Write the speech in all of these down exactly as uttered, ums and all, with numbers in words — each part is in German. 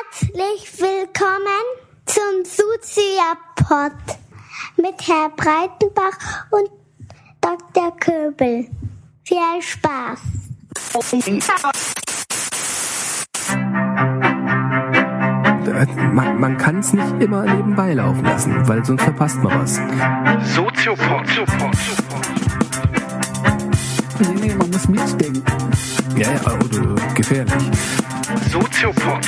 Herzlich willkommen zum Soziopod mit Herr Breitenbach und Doktor Köbel. Viel Spaß! Man, man kann es nicht immer nebenbei laufen lassen, weil sonst verpasst man was. Soziopod. Nee, nee, man muss mitdenken. Ja, ja, oder gefährlich. Soziopod.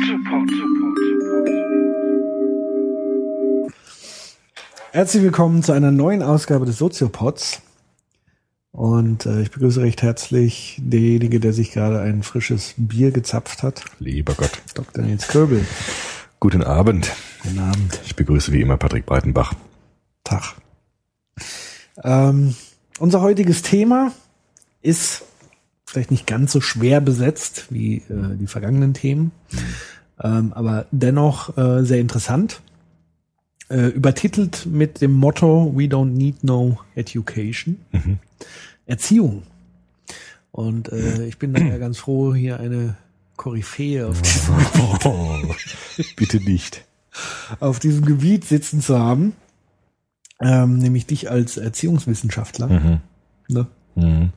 Herzlich willkommen zu einer neuen Ausgabe des Soziopods. Und äh, ich begrüße recht herzlich derjenige, der sich gerade ein frisches Bier gezapft hat. Lieber Gott. Doktor Nils Köbel. Guten Abend. Guten Abend. Ich begrüße wie immer Patrick Breitenbach. Tag. Ähm, unser heutiges Thema ist vielleicht nicht ganz so schwer besetzt wie äh, die vergangenen Themen, mhm. ähm, aber dennoch äh, sehr interessant. Äh, übertitelt mit dem Motto We don't need no education. Mhm. Erziehung. Und äh, ich bin daher ganz froh, hier eine Koryphäe auf diesem, oh, bitte nicht. auf diesem Gebiet sitzen zu haben. Ähm, nämlich dich als Erziehungswissenschaftler. Mhm. Ne? Mhm.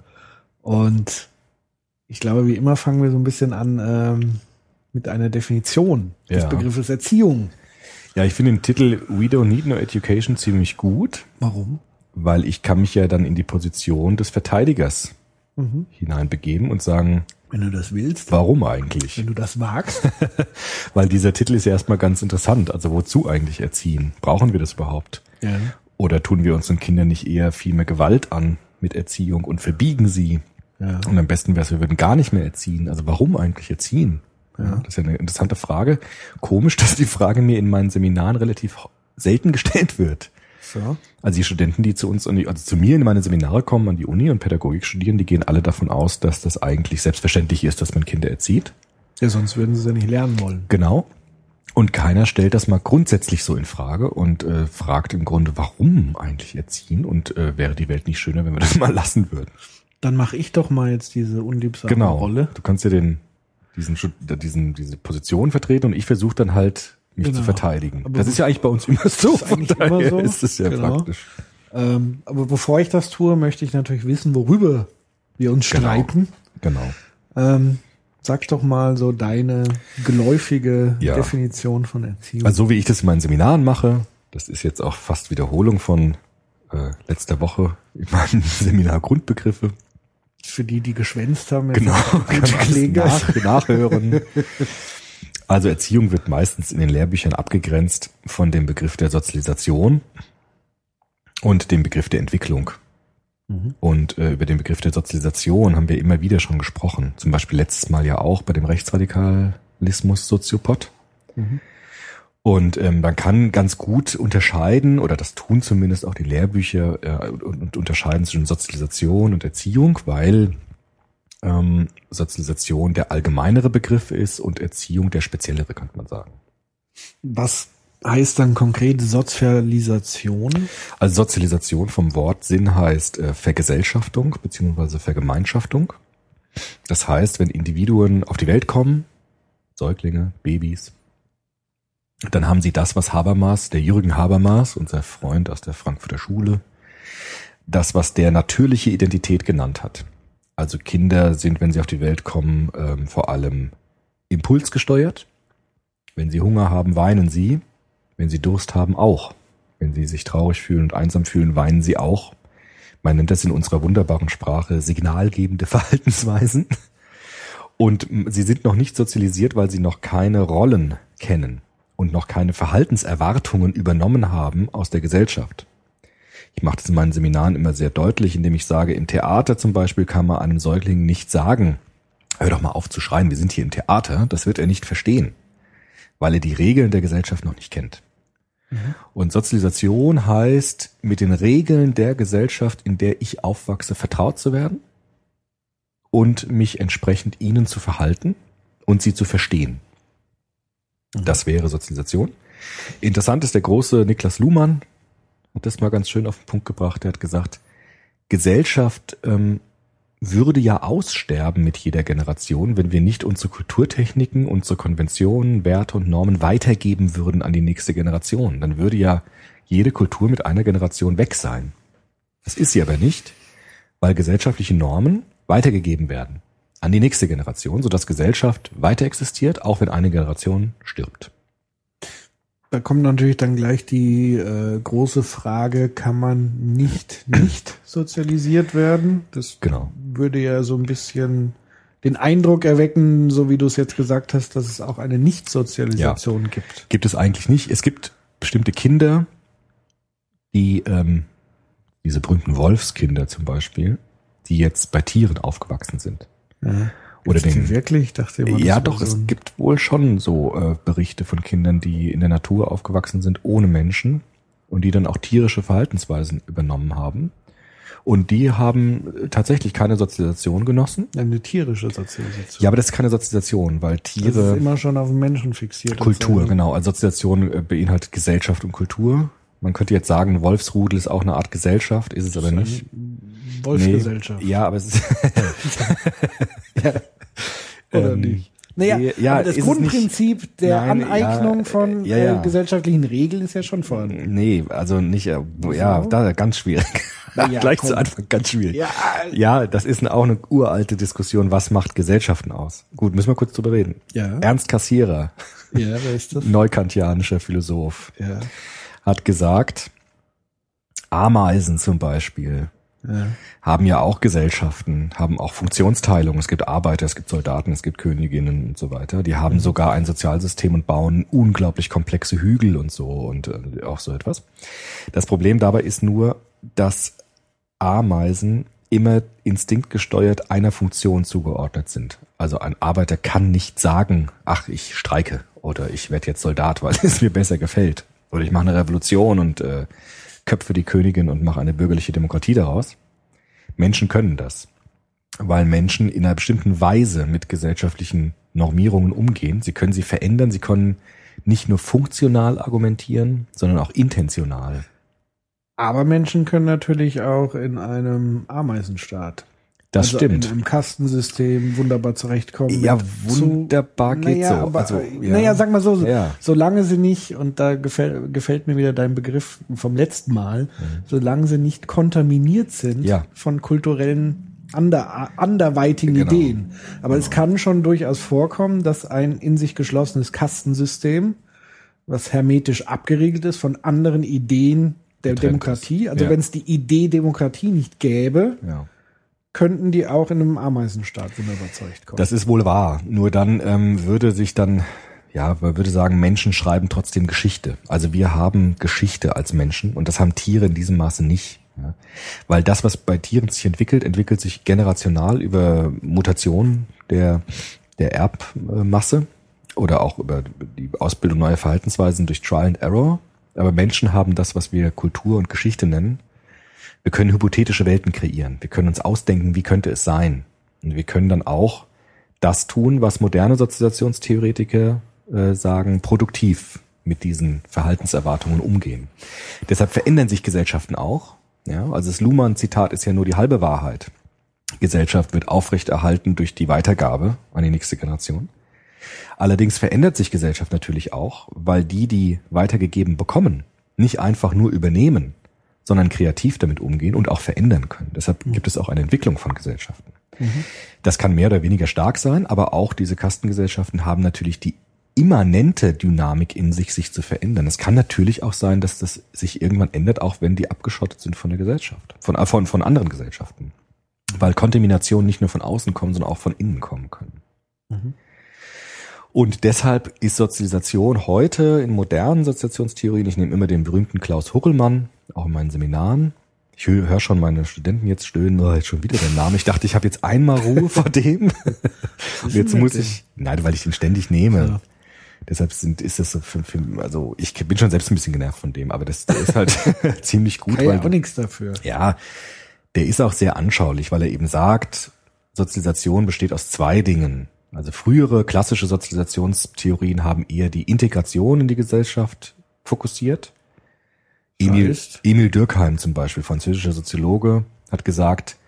Und ich glaube, wie immer fangen wir so ein bisschen an ähm, mit einer Definition des ja. Begriffes Erziehung. Ja, ich finde den Titel We don't need no education ziemlich gut. Warum? Weil ich kann mich ja dann in die Position des Verteidigers mhm. hineinbegeben und sagen, wenn du das willst. Warum eigentlich? Wenn du das wagst. Weil dieser Titel ist ja erstmal ganz interessant. Also wozu eigentlich erziehen? Brauchen wir das überhaupt? Ja. Oder tun wir unseren Kindern nicht eher viel mehr Gewalt an mit Erziehung und verbiegen sie? Ja. Und am besten wäre es, wir würden gar nicht mehr erziehen. Also warum eigentlich erziehen? Ja. Das ist ja eine interessante Frage. Komisch, dass die Frage mir in meinen Seminaren relativ selten gestellt wird. So. Also die Studenten, die zu uns, also zu mir in meine Seminare kommen, an die Uni und Pädagogik studieren, die gehen alle davon aus, dass das eigentlich selbstverständlich ist, dass man Kinder erzieht. Ja, sonst würden sie es ja nicht lernen wollen. Genau. Und keiner stellt das mal grundsätzlich so in Frage und äh, fragt im Grunde, warum eigentlich erziehen und äh, wäre die Welt nicht schöner, wenn wir das mal lassen würden. Dann mache ich doch mal jetzt diese unliebsame genau. Rolle. Du kannst ja den diesen diesen diese Position vertreten und ich versuche dann halt mich genau. zu verteidigen. Aber das ist ja eigentlich bei uns immer so. Das ist eigentlich immer so. Ist es ja genau. praktisch. Ähm, aber bevor ich das tue, möchte ich natürlich wissen, worüber wir uns genau. streiten. Genau. Ähm, Sag doch mal so deine geläufige ja. Definition von Erziehung. Also so wie ich das in meinen Seminaren mache, das ist jetzt auch fast Wiederholung von äh, letzter Woche in meinem Seminar Grundbegriffe. Für die, die geschwänzt haben. Genau, kann nach, nachhören. Also Erziehung wird meistens in den Lehrbüchern abgegrenzt von dem Begriff der Sozialisation und dem Begriff der Entwicklung. Mhm. Und äh, über den Begriff der Sozialisation haben wir immer wieder schon gesprochen. Zum Beispiel letztes Mal ja auch bei dem Rechtsradikalismus Soziopod. Mhm. Und ähm, man kann ganz gut unterscheiden, oder das tun zumindest auch die Lehrbücher, äh, und, und unterscheiden zwischen Sozialisation und Erziehung, weil ähm, Sozialisation der allgemeinere Begriff ist und Erziehung der speziellere, könnte man sagen. Was heißt dann konkret Sozialisation? Also Sozialisation vom Wortsinn heißt äh, Vergesellschaftung beziehungsweise Vergemeinschaftung. Das heißt, wenn Individuen auf die Welt kommen, Säuglinge, Babys, dann haben sie das, was Habermas, der Jürgen Habermas, unser Freund aus der Frankfurter Schule, das, was der natürliche Identität genannt hat. Also Kinder sind, wenn sie auf die Welt kommen, ähm, vor allem impulsgesteuert. Wenn sie Hunger haben, weinen sie. Wenn sie Durst haben, auch. Wenn sie sich traurig fühlen und einsam fühlen, weinen sie auch. Man nennt das in unserer wunderbaren Sprache signalgebende Verhaltensweisen. Und sie sind noch nicht sozialisiert, weil sie noch keine Rollen kennen und noch keine Verhaltenserwartungen übernommen haben aus der Gesellschaft. Ich mache das in meinen Seminaren immer sehr deutlich, indem ich sage, im Theater zum Beispiel kann man einem Säugling nicht sagen, hör doch mal auf zu schreien, wir sind hier im Theater. Das wird er nicht verstehen, weil er die Regeln der Gesellschaft noch nicht kennt. Mhm. Und Sozialisation heißt, mit den Regeln der Gesellschaft, in der ich aufwachse, vertraut zu werden und mich entsprechend ihnen zu verhalten und sie zu verstehen. Das wäre Sozialisation. Interessant ist der große Niklas Luhmann, hat das mal ganz schön auf den Punkt gebracht. Der hat gesagt, Gesellschaft ähm, würde ja aussterben mit jeder Generation, wenn wir nicht unsere Kulturtechniken, unsere Konventionen, Werte und Normen weitergeben würden an die nächste Generation. Dann würde ja jede Kultur mit einer Generation weg sein. Das ist sie aber nicht, weil gesellschaftliche Normen weitergegeben werden an die nächste Generation, sodass Gesellschaft weiter existiert, auch wenn eine Generation stirbt. Da kommt natürlich dann gleich die äh, große Frage, kann man nicht nicht sozialisiert werden? Das Genau. würde ja so ein bisschen den Eindruck erwecken, so wie du es jetzt gesagt hast, dass es auch eine Nicht-Sozialisation Ja. gibt. Gibt es eigentlich nicht. Es gibt bestimmte Kinder, die, ähm, diese berühmten Wolfskinder zum Beispiel, die jetzt bei Tieren aufgewachsen sind. Ja. Oder Gibt's die den, wirklich? Ich dachte immer, das ja, wäre doch, so es ein- gibt wohl schon so äh, Berichte von Kindern, die in der Natur aufgewachsen sind, ohne Menschen und die dann auch tierische Verhaltensweisen übernommen haben. Und die haben äh, tatsächlich keine Sozialisation genossen. eine tierische Sozialisation. Ja, aber das ist keine Sozialisation, weil das Tiere... ist immer schon auf den Menschen fixiert. Kultur, Also, genau. Also Sozialisation äh, beinhaltet Gesellschaft und Kultur. Man könnte jetzt sagen, ein Wolfsrudel ist auch eine Art Gesellschaft, ist es aber eine nicht. Wolfsgesellschaft. Nee, ja, aber es ist... Oder ähm, nicht? Naja, nee, ja, aber das ist es Grundprinzip der Nein, Aneignung ja, von ja, ja. Äh, gesellschaftlichen Regeln ist ja schon vorhanden. Nee, also nicht, äh, ja, da ganz schwierig. Na ja, Gleich komm. zu Anfang ganz schwierig. Ja, Ja, das ist eine, auch eine uralte Diskussion, was macht Gesellschaften aus? Gut, müssen wir kurz drüber reden. Ja. Ernst Cassirer, ja, wer ist das? neukantianischer Philosoph, Ja, hat gesagt, Ameisen zum Beispiel ja. haben ja auch Gesellschaften, haben auch Funktionsteilung. Es gibt Arbeiter, es gibt Soldaten, es gibt Königinnen und so weiter. Die haben sogar ein Sozialsystem und bauen unglaublich komplexe Hügel und so und äh, auch so etwas. Das Problem dabei ist nur, dass Ameisen immer instinktgesteuert einer Funktion zugeordnet sind. Also ein Arbeiter kann nicht sagen, ach, ich streike oder ich werde jetzt Soldat, weil es mir besser gefällt. Oder ich mache eine Revolution und äh, köpfe die Königin und mache eine bürgerliche Demokratie daraus. Menschen können das, weil Menschen in einer bestimmten Weise mit gesellschaftlichen Normierungen umgehen. Sie können sie verändern, sie können nicht nur funktional argumentieren, sondern auch intentional. Aber Menschen können natürlich auch in einem Ameisenstaat, Das also stimmt. in einem Kastensystem wunderbar zurechtkommen. Ja, mit wunderbar geht naja, so. Aber, Also, ja. Naja, sag mal so, so Ja. solange sie nicht, und da gefällt, gefällt mir wieder dein Begriff vom letzten Mal, solange sie nicht kontaminiert sind Mhm. Ja. von kulturellen ander, anderweitigen Genau. Ideen. Aber es kann schon durchaus vorkommen, dass ein in sich geschlossenes Kastensystem, was hermetisch abgeriegelt ist von anderen Ideen der Getrennt Demokratie, ist. also Ja. wenn es die Idee Demokratie nicht gäbe, Ja. könnten die auch in einem Ameisenstaat wunderbar zurechtkommen. Das ist wohl wahr. Nur dann ähm, würde sich dann, ja, man würde sagen, Menschen schreiben trotzdem Geschichte. Also wir haben Geschichte als Menschen und das haben Tiere in diesem Maße nicht. Ja. Weil das, was bei Tieren sich entwickelt, entwickelt sich generational über Mutationen der, der Erbmasse oder auch über die Ausbildung neuer Verhaltensweisen durch Trial and Error. Aber Menschen haben das, was wir Kultur und Geschichte nennen. Wir können hypothetische Welten kreieren. Wir können uns ausdenken, wie könnte es sein. Und wir können dann auch das tun, was moderne Sozialisationstheoretiker äh, sagen, produktiv mit diesen Verhaltenserwartungen umgehen. Deshalb verändern sich Gesellschaften auch. Ja, also das Luhmann-Zitat ist ja nur die halbe Wahrheit. Gesellschaft wird aufrechterhalten durch die Weitergabe an die nächste Generation. Allerdings verändert sich Gesellschaft natürlich auch, weil die, die weitergegeben bekommen, nicht einfach nur übernehmen, sondern kreativ damit umgehen und auch verändern können. Deshalb gibt es auch eine Entwicklung von Gesellschaften. Mhm. Das kann mehr oder weniger stark sein, aber auch diese Kastengesellschaften haben natürlich die immanente Dynamik in sich, sich zu verändern. Es kann natürlich auch sein, dass das sich irgendwann ändert, auch wenn die abgeschottet sind von der Gesellschaft, von, von, von anderen Gesellschaften. Weil Kontaminationen nicht nur von außen kommen, sondern auch von innen kommen können. Mhm. Und deshalb ist Sozialisation heute in modernen Sozialisationstheorien, ich nehme immer den berühmten Klaus Huckelmann, auch in meinen Seminaren. Ich höre schon meine Studenten jetzt stöhnen, oh, jetzt schon wieder der Name. Ich dachte, ich habe jetzt einmal Ruhe vor dem. Und jetzt muss ich, nein, weil ich den ständig nehme. Ja. Deshalb sind, ist das so für, für, also ich bin schon selbst ein bisschen genervt von dem, aber das, der ist halt ziemlich gut. Kann weil ja auch nichts dafür. Ja, der ist auch sehr anschaulich, weil er eben sagt, Sozialisation besteht aus zwei Dingen. Also frühere klassische Sozialisationstheorien haben eher die Integration in die Gesellschaft fokussiert. Emil, Emil Durkheim zum Beispiel, französischer Soziologe, hat gesagt,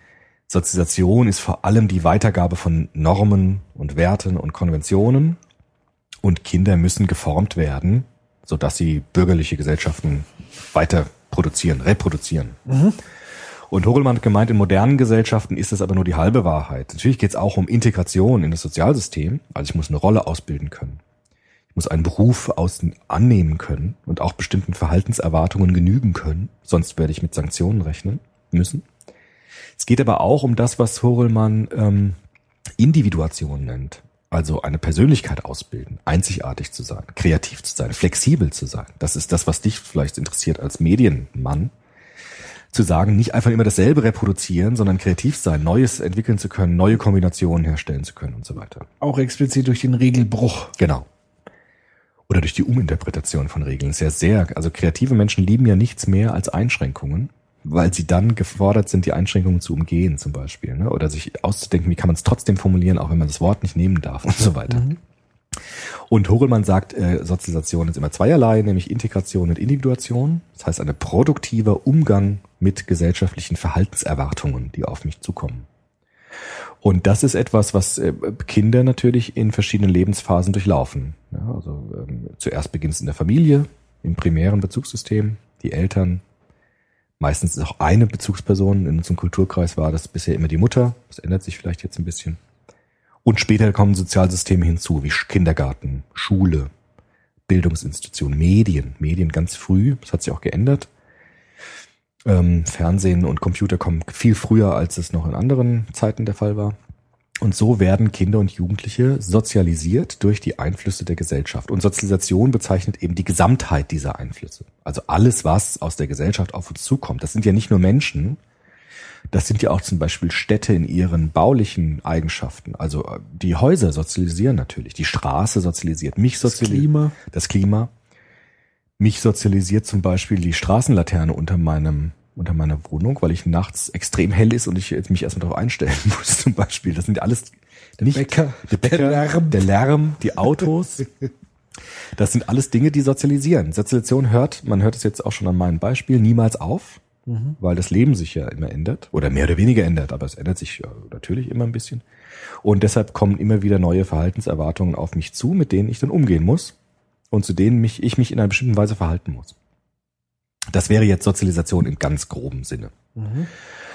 Sozialisation ist vor allem die Weitergabe von Normen und Werten und Konventionen und Kinder müssen geformt werden, sodass sie bürgerliche Gesellschaften weiter produzieren, reproduzieren. Mhm. Und Horelmann hat gemeint, in modernen Gesellschaften ist das aber nur die halbe Wahrheit. Natürlich geht es auch um Integration in das Sozialsystem. Also ich muss eine Rolle ausbilden können. Ich muss einen Beruf aus annehmen können und auch bestimmten Verhaltenserwartungen genügen können. Sonst werde ich mit Sanktionen rechnen müssen. Es geht aber auch um das, was Horelmann ähm, Individuation nennt. Also eine Persönlichkeit ausbilden, einzigartig zu sein, kreativ zu sein, flexibel zu sein. Das ist das, was dich vielleicht interessiert als Medienmann. Zu sagen, nicht einfach immer dasselbe reproduzieren, sondern kreativ sein, Neues entwickeln zu können, neue Kombinationen herstellen zu können und so weiter. Auch explizit durch den Regelbruch. Genau. Oder durch die Uminterpretation von Regeln. Sehr, sehr, also kreative Menschen lieben ja nichts mehr als Einschränkungen, weil sie dann gefordert sind, die Einschränkungen zu umgehen zum Beispiel. Ne? Oder sich auszudenken, wie kann man es trotzdem formulieren, auch wenn man das Wort nicht nehmen darf und so weiter. Mhm. Und Horelmann sagt, äh, Sozialisation ist immer zweierlei, nämlich Integration und Individuation. Das heißt, ein produktiver Umgang mit gesellschaftlichen Verhaltenserwartungen, die auf mich zukommen. Und das ist etwas, was äh, Kinder natürlich in verschiedenen Lebensphasen durchlaufen. Ja, also ähm, zuerst beginnt es in der Familie, im primären Bezugssystem, die Eltern. Meistens ist auch eine Bezugsperson. In unserem Kulturkreis war das bisher immer die Mutter. Das ändert sich vielleicht jetzt ein bisschen. Und später kommen Sozialsysteme hinzu, wie Kindergarten, Schule, Bildungsinstitutionen, Medien. Medien ganz früh, das hat sich auch geändert. Ähm, Fernsehen und Computer kommen viel früher, als es noch in anderen Zeiten der Fall war. Und so werden Kinder und Jugendliche sozialisiert durch die Einflüsse der Gesellschaft. Und Sozialisation bezeichnet eben die Gesamtheit dieser Einflüsse. Also alles, was aus der Gesellschaft auf uns zukommt. Das sind ja nicht nur Menschen, das sind ja auch zum Beispiel Städte in ihren baulichen Eigenschaften. Also die Häuser sozialisieren natürlich, die Straße sozialisiert, mich sozialisiert. Das Klima. Das Klima. Mich sozialisiert zum Beispiel die Straßenlaterne unter meinem unter meiner Wohnung, weil ich nachts extrem hell ist und ich mich erstmal darauf einstellen muss zum Beispiel. Das sind ja alles nicht Bäcker, der, Bäcker, der Lärm, der Lärm, die Autos. Das sind alles Dinge, die sozialisieren. Sozialisation hört, man hört es jetzt auch schon an meinem Beispiel, niemals auf, mhm. weil das Leben sich ja immer ändert oder mehr oder weniger ändert, aber es ändert sich ja natürlich immer ein bisschen. Und deshalb kommen immer wieder neue Verhaltenserwartungen auf mich zu, mit denen ich dann umgehen muss und zu denen mich, ich mich in einer bestimmten Weise verhalten muss. Das wäre jetzt Sozialisation in ganz grobem Sinne. Mhm.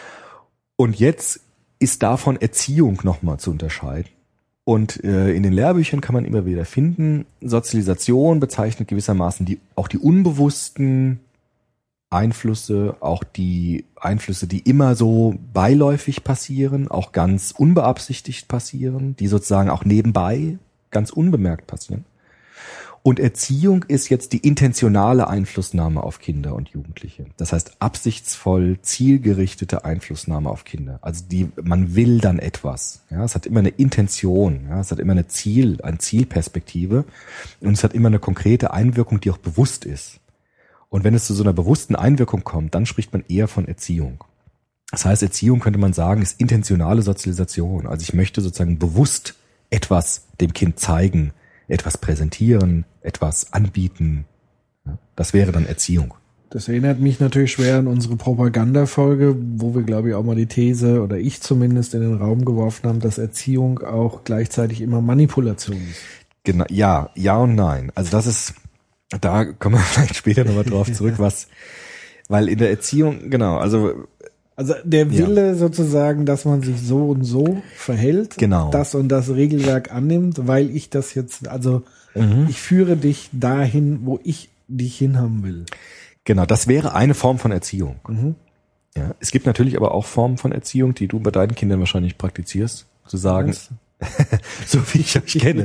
Und jetzt ist davon Erziehung nochmal zu unterscheiden. Und äh, in den Lehrbüchern kann man immer wieder finden, Sozialisation bezeichnet gewissermaßen die, auch die unbewussten Einflüsse, auch die Einflüsse, die immer so beiläufig passieren, auch ganz unbeabsichtigt passieren, die sozusagen auch nebenbei ganz unbemerkt passieren. Und Erziehung ist jetzt die intentionale Einflussnahme auf Kinder und Jugendliche. Das heißt absichtsvoll, zielgerichtete Einflussnahme auf Kinder. Also die, man will dann etwas. Ja, es hat immer eine Intention. Ja, es hat immer eine Ziel, eine Zielperspektive. Und es hat immer eine konkrete Einwirkung, die auch bewusst ist. Und wenn es zu so einer bewussten Einwirkung kommt, dann spricht man eher von Erziehung. Das heißt, Erziehung könnte man sagen, ist intentionale Sozialisation. Also ich möchte sozusagen bewusst etwas dem Kind zeigen, etwas präsentieren, etwas anbieten. Das wäre dann Erziehung. Das erinnert mich natürlich schwer an unsere Propagandafolge, wo wir, glaube ich, auch mal die These, oder ich zumindest, in den Raum geworfen haben, dass Erziehung auch gleichzeitig immer Manipulation ist. Genau, ja, ja und nein. Also das ist, da kommen wir vielleicht später nochmal drauf zurück, was, weil in der Erziehung, genau, also Also der Wille ja. sozusagen, dass man sich so und so verhält, genau. das und das Regelwerk annimmt, weil ich das jetzt, also mhm. ich führe dich dahin, wo ich dich hinhaben will. Genau, das wäre eine Form von Erziehung. Mhm. Ja, es gibt natürlich aber auch Formen von Erziehung, die du bei deinen Kindern wahrscheinlich praktizierst, zu sagen, so wie ich euch kenne,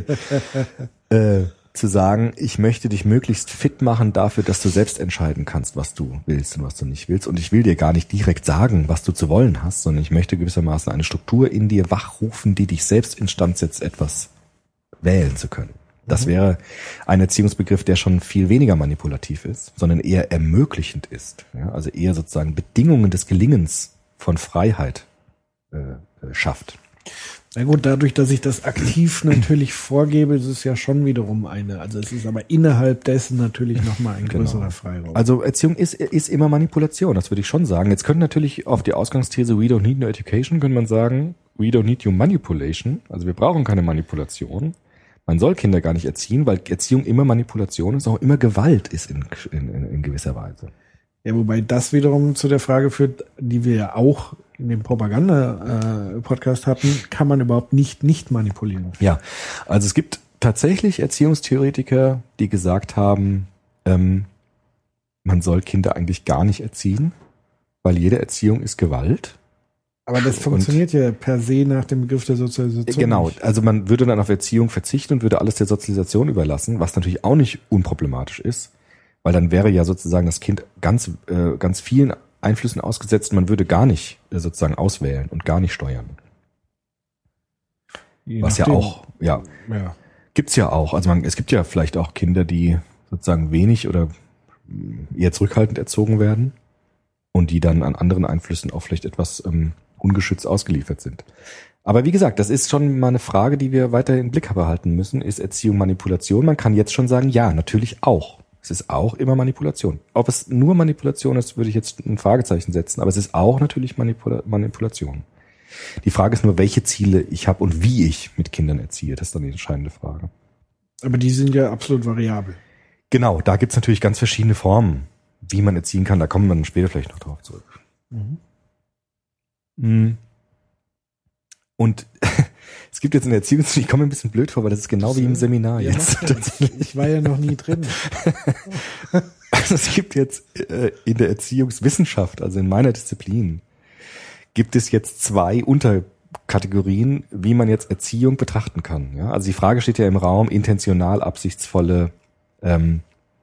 äh, zu sagen, ich möchte dich möglichst fit machen dafür, dass du selbst entscheiden kannst, was du willst und was du nicht willst. Und ich will dir gar nicht direkt sagen, was du zu wollen hast, sondern ich möchte gewissermaßen eine Struktur in dir wachrufen, die dich selbst instand setzt, etwas wählen zu können. Das mhm. wäre ein Erziehungsbegriff, der schon viel weniger manipulativ ist, sondern eher ermöglichend ist. Ja, also eher sozusagen Bedingungen des Gelingens von Freiheit äh, schafft. Na gut, dadurch, dass ich das aktiv natürlich vorgebe, ist es ja schon wiederum eine. Also es ist aber innerhalb dessen natürlich nochmal ein größerer Genau. Freiraum. Also Erziehung ist, ist immer Manipulation, das würde ich schon sagen. Jetzt könnte natürlich auf die Ausgangsthese We don't need no education, könnte man sagen, we don't need your manipulation. Also wir brauchen keine Manipulation. Man soll Kinder gar nicht erziehen, weil Erziehung immer Manipulation ist, auch immer Gewalt ist in, in, in gewisser Weise. Ja, wobei das wiederum zu der Frage führt, die wir ja auch in dem Propaganda-Podcast hatten, kann man überhaupt nicht nicht manipulieren. Ja, also es gibt tatsächlich Erziehungstheoretiker, die gesagt haben, ähm, man soll Kinder eigentlich gar nicht erziehen, weil jede Erziehung ist Gewalt. Aber das funktioniert und, ja per se nach dem Begriff der Sozialisation. Genau, nicht. Also man würde dann auf Erziehung verzichten und würde alles der Sozialisation überlassen, was natürlich auch nicht unproblematisch ist, weil dann wäre ja sozusagen das Kind ganz, äh, ganz vielen Einflüssen ausgesetzt, man würde gar nicht äh, sozusagen auswählen und gar nicht steuern. Je was nachdem. ja auch, ja, ja, gibt's ja auch. Also man, es gibt ja vielleicht auch Kinder, die sozusagen wenig oder eher zurückhaltend erzogen werden und die dann an anderen Einflüssen auch vielleicht etwas ähm, ungeschützt ausgeliefert sind. Aber wie gesagt, das ist schon mal eine Frage, die wir weiter im Blick behalten müssen. Ist Erziehung Manipulation? Man kann jetzt schon sagen, ja, natürlich auch. Es ist auch immer Manipulation. Ob es nur Manipulation ist, würde ich jetzt ein Fragezeichen setzen. Aber es ist auch natürlich Manipula- Manipulation. Die Frage ist nur, welche Ziele ich habe und wie ich mit Kindern erziehe. Das ist dann die entscheidende Frage. Aber die sind ja absolut variabel. Genau, da gibt es natürlich ganz verschiedene Formen, wie man erziehen kann. Da kommen wir dann später vielleicht noch drauf zurück. Mhm. Und es gibt jetzt in der Erziehung, ich komme mir ein bisschen blöd vor, weil das ist genau wie im Seminar ja, jetzt. Ich war ja noch nie drin. Also es gibt jetzt äh, in der Erziehungswissenschaft, also in meiner Disziplin, gibt es jetzt zwei Unterkategorien, wie man jetzt Erziehung betrachten kann. Ja? Also die Frage steht ja im Raum, intentional absichtsvolle ähm,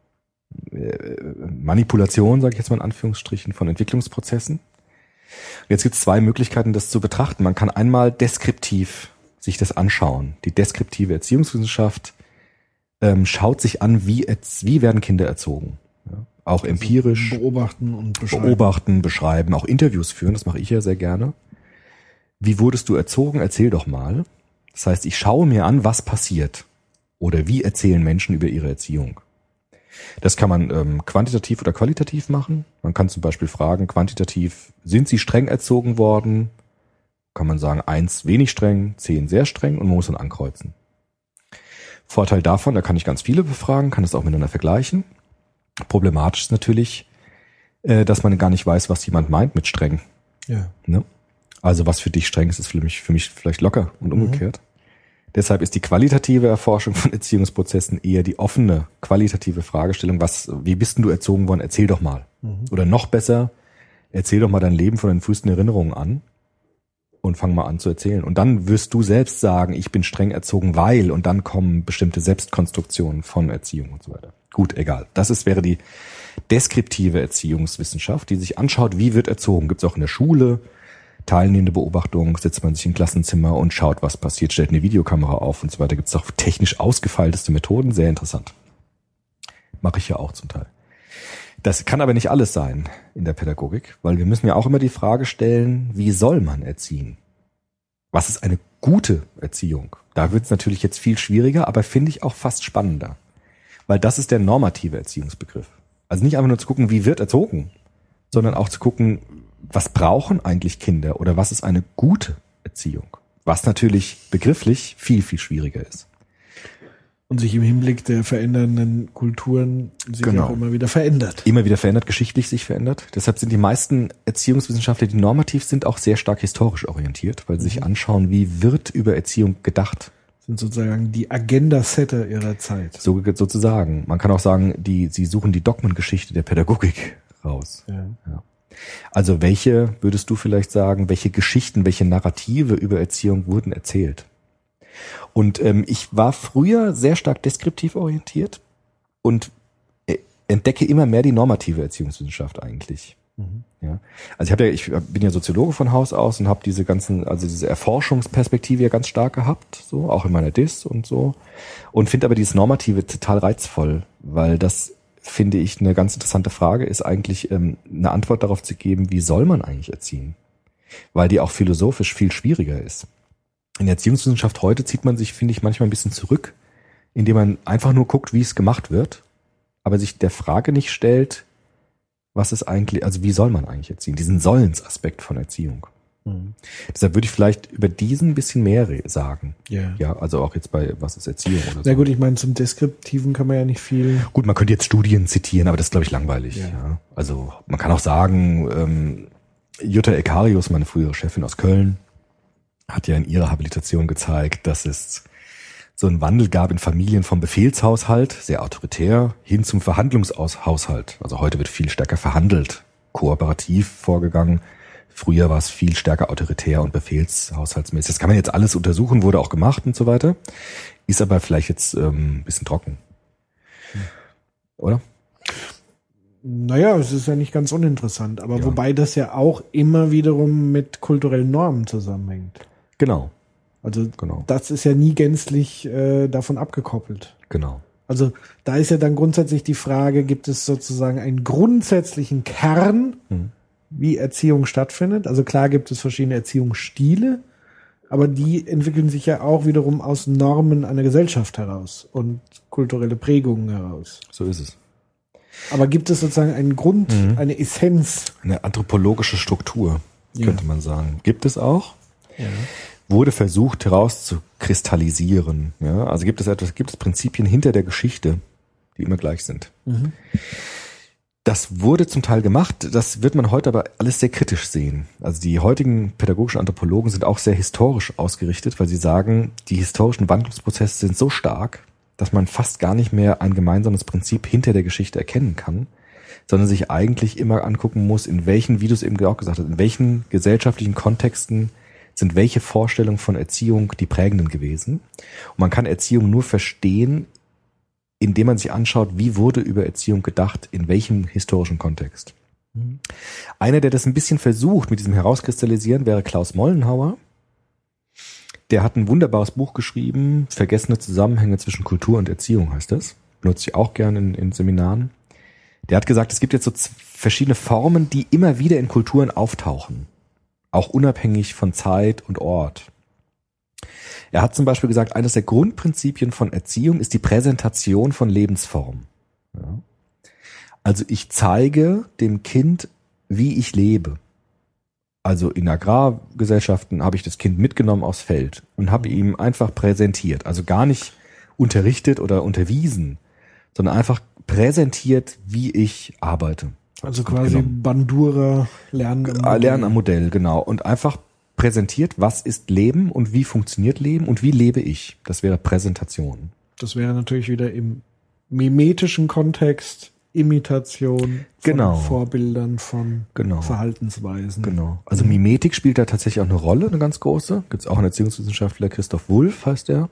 äh, Manipulation, sage ich jetzt mal in Anführungsstrichen, von Entwicklungsprozessen. Jetzt gibt es zwei Möglichkeiten, das zu betrachten. Man kann einmal deskriptiv sich das anschauen. Die deskriptive Erziehungswissenschaft ähm, schaut sich an, wie, erz- wie werden Kinder erzogen. Ja, auch also empirisch. Beobachten und beschreiben. Beobachten, beschreiben, auch Interviews führen, das mache ich ja sehr gerne. Wie wurdest du erzogen? Erzähl doch mal. Das heißt, ich schaue mir an, was passiert. Oder wie erzählen Menschen über ihre Erziehung. Das kann man ähm, quantitativ oder qualitativ machen. Man kann zum Beispiel fragen, quantitativ, sind sie streng erzogen worden? Kann man sagen, eins wenig streng, zehn sehr streng und man muss dann ankreuzen. Vorteil davon, da kann ich ganz viele befragen, kann es auch miteinander vergleichen. Problematisch ist natürlich, äh, dass man gar nicht weiß, was jemand meint mit streng. Ja. Ne? Also was für dich streng ist, ist für mich, für mich vielleicht locker und umgekehrt. Mhm. Deshalb ist die qualitative Erforschung von Erziehungsprozessen eher die offene, qualitative Fragestellung. Was, wie bist denn du erzogen worden? Erzähl doch mal. Mhm. Oder noch besser, erzähl doch mal dein Leben von den frühesten Erinnerungen an und fang mal an zu erzählen. Und dann wirst du selbst sagen, ich bin streng erzogen, weil, und dann kommen bestimmte Selbstkonstruktionen von Erziehung und so weiter. Gut, egal. Das ist, wäre die deskriptive Erziehungswissenschaft, die sich anschaut, wie wird erzogen. Gibt's auch in der Schule. Teilnehmende Beobachtung, setzt man sich im Klassenzimmer und schaut, was passiert, stellt eine Videokamera auf und so weiter. Gibt es auch technisch ausgefeilteste Methoden, sehr interessant. Mache ich ja auch zum Teil. Das kann aber nicht alles sein in der Pädagogik, weil wir müssen ja auch immer die Frage stellen, wie soll man erziehen? Was ist eine gute Erziehung? Da wird es natürlich jetzt viel schwieriger, aber finde ich auch fast spannender. Weil das ist der normative Erziehungsbegriff. Also nicht einfach nur zu gucken, wie wird erzogen, sondern auch zu gucken, was brauchen eigentlich Kinder oder was ist eine gute Erziehung? Was natürlich begrifflich viel, viel schwieriger ist. Und sich im Hinblick der verändernden Kulturen sich genau. auch immer wieder verändert. Immer wieder verändert, geschichtlich sich verändert. Deshalb sind die meisten Erziehungswissenschaftler, die normativ sind, auch sehr stark historisch orientiert, weil sie mhm. sich anschauen, wie wird über Erziehung gedacht. Sind sozusagen die Agenda-Setter ihrer Zeit. So, sozusagen. Man kann auch sagen, die, sie suchen die Dogmengeschichte der Pädagogik raus. Ja. Ja. Also welche, würdest du vielleicht sagen, welche Geschichten, welche Narrative über Erziehung wurden erzählt? Und ähm, ich war früher sehr stark deskriptiv orientiert und äh, entdecke immer mehr die normative Erziehungswissenschaft eigentlich. Mhm. Ja, also ich habe ja, ich bin ja Soziologe von Haus aus und habe diese ganzen, also diese Erforschungsperspektive ja ganz stark gehabt, so auch in meiner Dis und so, und finde aber dieses Normative total reizvoll, weil das, finde ich, eine ganz interessante Frage ist eigentlich, ähm, eine Antwort darauf zu geben, wie soll man eigentlich erziehen? Weil die auch philosophisch viel schwieriger ist. In der Erziehungswissenschaft heute zieht man sich, finde ich, manchmal ein bisschen zurück, indem man einfach nur guckt, wie es gemacht wird, aber sich der Frage nicht stellt, was ist eigentlich, also wie soll man eigentlich erziehen? Diesen Sollensaspekt von Erziehung. Mhm. Deshalb würde ich vielleicht über diesen ein bisschen mehr re- sagen. Yeah. Ja, also auch jetzt bei was ist Erziehung oder so. Na gut, ich meine, zum Deskriptiven kann man ja nicht viel. Gut, man könnte jetzt Studien zitieren, aber das ist, glaube ich, langweilig. Ja. Ja. Also man kann auch sagen, ähm, Jutta Ekarius, meine frühere Chefin aus Köln, hat ja in ihrer Habilitation gezeigt, dass es so einen Wandel gab in Familien vom Befehlshaushalt, sehr autoritär, hin zum Verhandlungshaushalt. Also heute wird viel stärker verhandelt, kooperativ vorgegangen. Früher war es viel stärker autoritär und befehlshaushaltsmäßig. Das kann man jetzt alles untersuchen, wurde auch gemacht und so weiter. Ist aber vielleicht jetzt ähm, ein bisschen trocken. Oder? Naja, es ist ja nicht ganz uninteressant, aber Ja. wobei das ja auch immer wiederum mit kulturellen Normen zusammenhängt. Genau, Also genau, das ist ja nie gänzlich äh, davon abgekoppelt. genau. Also da ist ja dann grundsätzlich die Frage, gibt es sozusagen einen grundsätzlichen Kern, Mhm. wie Erziehung stattfindet? Also klar gibt es verschiedene Erziehungsstile, aber die entwickeln sich ja auch wiederum aus Normen einer Gesellschaft heraus und kulturelle Prägungen heraus. So ist es. Aber gibt es sozusagen einen Grund, Mhm. eine Essenz? Eine anthropologische Struktur, Ja. könnte man sagen. Gibt es auch. Ja. Wurde versucht herauszukristallisieren. Ja, also gibt es etwas, gibt es Prinzipien hinter der Geschichte, die immer gleich sind. Mhm. Das wurde zum Teil gemacht, das wird man heute aber alles sehr kritisch sehen. Also die heutigen pädagogischen Anthropologen sind auch sehr historisch ausgerichtet, weil sie sagen, die historischen Wandlungsprozesse sind so stark, dass man fast gar nicht mehr ein gemeinsames Prinzip hinter der Geschichte erkennen kann, sondern sich eigentlich immer angucken muss, in welchen, wie du es eben auch gesagt hast, in welchen gesellschaftlichen Kontexten sind welche Vorstellungen von Erziehung die prägenden gewesen. Und man kann Erziehung nur verstehen, indem man sich anschaut, wie wurde über Erziehung gedacht, in welchem historischen Kontext. Mhm. Einer, der das ein bisschen versucht mit diesem Herauskristallisieren, wäre Klaus Mollenhauer. Der hat ein wunderbares Buch geschrieben, Vergessene Zusammenhänge zwischen Kultur und Erziehung heißt das. Benutze ich auch gerne in, in Seminaren. Der hat gesagt, es gibt jetzt so z- verschiedene Formen, die immer wieder in Kulturen auftauchen. Auch unabhängig von Zeit und Ort. Er hat zum Beispiel gesagt, eines der Grundprinzipien von Erziehung ist die Präsentation von Lebensformen. Ja. Also ich zeige dem Kind, wie ich lebe. Also in Agrargesellschaften habe ich das Kind mitgenommen aufs Feld und habe ihm einfach präsentiert. Also gar nicht unterrichtet oder unterwiesen, sondern einfach präsentiert, wie ich arbeite. Also quasi Bandura lernen. Äh, Lernen am Modell, genau. Und einfach präsentiert, was ist Leben und wie funktioniert Leben und wie lebe ich. Das wäre Präsentation. Das wäre natürlich wieder im mimetischen Kontext Imitation von Genau. Vorbildern, von Genau. Verhaltensweisen. Genau. Also Mimetik spielt da tatsächlich auch eine Rolle, eine ganz große. Gibt es auch einen Erziehungswissenschaftler, Christoph Wulff heißt der.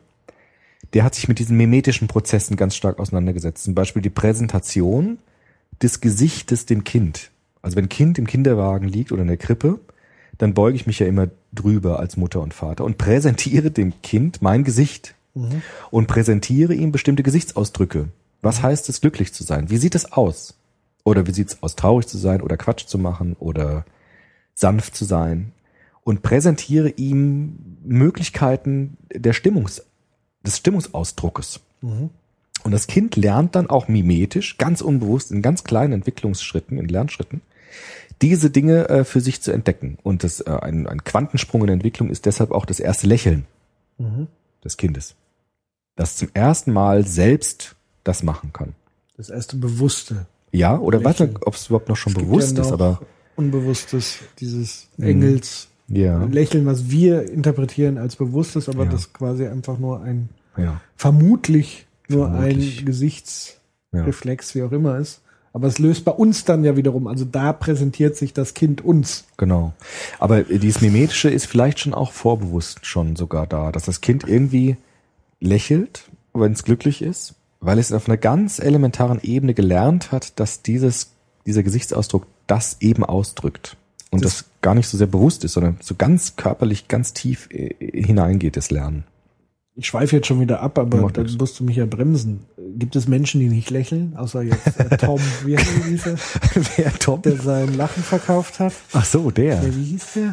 Der hat sich mit diesen mimetischen Prozessen ganz stark auseinandergesetzt. Zum Beispiel die Präsentation des Gesichtes dem Kind. Also wenn ein Kind im Kinderwagen liegt oder in der Krippe, dann beuge ich mich ja immer drüber als Mutter und Vater und präsentiere dem Kind mein Gesicht mhm. und präsentiere ihm bestimmte Gesichtsausdrücke. Was mhm. heißt es, glücklich zu sein? Wie sieht es aus? Oder wie sieht es aus, traurig zu sein oder Quatsch zu machen oder sanft zu sein? Und präsentiere ihm Möglichkeiten der Stimmungs, des Stimmungsausdruckes. Mhm. Und das Kind lernt dann auch mimetisch, ganz unbewusst, in ganz kleinen Entwicklungsschritten, in Lernschritten, diese Dinge äh, für sich zu entdecken. Und das, äh, ein, ein Quantensprung in der Entwicklung ist deshalb auch das erste Lächeln mhm. des Kindes. Das zum ersten Mal selbst das machen kann. Das erste Bewusste. Ja, oder Lächeln. weiß nicht, ob es überhaupt noch schon es bewusst gibt ja ist, noch aber Unbewusstes, dieses Engels ja. Lächeln, was wir interpretieren als Bewusstes, aber Ja. das quasi einfach nur ein, ja. vermutlich nur Vermutlich. ein Gesichtsreflex, wie auch immer ist. Aber es löst bei uns dann ja wiederum, also da präsentiert sich das Kind uns. Genau. Aber dieses Mimetische ist vielleicht schon auch vorbewusst schon sogar da, dass das Kind irgendwie lächelt, wenn es glücklich ist, weil es auf einer ganz elementaren Ebene gelernt hat, dass dieses, dieser Gesichtsausdruck das eben ausdrückt. Und das, das gar nicht so sehr bewusst ist, sondern so ganz körperlich, ganz tief hineingeht, das Lernen. Ich schweife jetzt schon wieder ab, aber Macht dann das. musst du mich ja bremsen. Gibt es Menschen, die nicht lächeln? Außer jetzt äh, Tom, wie heißt der? Wer Tom? Der sein Lachen verkauft hat. Ach so, der. der wie hieß der?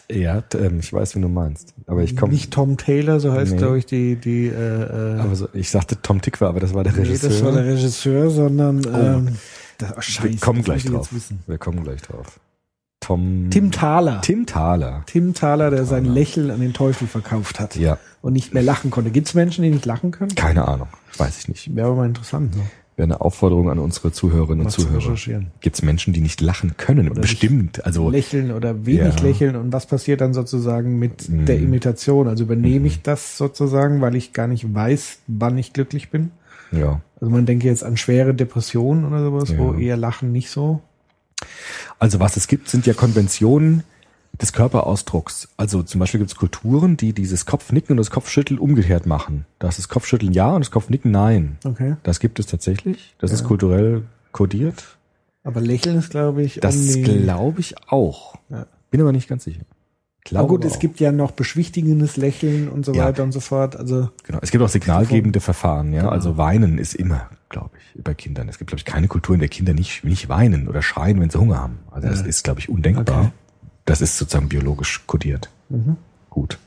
Ja, t- ähm, ich weiß, wie du meinst. Aber ich komme Nicht Tom Taylor, so heißt, Nee. glaube ich, die, die, äh, äh, Aber so, ich sagte Tom Tick war, aber das war der nee, Regisseur. das war der Regisseur, sondern, ähm, da, oh, Scheiße, Wir kommen das gleich muss ich drauf. jetzt wissen. Wir kommen gleich drauf. Tom Tim Thaler. Tim Thaler. Tim Thaler, der sein Thaler. Lächeln an den Teufel verkauft hat. Ja, Und nicht mehr lachen konnte. Gibt es Menschen, die nicht lachen können? keine Ahnung, weiß ich nicht. Wäre aber mal interessant. Ne? Wäre eine Aufforderung an unsere Zuhörerinnen und Mal zu Zuhörer. recherchieren. Gibt es Menschen, die nicht lachen können? Oder Bestimmt. Also Lächeln oder wenig Ja. lächeln und was passiert dann sozusagen mit Mhm. der Imitation? Also übernehme ich das sozusagen, weil ich gar nicht weiß, wann ich glücklich bin? ja. Also man denke jetzt an schwere Depressionen oder sowas, Ja. wo eher Lachen nicht so. Also was es gibt, sind ja Konventionen des Körperausdrucks. Also zum Beispiel gibt es Kulturen, die dieses Kopfnicken und das Kopfschütteln umgekehrt machen. Da ist das Kopfschütteln ja und das Kopfnicken nein. Okay. Das gibt es tatsächlich. Das Ja. ist kulturell kodiert. Aber Lächeln ist, glaube ich, Das an die- glaube ich auch. Ja. Bin aber nicht ganz sicher. Glaube Aber gut, aber es auch. gibt ja noch beschwichtigendes Lächeln und so Ja. weiter und so fort. Also Genau. Es gibt auch signalgebende Verfahren, ja. Genau. Also weinen ist immer, glaube ich, bei Kindern. Es gibt, glaube ich, keine Kultur, in der Kinder nicht, nicht weinen oder schreien, wenn sie Hunger haben. Also das Ja. ist, glaube ich, undenkbar. Okay. Das ist sozusagen biologisch kodiert. Mhm. Gut.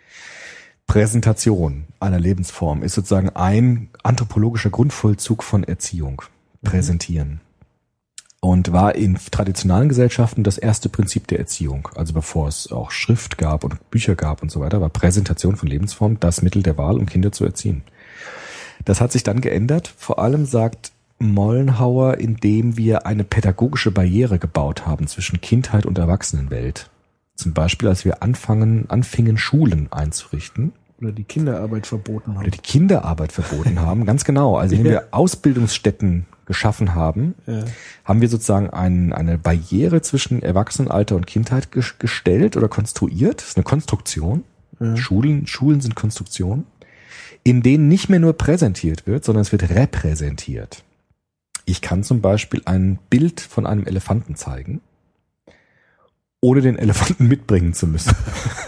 Präsentation einer Lebensform ist sozusagen ein anthropologischer Grundvollzug von Erziehung. Präsentieren. Und war in traditionellen Gesellschaften das erste Prinzip der Erziehung. Also bevor es auch Schrift gab und Bücher gab und so weiter, war Präsentation von Lebensformen das Mittel der Wahl, um Kinder zu erziehen. Das hat sich dann geändert. Vor allem sagt Mollenhauer, indem wir eine pädagogische Barriere gebaut haben zwischen Kindheit und Erwachsenenwelt. Zum Beispiel, als wir anfangen, anfingen, Schulen einzurichten oder die Kinderarbeit verboten oder haben. die Kinderarbeit verboten haben. Ganz genau. Also indem wir Ausbildungsstätten geschaffen haben, Ja. haben wir sozusagen ein, eine Barriere zwischen Erwachsenenalter und Kindheit ges- gestellt oder konstruiert. Das ist eine Konstruktion. Ja. Schulen, Schulen sind Konstruktionen, in denen nicht mehr nur präsentiert wird, sondern es wird repräsentiert. Ich kann zum Beispiel ein Bild von einem Elefanten zeigen, ohne den Elefanten mitbringen zu müssen.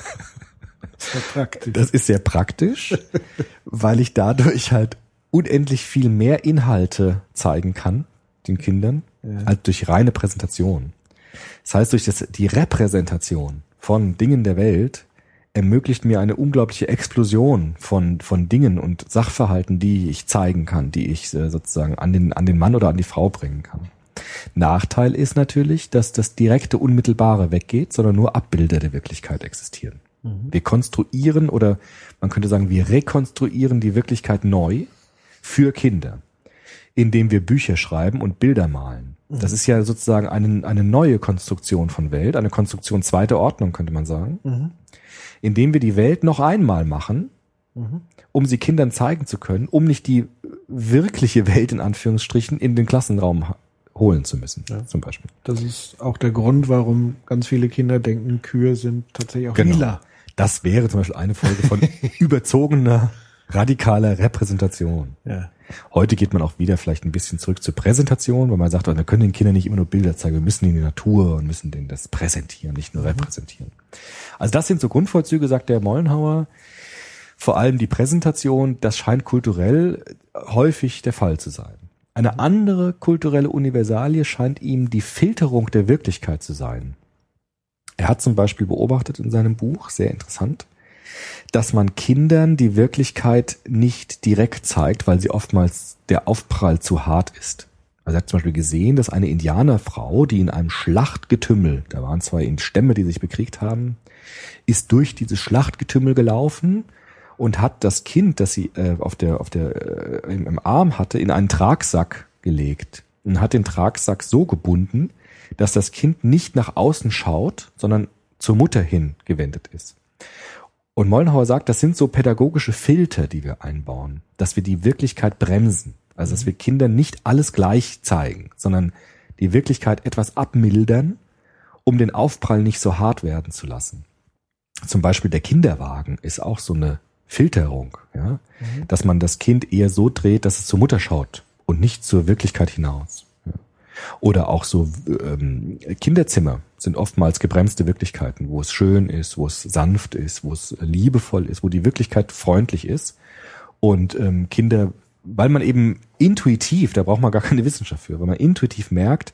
Sehr praktisch. Das ist sehr praktisch, weil ich dadurch halt unendlich viel mehr Inhalte zeigen kann, den Kindern, Ja. als durch reine Präsentation. Das heißt, durch das, die Repräsentation von Dingen der Welt ermöglicht mir eine unglaubliche Explosion von, von Dingen und Sachverhalten, die ich zeigen kann, die ich äh, sozusagen an den, an den Mann oder an die Frau bringen kann. Nachteil ist natürlich, dass das direkte, unmittelbare weggeht, sondern nur Abbilder der Wirklichkeit existieren. Wir konstruieren oder man könnte sagen, wir rekonstruieren die Wirklichkeit neu für Kinder, indem wir Bücher schreiben und Bilder malen. Das ist ja sozusagen eine, eine neue Konstruktion von Welt, eine Konstruktion zweiter Ordnung, könnte man sagen, Mhm. indem wir die Welt noch einmal machen, Mhm. um sie Kindern zeigen zu können, um nicht die wirkliche Welt in Anführungsstrichen in den Klassenraum ha- holen zu müssen, Ja. zum Beispiel. Das ist auch der Grund, warum ganz viele Kinder denken, Kühe sind tatsächlich auch Genau. lila. Das wäre zum Beispiel eine Folge von überzogener, radikaler Repräsentation. Ja. Heute geht man auch wieder vielleicht ein bisschen zurück zur Präsentation, weil man sagt, wir können den Kindern nicht immer nur Bilder zeigen, wir müssen ihnen die Natur und müssen denen das präsentieren, nicht nur repräsentieren. Also das sind so Grundvollzüge, sagt der Mollenhauer. Vor allem die Präsentation, das scheint kulturell häufig der Fall zu sein. Eine andere kulturelle Universalie scheint ihm die Filterung der Wirklichkeit zu sein. Er hat zum Beispiel beobachtet in seinem Buch, sehr interessant, dass man Kindern die Wirklichkeit nicht direkt zeigt, weil sie oftmals der Aufprall zu hart ist. Also er hat zum Beispiel gesehen, dass eine Indianerfrau, die in einem Schlachtgetümmel, da waren zwei Stämme, die sich bekriegt haben, ist durch dieses Schlachtgetümmel gelaufen und hat das Kind, das sie äh, auf der, auf der, äh, im, im Arm hatte, in einen Tragsack gelegt und hat den Tragsack so gebunden, dass das Kind nicht nach außen schaut, sondern zur Mutter hin gewendet ist. Und Mollenhauer sagt, das sind so pädagogische Filter, die wir einbauen, dass wir die Wirklichkeit bremsen. Also dass wir Kindern nicht alles gleich zeigen, sondern die Wirklichkeit etwas abmildern, um den Aufprall nicht so hart werden zu lassen. Zum Beispiel der Kinderwagen ist auch so eine Filterung, ja, mhm. dass man das Kind eher so dreht, dass es zur Mutter schaut und nicht zur Wirklichkeit hinaus. Ja. Oder auch so ähm, Kinderzimmer sind oftmals gebremste Wirklichkeiten, wo es schön ist, wo es sanft ist, wo es liebevoll ist, wo die Wirklichkeit freundlich ist. Und ähm, Kinder, weil man eben intuitiv, da braucht man gar keine Wissenschaft für, weil man intuitiv merkt,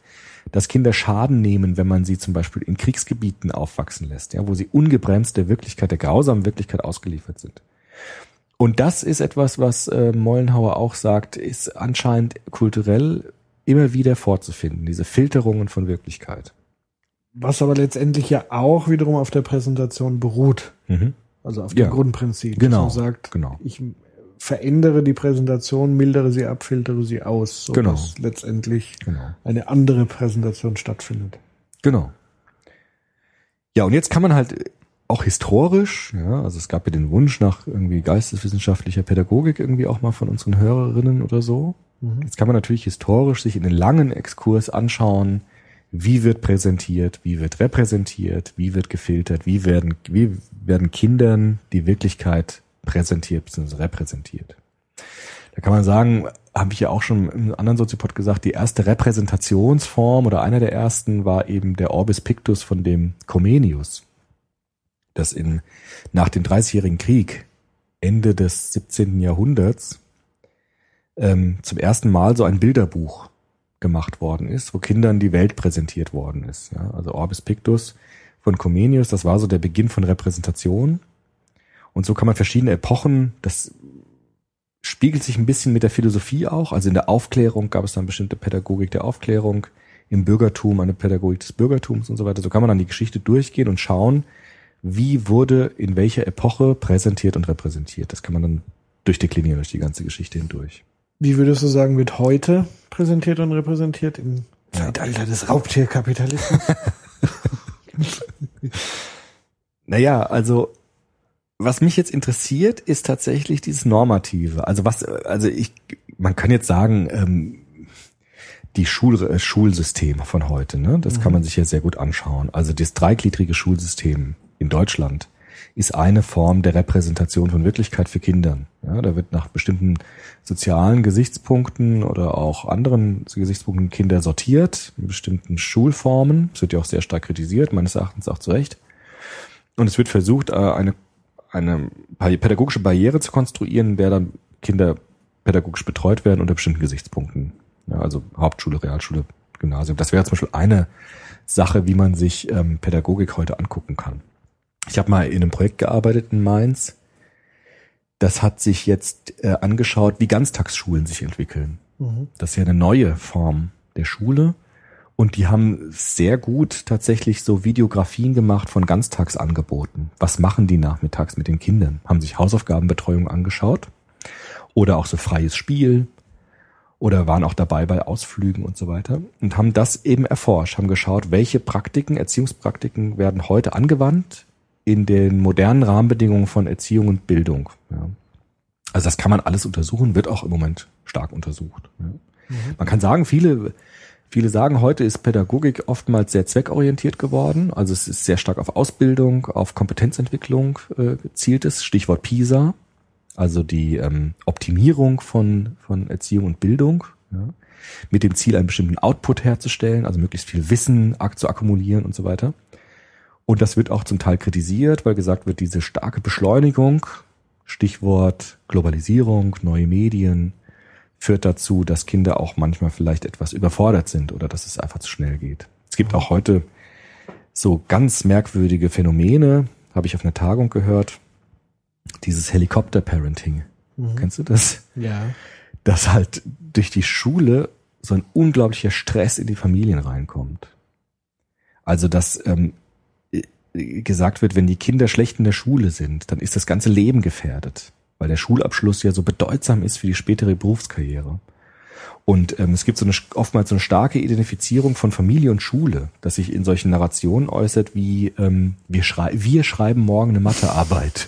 dass Kinder Schaden nehmen, wenn man sie zum Beispiel in Kriegsgebieten aufwachsen lässt, ja, wo sie ungebremst der Wirklichkeit, der grausamen Wirklichkeit ausgeliefert sind. Und das ist etwas, was äh, Mollenhauer auch sagt, ist anscheinend kulturell immer wieder vorzufinden, diese Filterungen von Wirklichkeit. Was aber letztendlich ja auch wiederum auf der Präsentation beruht. Mhm. Also auf dem Ja. Grundprinzip. Genau, Dass man sagt, genau. ich verändere die Präsentation, mildere sie ab, filtere sie aus, so Genau. dass letztendlich Genau. eine andere Präsentation stattfindet. Genau. Ja, und jetzt kann man halt auch historisch, ja, also es gab ja den Wunsch nach irgendwie geisteswissenschaftlicher Pädagogik irgendwie auch mal von unseren Hörerinnen oder so. Mhm. Jetzt kann man natürlich historisch sich in den langen Exkurs anschauen, wie wird präsentiert, wie wird repräsentiert, wie wird gefiltert, wie werden, wie werden Kindern die Wirklichkeit präsentiert bzw. repräsentiert. Da kann man sagen, habe ich ja auch schon im anderen Soziopod gesagt, die erste Repräsentationsform oder einer der ersten war eben der Orbis Pictus von dem Comenius, das in, nach dem Dreißigjährigen Krieg, Ende des siebzehnten Jahrhunderts, ähm, zum ersten Mal so ein Bilderbuch gemacht worden ist, wo Kindern die Welt präsentiert worden ist. Ja, also Orbis Pictus von Comenius, das war so der Beginn von Repräsentation. Und so kann man verschiedene Epochen, das spiegelt sich ein bisschen mit der Philosophie auch. Also in der Aufklärung gab es dann bestimmte Pädagogik der Aufklärung, im Bürgertum eine Pädagogik des Bürgertums und so weiter. So kann man dann die Geschichte durchgehen und schauen, wie wurde in welcher Epoche präsentiert und repräsentiert. Das kann man dann durchdeklinieren durch die ganze Geschichte hindurch. Wie würdest du sagen, wird heute präsentiert und repräsentiert im Ja. Zeitalter des Raubtierkapitalismus? Naja, also was mich jetzt interessiert, ist tatsächlich dieses Normative. Also was, also ich, man kann jetzt sagen, ähm, die Schul, äh, Schulsystem von heute, ne, das mhm. kann man sich ja sehr gut anschauen. Also das dreigliedrige Schulsystem in Deutschland ist eine Form der Repräsentation von Wirklichkeit für Kinder. Ja, da wird nach bestimmten sozialen Gesichtspunkten oder auch anderen Gesichtspunkten Kinder sortiert, in bestimmten Schulformen. Das wird ja auch sehr stark kritisiert, meines Erachtens auch zu Recht. Und es wird versucht, eine, eine pädagogische Barriere zu konstruieren, der dann Kinder pädagogisch betreut werden unter bestimmten Gesichtspunkten. Ja, also Hauptschule, Realschule, Gymnasium. Das wäre zum Beispiel eine Sache, wie man sich ähm, Pädagogik heute angucken kann. Ich habe mal in einem Projekt gearbeitet in Mainz. Das hat sich jetzt äh, angeschaut, wie Ganztagsschulen sich entwickeln. Mhm. Das ist ja eine neue Form der Schule. Und die haben sehr gut tatsächlich so Videografien gemacht von Ganztagsangeboten. Was machen die nachmittags mit den Kindern? Haben sich Hausaufgabenbetreuung angeschaut oder auch so freies Spiel oder waren auch dabei bei Ausflügen und so weiter und haben das eben erforscht, haben geschaut, welche Praktiken, Erziehungspraktiken werden heute angewandt in den modernen Rahmenbedingungen von Erziehung und Bildung. Ja. Also das kann man alles untersuchen, wird auch im Moment stark untersucht. Ja. Mhm. Man kann sagen, viele Viele sagen, heute ist Pädagogik oftmals sehr zweckorientiert geworden. Also es ist sehr stark auf Ausbildung, auf Kompetenzentwicklung äh, gezielt ist. Stichwort PISA, also die ähm, Optimierung von von Erziehung und Bildung, ja, mit dem Ziel, einen bestimmten Output herzustellen, also möglichst viel Wissen zu akkumulieren und so weiter. Und das wird auch zum Teil kritisiert, weil gesagt wird, diese starke Beschleunigung, Stichwort Globalisierung, neue Medien, führt dazu, dass Kinder auch manchmal vielleicht etwas überfordert sind oder dass es einfach zu schnell geht. Es gibt auch heute so ganz merkwürdige Phänomene, habe ich auf einer Tagung gehört, dieses Helikopter-Parenting. Mhm. Kennst du das? Ja. Dass halt durch die Schule so ein unglaublicher Stress in die Familien reinkommt. Also dass ähm, gesagt wird, wenn die Kinder schlecht in der Schule sind, dann ist das ganze Leben gefährdet, weil der Schulabschluss ja so bedeutsam ist für die spätere Berufskarriere. Und ähm, es gibt so eine oftmals so eine starke Identifizierung von Familie und Schule, dass sich in solchen Narrationen äußert wie ähm, wir, schrei- wir schreiben morgen eine Mathearbeit,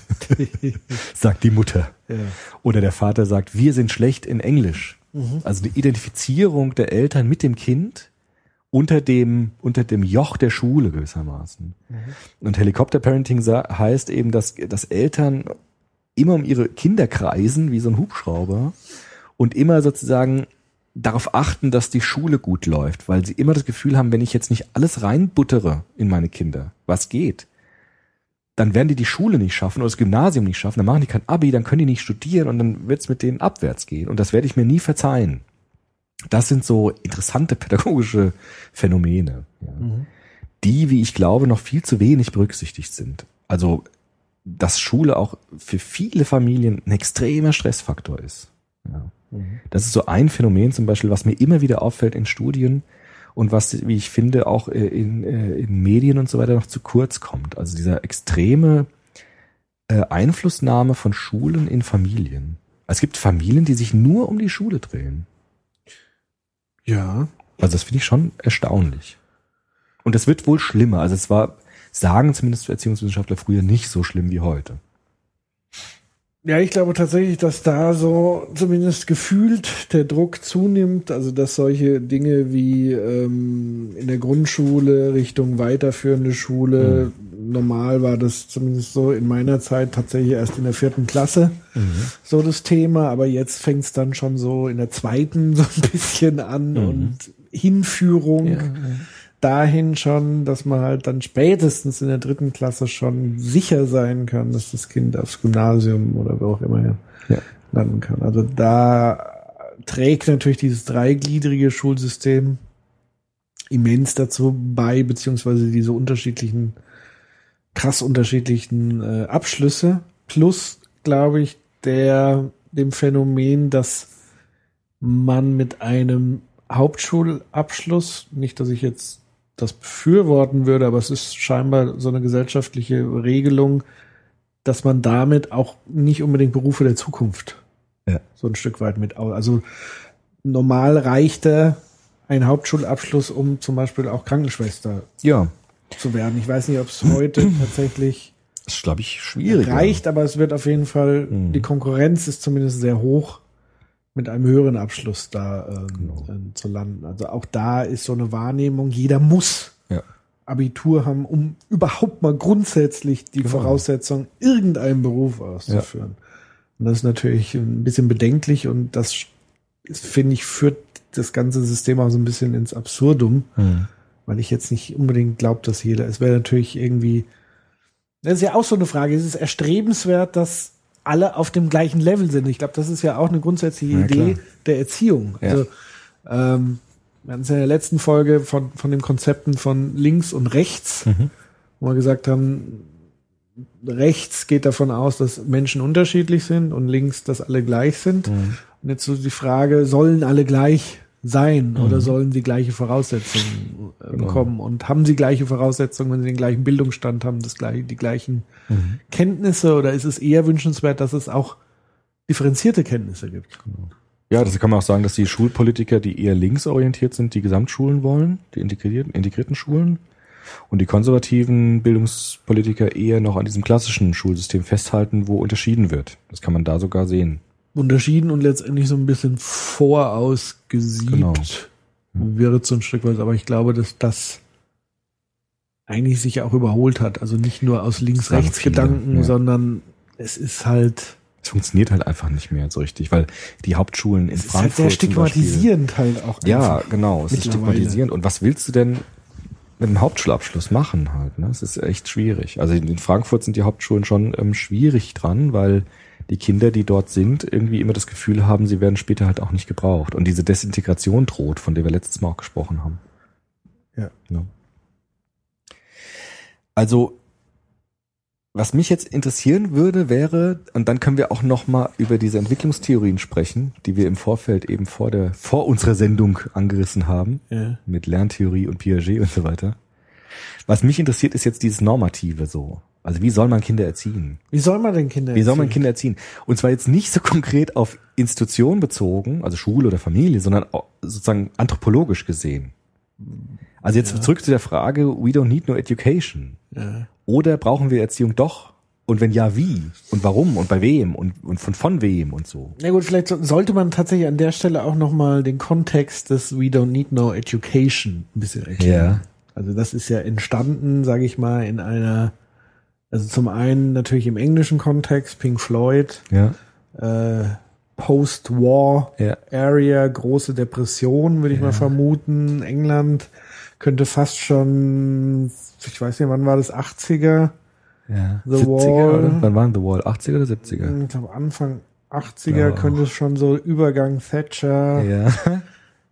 sagt die Mutter. Ja. Oder der Vater sagt, wir sind schlecht in Englisch. Mhm. Also die Identifizierung der Eltern mit dem Kind unter dem unter dem Joch der Schule gewissermaßen. Mhm. Und Helikopter-Parenting sa- heißt eben, dass, dass Eltern immer um ihre Kinder kreisen, wie so ein Hubschrauber, und immer sozusagen darauf achten, dass die Schule gut läuft, weil sie immer das Gefühl haben, wenn ich jetzt nicht alles reinbuttere in meine Kinder, was geht, dann werden die die Schule nicht schaffen oder das Gymnasium nicht schaffen, dann machen die kein Abi, dann können die nicht studieren und dann wird es mit denen abwärts gehen und das werde ich mir nie verzeihen. Das sind so interessante pädagogische Phänomene, ja, Mhm. die, wie ich glaube, noch viel zu wenig berücksichtigt sind. Also, dass Schule auch für viele Familien ein extremer Stressfaktor ist. Ja. Mhm. Das ist so ein Phänomen zum Beispiel, was mir immer wieder auffällt in Studien und was, wie ich finde, auch in, in Medien und so weiter noch zu kurz kommt. Also dieser extreme äh, Einflussnahme von Schulen in Familien. Es gibt Familien, die sich nur um die Schule drehen. Ja. Also das finde ich schon erstaunlich. Und es wird wohl schlimmer. Also es war, sagen zumindest Erziehungswissenschaftler früher, nicht so schlimm wie heute. Ja, ich glaube tatsächlich, dass da so zumindest gefühlt der Druck zunimmt, also dass solche Dinge wie ähm, in der Grundschule Richtung weiterführende Schule, mhm. normal war das zumindest so in meiner Zeit tatsächlich erst in der vierten Klasse mhm. so das Thema, aber jetzt fängt es dann schon so in der zweiten so ein bisschen an mhm. und Hinführung ja, ja. dahin schon, dass man halt dann spätestens in der dritten Klasse schon sicher sein kann, dass das Kind aufs Gymnasium oder wo auch immer ja. landen kann. Also da trägt natürlich dieses dreigliedrige Schulsystem immens dazu bei, beziehungsweise diese unterschiedlichen, krass unterschiedlichen äh, Abschlüsse, plus, glaube ich, der dem Phänomen, dass man mit einem Hauptschulabschluss, nicht, dass ich jetzt das befürworten würde, aber es ist scheinbar so eine gesellschaftliche Regelung, dass man damit auch nicht unbedingt Berufe der Zukunft ja. so ein Stück weit mit, also normal reichte ein Hauptschulabschluss, um zum Beispiel auch Krankenschwester ja. zu werden. Ich weiß nicht, ob es heute tatsächlich das ist, glaube ich, schwierig reicht, aber es wird auf jeden Fall, mhm. die Konkurrenz ist zumindest sehr hoch, mit einem höheren Abschluss da ähm, genau. äh, zu landen. Also auch da ist so eine Wahrnehmung, jeder muss ja. Abitur haben, um überhaupt mal grundsätzlich die genau. Voraussetzung, irgendeinen Beruf auszuführen. Ja. Und das ist natürlich ein bisschen bedenklich und das ist, finde ich, führt das ganze System auch so ein bisschen ins Absurdum, mhm. weil ich jetzt nicht unbedingt glaube, dass jeder, es wäre natürlich irgendwie, das ist ja auch so eine Frage, ist es erstrebenswert, dass alle auf dem gleichen Level sind. Ich glaube, das ist ja auch eine grundsätzliche ja, Idee klar. der Erziehung. Ja. Also ähm, wir hatten es ja in der letzten Folge von von den Konzepten von links und rechts, mhm. wo wir gesagt haben, rechts geht davon aus, dass Menschen unterschiedlich sind und links, dass alle gleich sind. Mhm. Und jetzt so die Frage, sollen alle gleich sein mhm. oder sollen sie gleiche Voraussetzungen äh, genau. bekommen? Und haben sie gleiche Voraussetzungen, wenn sie den gleichen Bildungsstand haben, das gleiche, die gleichen mhm. Kenntnisse? Oder ist es eher wünschenswert, dass es auch differenzierte Kenntnisse gibt? Genau. Ja, das kann man auch sagen, dass die Schulpolitiker, die eher linksorientiert sind, die Gesamtschulen wollen, die integrierten, integrierten Schulen. Und die konservativen Bildungspolitiker eher noch an diesem klassischen Schulsystem festhalten, wo unterschieden wird. Das kann man da sogar sehen. Unterschieden und letztendlich so ein bisschen vorausgesiebt genau. wird so ein Stück weit. Aber ich glaube, dass das eigentlich sich auch überholt hat. Also nicht nur aus Links-Rechts-Gedanken, ja. sondern es ist halt... Es funktioniert halt einfach nicht mehr so richtig, weil die Hauptschulen in es Frankfurt ist halt sehr stigmatisierend halt auch. Ja, genau, es ist stigmatisierend. Und was willst du denn mit einem Hauptschulabschluss machen halt? Ne? Es ist echt schwierig. Also in Frankfurt sind die Hauptschulen schon ähm, schwierig dran, weil die Kinder, die dort sind, irgendwie immer das Gefühl haben, sie werden später halt auch nicht gebraucht. Und diese Desintegration droht, von der wir letztes Mal auch gesprochen haben. Ja. ja. Also, was mich jetzt interessieren würde, wäre, und dann können wir auch noch mal über diese Entwicklungstheorien sprechen, die wir im Vorfeld eben vor der, vor unserer Sendung angerissen haben, ja. mit Lerntheorie und Piaget und so weiter. Was mich interessiert, ist jetzt dieses Normative so. Also wie soll man Kinder erziehen? Wie soll man denn Kinder erziehen? Wie soll man Kinder erziehen? Und zwar jetzt nicht so konkret auf Institution bezogen, also Schule oder Familie, sondern sozusagen anthropologisch gesehen. Also jetzt ja. zurück zu der Frage, we don't need no education. Ja. Oder brauchen wir Erziehung doch? Und wenn ja, wie? Und warum? Und bei wem? Und, und von, von wem? Und so. Na gut, vielleicht so, sollte man tatsächlich an der Stelle auch nochmal den Kontext des we don't need no education ein bisschen erklären. Ja. Also das ist ja entstanden, sage ich mal, in einer, also zum einen natürlich im englischen Kontext, Pink Floyd, ja. äh, Post-War ja. Area, große Depression, würde ich ja. mal vermuten. England könnte fast schon, ich weiß nicht, wann war das, achtziger? Ja. The siebziger, Wall. Oder? Wann waren The Wall? achtziger oder siebziger? Ich glaube, Anfang achtziger ja. könnte es schon so Übergang Thatcher. Ja.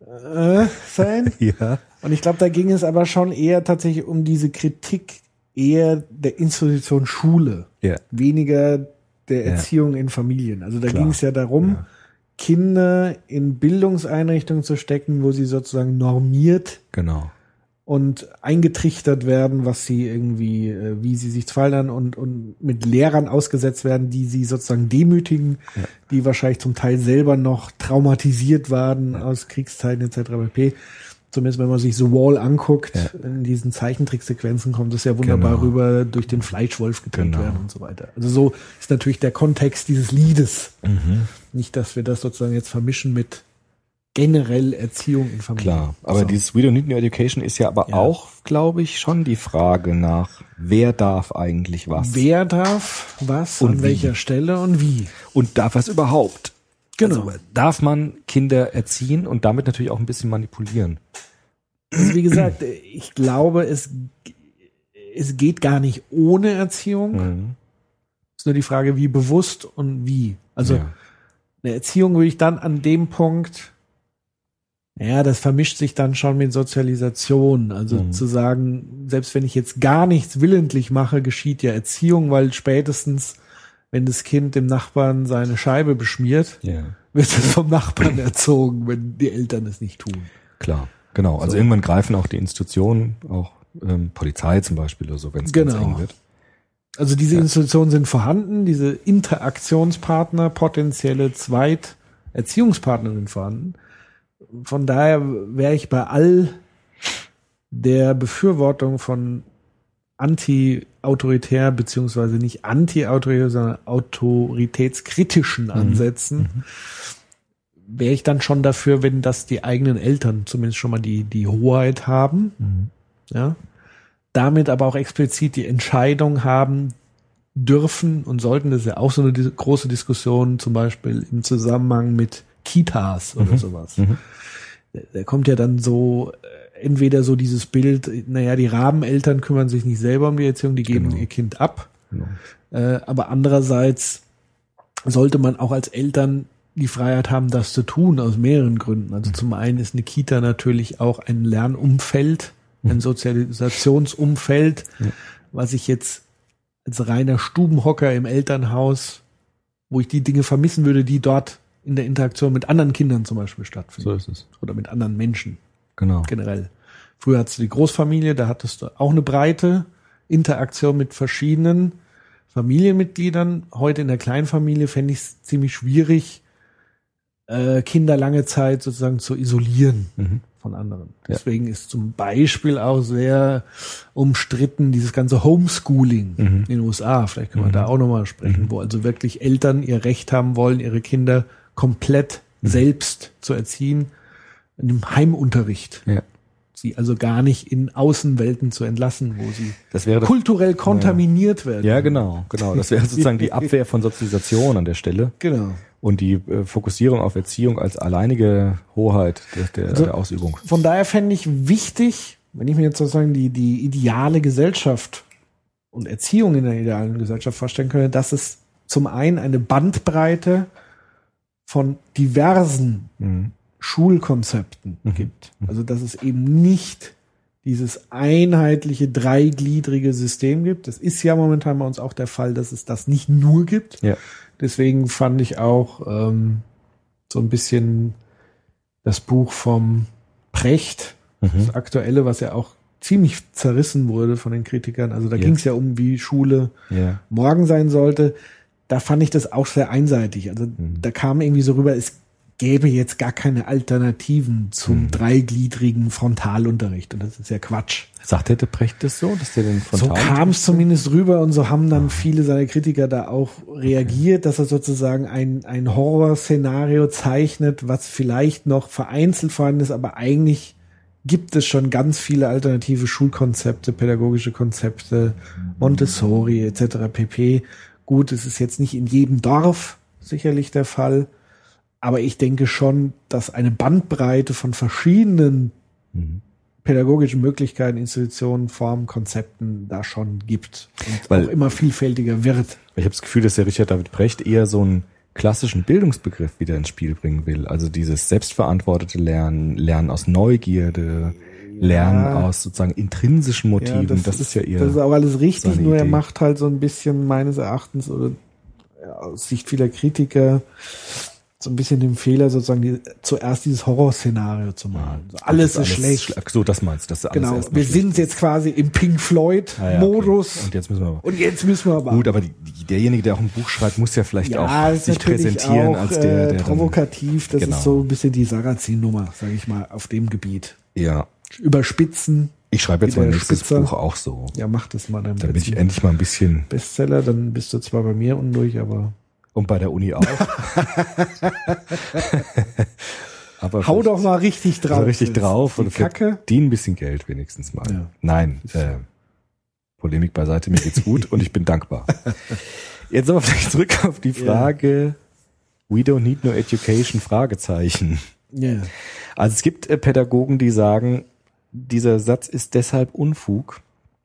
äh, sein. Ja. Und ich glaube, da ging es aber schon eher tatsächlich um diese Kritik eher der Institution Schule, Ja. weniger der Ja. Erziehung in Familien. Also da Klar. ging es ja darum, Ja. Kinder in Bildungseinrichtungen zu stecken, wo sie sozusagen normiert Genau. und eingetrichtert werden, was sie irgendwie, äh, wie sie sich zu verhalten und, und mit Lehrern ausgesetzt werden, die sie sozusagen demütigen, Ja. die wahrscheinlich zum Teil selber noch traumatisiert waren aus Kriegszeiten et cetera pp. Zumindest wenn man sich The Wall anguckt, Ja. in diesen Zeichentricksequenzen kommt es ja wunderbar Genau. rüber, durch den Fleischwolf getötet Genau. werden und so weiter. Also so ist natürlich der Kontext dieses Liedes. Mhm. Nicht, dass wir das sozusagen jetzt vermischen mit generell Erziehung in Familien. Klar, aber So. dieses We Don't Need New Education ist ja aber Ja. auch, glaube ich, schon die Frage nach, wer darf eigentlich was? Wer darf was, Und an wie? welcher Stelle und wie? Und darf was überhaupt? Genau. Also, darf man Kinder erziehen und damit natürlich auch ein bisschen manipulieren? Also wie gesagt, ich glaube, es, es geht gar nicht ohne Erziehung. Mhm. Es ist nur die Frage, wie bewusst und wie. Also Ja. eine Erziehung würde ich dann an dem Punkt, ja, das vermischt sich dann schon mit Sozialisation. Also Mhm. zu sagen, selbst wenn ich jetzt gar nichts willentlich mache, geschieht ja Erziehung, weil spätestens, wenn das Kind dem Nachbarn seine Scheibe beschmiert, Ja, wird es vom Nachbarn erzogen, wenn die Eltern es nicht tun. klar. Genau. Also So. irgendwann greifen auch die Institutionen, auch ähm, Polizei zum Beispiel oder so, wenn es ganz Genau. eng wird. Also diese Ja. Institutionen sind vorhanden, diese Interaktionspartner, potenzielle Zweiterziehungspartner sind vorhanden. Von daher wäre ich bei all der Befürwortung von anti-autoritär, beziehungsweise nicht anti-autoritär, sondern autoritätskritischen Ansätzen, wäre ich dann schon dafür, wenn das die eigenen Eltern zumindest schon mal die, die Hoheit haben, Mhm. ja, damit aber auch explizit die Entscheidung haben dürfen und sollten, das ist ja auch so eine dis- große Diskussion, zum Beispiel im Zusammenhang mit Kitas oder Mhm. sowas. Mhm. Da, da kommt ja dann so äh, entweder so dieses Bild, naja, die Rabeneltern kümmern sich nicht selber um die Erziehung, die geben Genau. ihr Kind ab. Genau. Äh, aber andererseits sollte man auch als Eltern die Freiheit haben, das zu tun, aus mehreren Gründen. Also zum einen ist eine Kita natürlich auch ein Lernumfeld, ein Sozialisationsumfeld, Ja. was ich jetzt als reiner Stubenhocker im Elternhaus, wo ich die Dinge vermissen würde, die dort in der Interaktion mit anderen Kindern zum Beispiel stattfinden. So ist es. Oder mit anderen Menschen Genau. generell. Früher hattest du die Großfamilie, da hattest du auch eine breite Interaktion mit verschiedenen Familienmitgliedern. Heute in der Kleinfamilie fände ich es ziemlich schwierig, äh, Kinder lange Zeit sozusagen zu isolieren Mhm. von anderen. Ja. Deswegen ist zum Beispiel auch sehr umstritten dieses ganze Homeschooling Mhm. in den U S A. Vielleicht können wir Mhm. da auch nochmal sprechen, Mhm. wo also wirklich Eltern ihr Recht haben wollen, ihre Kinder komplett Mhm. selbst zu erziehen, in einem Heimunterricht. Ja. Sie also gar nicht in Außenwelten zu entlassen, wo sie Das wäre das, kulturell kontaminiert werden. ja, genau, genau. Das wäre sozusagen die Abwehr von Sozialisation an der Stelle Genau. und die äh, Fokussierung auf Erziehung als alleinige Hoheit der, der, Also- der Ausübung. Von daher fände ich wichtig, wenn ich mir jetzt sozusagen die, die ideale Gesellschaft und Erziehung in der idealen Gesellschaft vorstellen könnte, dass es zum einen eine Bandbreite von diversen Mhm. Schulkonzepten Mhm. gibt. Also dass es eben nicht dieses einheitliche, dreigliedrige System gibt. Das ist ja momentan bei uns auch der Fall, dass es das nicht nur gibt. Ja. Deswegen fand ich auch ähm, so ein bisschen das Buch vom Precht, Mhm. das aktuelle, was ja auch ziemlich zerrissen wurde von den Kritikern. Also da Ja. ging es ja um, wie Schule Ja. morgen sein sollte. Da fand ich das auch sehr einseitig. Also Mhm. da kam irgendwie so rüber, es gäbe jetzt gar keine Alternativen zum Mhm. dreigliedrigen Frontalunterricht. Und das ist ja Quatsch. Sagt der Precht das so, dass der den So Frontal kam es zumindest rüber und so haben dann viele seiner Kritiker da auch reagiert, dass er sozusagen ein, ein Horrorszenario zeichnet, was vielleicht noch vereinzelt vorhanden ist, aber eigentlich gibt es schon ganz viele alternative Schulkonzepte, pädagogische Konzepte, Montessori et cetera pp. Gut, es ist jetzt nicht in jedem Dorf sicherlich der Fall, aber ich denke schon, dass eine Bandbreite von verschiedenen Mhm. pädagogischen Möglichkeiten, Institutionen, Formen, Konzepten da schon gibt und Weil- auch immer vielfältiger wird. Ich habe das Gefühl, dass der Richard David Precht eher so ein klassischen Bildungsbegriff wieder ins Spiel bringen will. Also dieses selbstverantwortete Lernen, Lernen aus Neugierde, Lernen Ja. aus sozusagen intrinsischen Motiven. Ja, das, ist ja eher. Das ist auch alles richtig, seine nur er Idee. macht halt so ein bisschen meines Erachtens oder ja, aus Sicht vieler Kritiker so ein bisschen den Fehler, sozusagen die, zuerst dieses Horrorszenario zu malen. So, alles ist schlecht. Schl- So, das meinst du, das ist alles Genau, erstmal wir schlecht. sind jetzt quasi im Pink Ah, ja, Floyd-Modus. okay. Und jetzt müssen wir aber. Und jetzt müssen wir aber. Gut, aber die, die, derjenige, der auch ein Buch schreibt, muss ja vielleicht ja, auch ist sich natürlich präsentieren auch, als der, äh, der dann, provokativ. Das Genau. ist so ein bisschen die Sarrazin-Nummer, sage ich mal, auf dem Gebiet. Ja. Überspitzen. Ich schreibe jetzt Wie mein der nächstes Spitzer. Buch auch so. Ja, mach das mal. Dann Damit wird's ich ein endlich mal ein bisschen. Bestseller, dann bist du zwar bei mir undurch, aber Und bei der Uni auch. Aber hau vielleicht- doch mal richtig drauf. Also richtig jetzt. drauf Die und Kacke. die ein bisschen Geld wenigstens mal. Ja. Nein, äh, Polemik beiseite, mir geht's gut und ich bin dankbar. Jetzt aber vielleicht zurück auf die Frage, we don't need no education, Fragezeichen. Ja. Also es gibt äh, Pädagogen, die sagen, dieser Satz ist deshalb Unfug,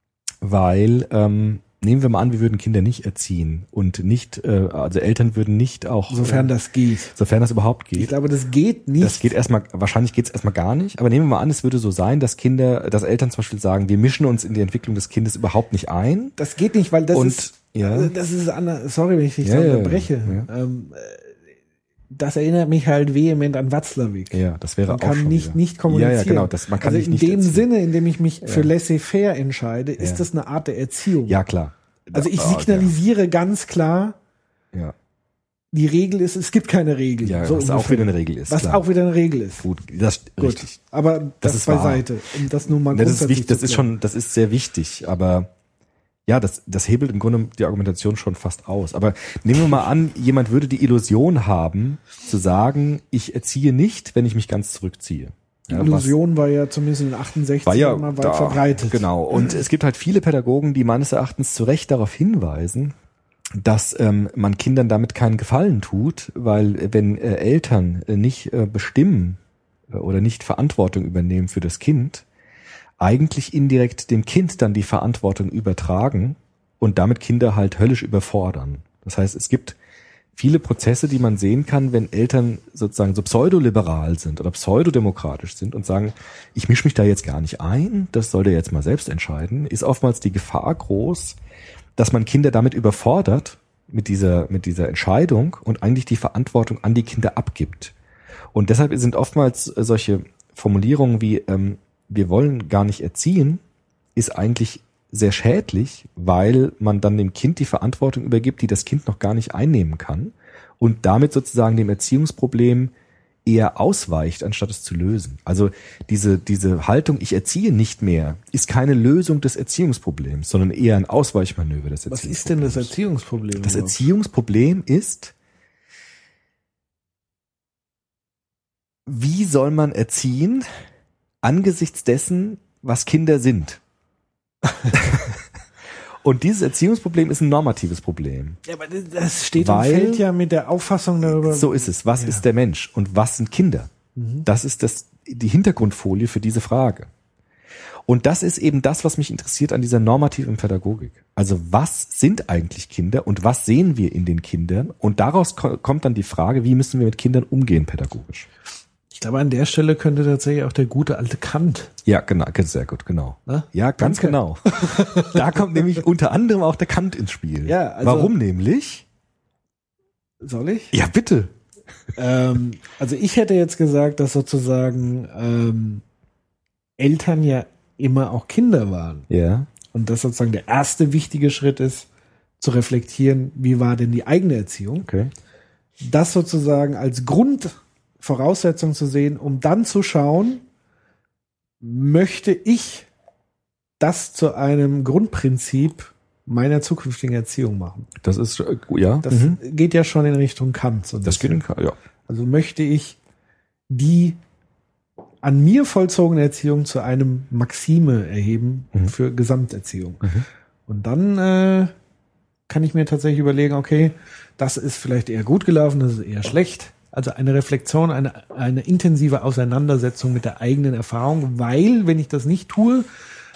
weil, ähm, nehmen wir mal an, wir würden Kinder nicht erziehen und nicht, äh, also Eltern würden nicht auch, Sofern äh, das geht. sofern das überhaupt Ich geht. glaube, das geht nicht. Das geht erstmal, wahrscheinlich geht's erstmal gar nicht, aber nehmen wir mal an, es würde so sein, dass Kinder, dass Eltern zum Beispiel sagen, wir mischen uns in die Entwicklung des Kindes überhaupt nicht ein. Das geht nicht, weil das Und, ist, ja. also das ist anders. Sorry, wenn ich dich Ja, da ja, unterbreche. ja. Ähm, äh, das erinnert mich halt vehement an Watzlawick. Ja, das wäre Man auch kann schon nicht, wieder. nicht kommunizieren. Ja, ja, genau, das, man kann also nicht in nicht dem erziehen. Sinne, in dem ich mich für laissez-faire entscheide, ist Ja. das eine Art der Erziehung. Ja, klar. Also ich Ah, signalisiere ganz klar, Ja, die Regel ist, es gibt keine Regel. ja, so was auch ungefähr. wieder eine Regel ist. Was klar. auch wieder eine Regel ist. Gut, das Gut. richtig. Aber das, Das ist wahr. beiseite. Um das nur mal Ne, das ist grundsätzlich wichtig, das zu ist klären. schon, das ist sehr wichtig, aber ja, das, das hebelt im Grunde die Argumentation schon fast aus. Aber nehmen wir mal an, jemand würde die Illusion haben, zu sagen, ich erziehe nicht, wenn ich mich ganz zurückziehe. Die Ja, Illusion war ja zumindest in den achtundsechzig war ja mal weit da, verbreitet. Genau. Und es gibt halt viele Pädagogen, die meines Erachtens zu Recht darauf hinweisen, dass ähm, man Kindern damit keinen Gefallen tut, weil wenn äh, Eltern äh, nicht äh, bestimmen äh, oder nicht Verantwortung übernehmen für das Kind, eigentlich indirekt dem Kind dann die Verantwortung übertragen und damit Kinder halt höllisch überfordern. Das heißt, es gibt viele Prozesse, die man sehen kann, wenn Eltern sozusagen so pseudoliberal sind oder pseudodemokratisch sind und sagen, ich mische mich da jetzt gar nicht ein, das soll der jetzt mal selbst entscheiden, ist oftmals die Gefahr groß, dass man Kinder damit überfordert mit dieser, mit dieser Entscheidung und eigentlich die Verantwortung an die Kinder abgibt. Und deshalb sind oftmals solche Formulierungen wie, ähm, wir wollen gar nicht erziehen, ist eigentlich sehr schädlich, weil man dann dem Kind die Verantwortung übergibt, die das Kind noch gar nicht einnehmen kann und damit sozusagen dem Erziehungsproblem eher ausweicht, anstatt es zu lösen. Also diese, diese Haltung, ich erziehe nicht mehr, ist keine Lösung des Erziehungsproblems, sondern eher ein Ausweichmanöver des Was Erziehungsproblems. ist denn das Erziehungsproblem? Das überhaupt? Erziehungsproblem ist, wie soll man erziehen angesichts dessen, was Kinder sind? Und dieses Erziehungsproblem ist ein normatives Problem. Ja, aber das steht Weil- und fällt ja mit der Auffassung darüber. So ist es. Was Ja. ist der Mensch und was sind Kinder? Das ist das, die Hintergrundfolie für diese Frage. Und das ist eben das, was mich interessiert an dieser normativen Pädagogik. Also was sind eigentlich Kinder und was sehen wir in den Kindern? Und daraus ko- kommt dann die Frage, wie müssen wir mit Kindern umgehen pädagogisch? Ich glaube, an der Stelle könnte tatsächlich auch der gute alte Kant. Ja, genau, sehr gut, genau. Ne? Ja, ganz Danke. genau. Da kommt nämlich unter anderem auch der Kant ins Spiel. Ja, also- Warum nämlich? Soll ich? Ja, bitte. ähm, also ich hätte jetzt gesagt, dass sozusagen ähm, Eltern ja immer auch Kinder waren. Ja. Und das sozusagen der erste wichtige Schritt ist, zu reflektieren, wie war denn die eigene Erziehung? Okay. Das sozusagen als Grundvoraussetzung zu sehen, um dann zu schauen, möchte ich das zu einem Grundprinzip meiner zukünftigen Erziehung machen. Das ist, äh, ja. Das mhm. geht ja schon in Richtung Kant. So ein Das geht bisschen. in, ja. Also möchte ich die an mir vollzogene Erziehung zu einem Maxime erheben Mhm. für Gesamterziehung. Mhm. Und dann äh, kann ich mir tatsächlich überlegen, okay, das ist vielleicht eher gut gelaufen, das ist eher schlecht. Also eine Reflexion, eine, eine intensive Auseinandersetzung mit der eigenen Erfahrung, weil, wenn ich das nicht tue,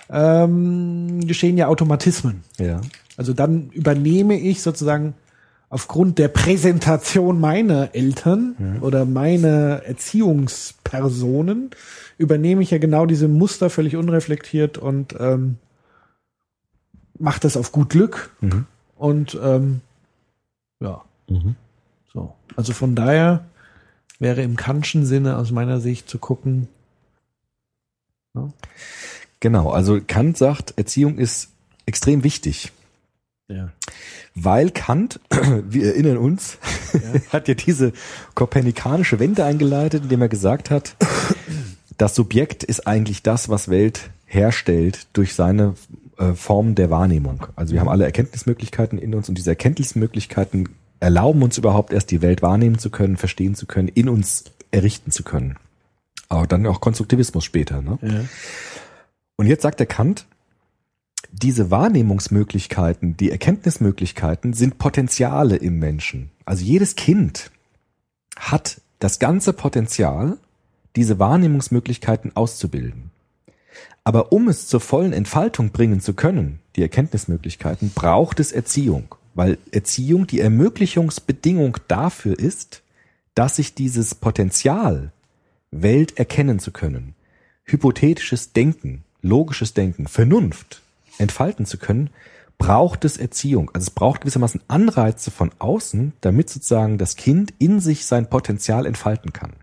ähm, geschehen ja Automatismen. Ja. Also dann übernehme ich sozusagen aufgrund der Präsentation meiner Eltern Mhm. oder meiner Erziehungspersonen übernehme ich ja genau diese Muster völlig unreflektiert und ähm, mache das auf gut Glück. Mhm. Und ähm, ja, Mhm. so. Also von daher wäre im Kantschen Sinne aus meiner Sicht zu gucken. Ne? Genau, also Kant sagt, Erziehung ist extrem wichtig. Ja. Weil Kant, wir erinnern uns, Ja. hat ja diese kopernikanische Wende eingeleitet, indem er gesagt hat, das Subjekt ist eigentlich das, was Welt herstellt durch seine äh, Form der Wahrnehmung. Also wir haben alle Erkenntnismöglichkeiten in uns und diese Erkenntnismöglichkeiten erlauben uns überhaupt erst die Welt wahrnehmen zu können, verstehen zu können, in uns errichten zu können. Aber dann auch Konstruktivismus später. Ne? Ja. Und jetzt sagt der Kant, diese Wahrnehmungsmöglichkeiten, die Erkenntnismöglichkeiten sind Potenziale im Menschen. Also jedes Kind hat das ganze Potenzial, diese Wahrnehmungsmöglichkeiten auszubilden. Aber um es zur vollen Entfaltung bringen zu können, die Erkenntnismöglichkeiten, braucht es Erziehung. Weil Erziehung die Ermöglichungsbedingung dafür ist, dass sich dieses Potenzial, Welt erkennen zu können, hypothetisches Denken, logisches Denken, Vernunft entfalten zu können, braucht es Erziehung. Also es braucht gewissermaßen Anreize von außen, damit sozusagen das Kind in sich sein Potenzial entfalten kann.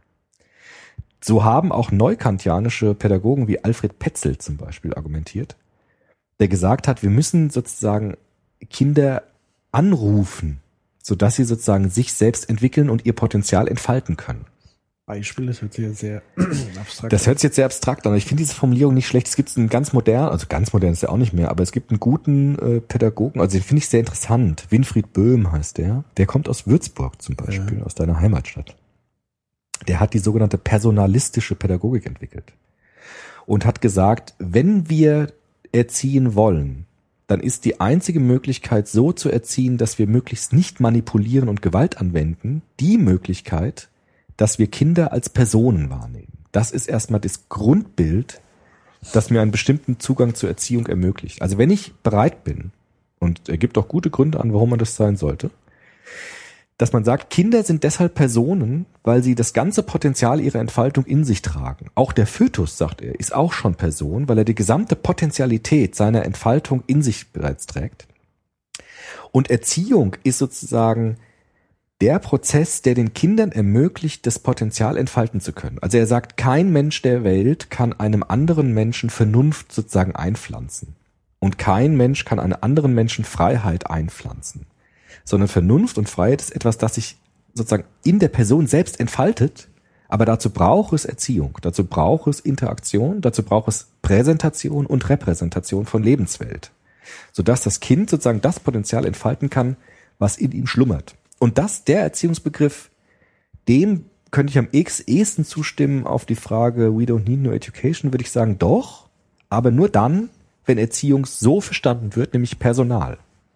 So haben auch neukantianische Pädagogen wie Alfred Petzel zum Beispiel argumentiert, der gesagt hat, wir müssen sozusagen Kinder anrufen, sodass sie sozusagen sich selbst entwickeln und ihr Potenzial entfalten können. Beispiel, das hört sich ja sehr abstrakt Das hört sich jetzt sehr abstrakt an. Ich finde diese Formulierung nicht schlecht. Es gibt einen ganz modern, also ganz modern ist ja auch nicht mehr, aber es gibt einen guten äh, Pädagogen, also den finde ich sehr interessant. Winfried Böhm heißt der. Der kommt aus Würzburg zum Beispiel, Ja. aus deiner Heimatstadt. Der hat die sogenannte personalistische Pädagogik entwickelt und hat gesagt, wenn wir erziehen wollen, dann ist die einzige Möglichkeit, so zu erziehen, dass wir möglichst nicht manipulieren und Gewalt anwenden, die Möglichkeit, dass wir Kinder als Personen wahrnehmen. Das ist erstmal das Grundbild, das mir einen bestimmten Zugang zur Erziehung ermöglicht. Also wenn ich bereit bin, und er gibt auch gute Gründe an, warum man das sein sollte, dass man sagt, Kinder sind deshalb Personen, weil sie das ganze Potenzial ihrer Entfaltung in sich tragen. Auch der Fötus, sagt er, ist auch schon Person, weil er die gesamte Potentialität seiner Entfaltung in sich bereits trägt. Und Erziehung ist sozusagen der Prozess, der den Kindern ermöglicht, das Potenzial entfalten zu können. Also er sagt, kein Mensch der Welt kann einem anderen Menschen Vernunft sozusagen einpflanzen. Und kein Mensch kann einem anderen Menschen Freiheit einpflanzen. Sondern Vernunft und Freiheit ist etwas, das sich sozusagen in der Person selbst entfaltet, aber dazu braucht es Erziehung, dazu braucht es Interaktion, dazu braucht es Präsentation und Repräsentation von Lebenswelt, sodass das Kind sozusagen das Potenzial entfalten kann, was in ihm schlummert. Und das, der Erziehungsbegriff, dem könnte ich am ehesten zustimmen auf die Frage, we don't need no education, würde ich sagen, doch, aber nur dann, wenn Erziehung so verstanden wird, nämlich Personal.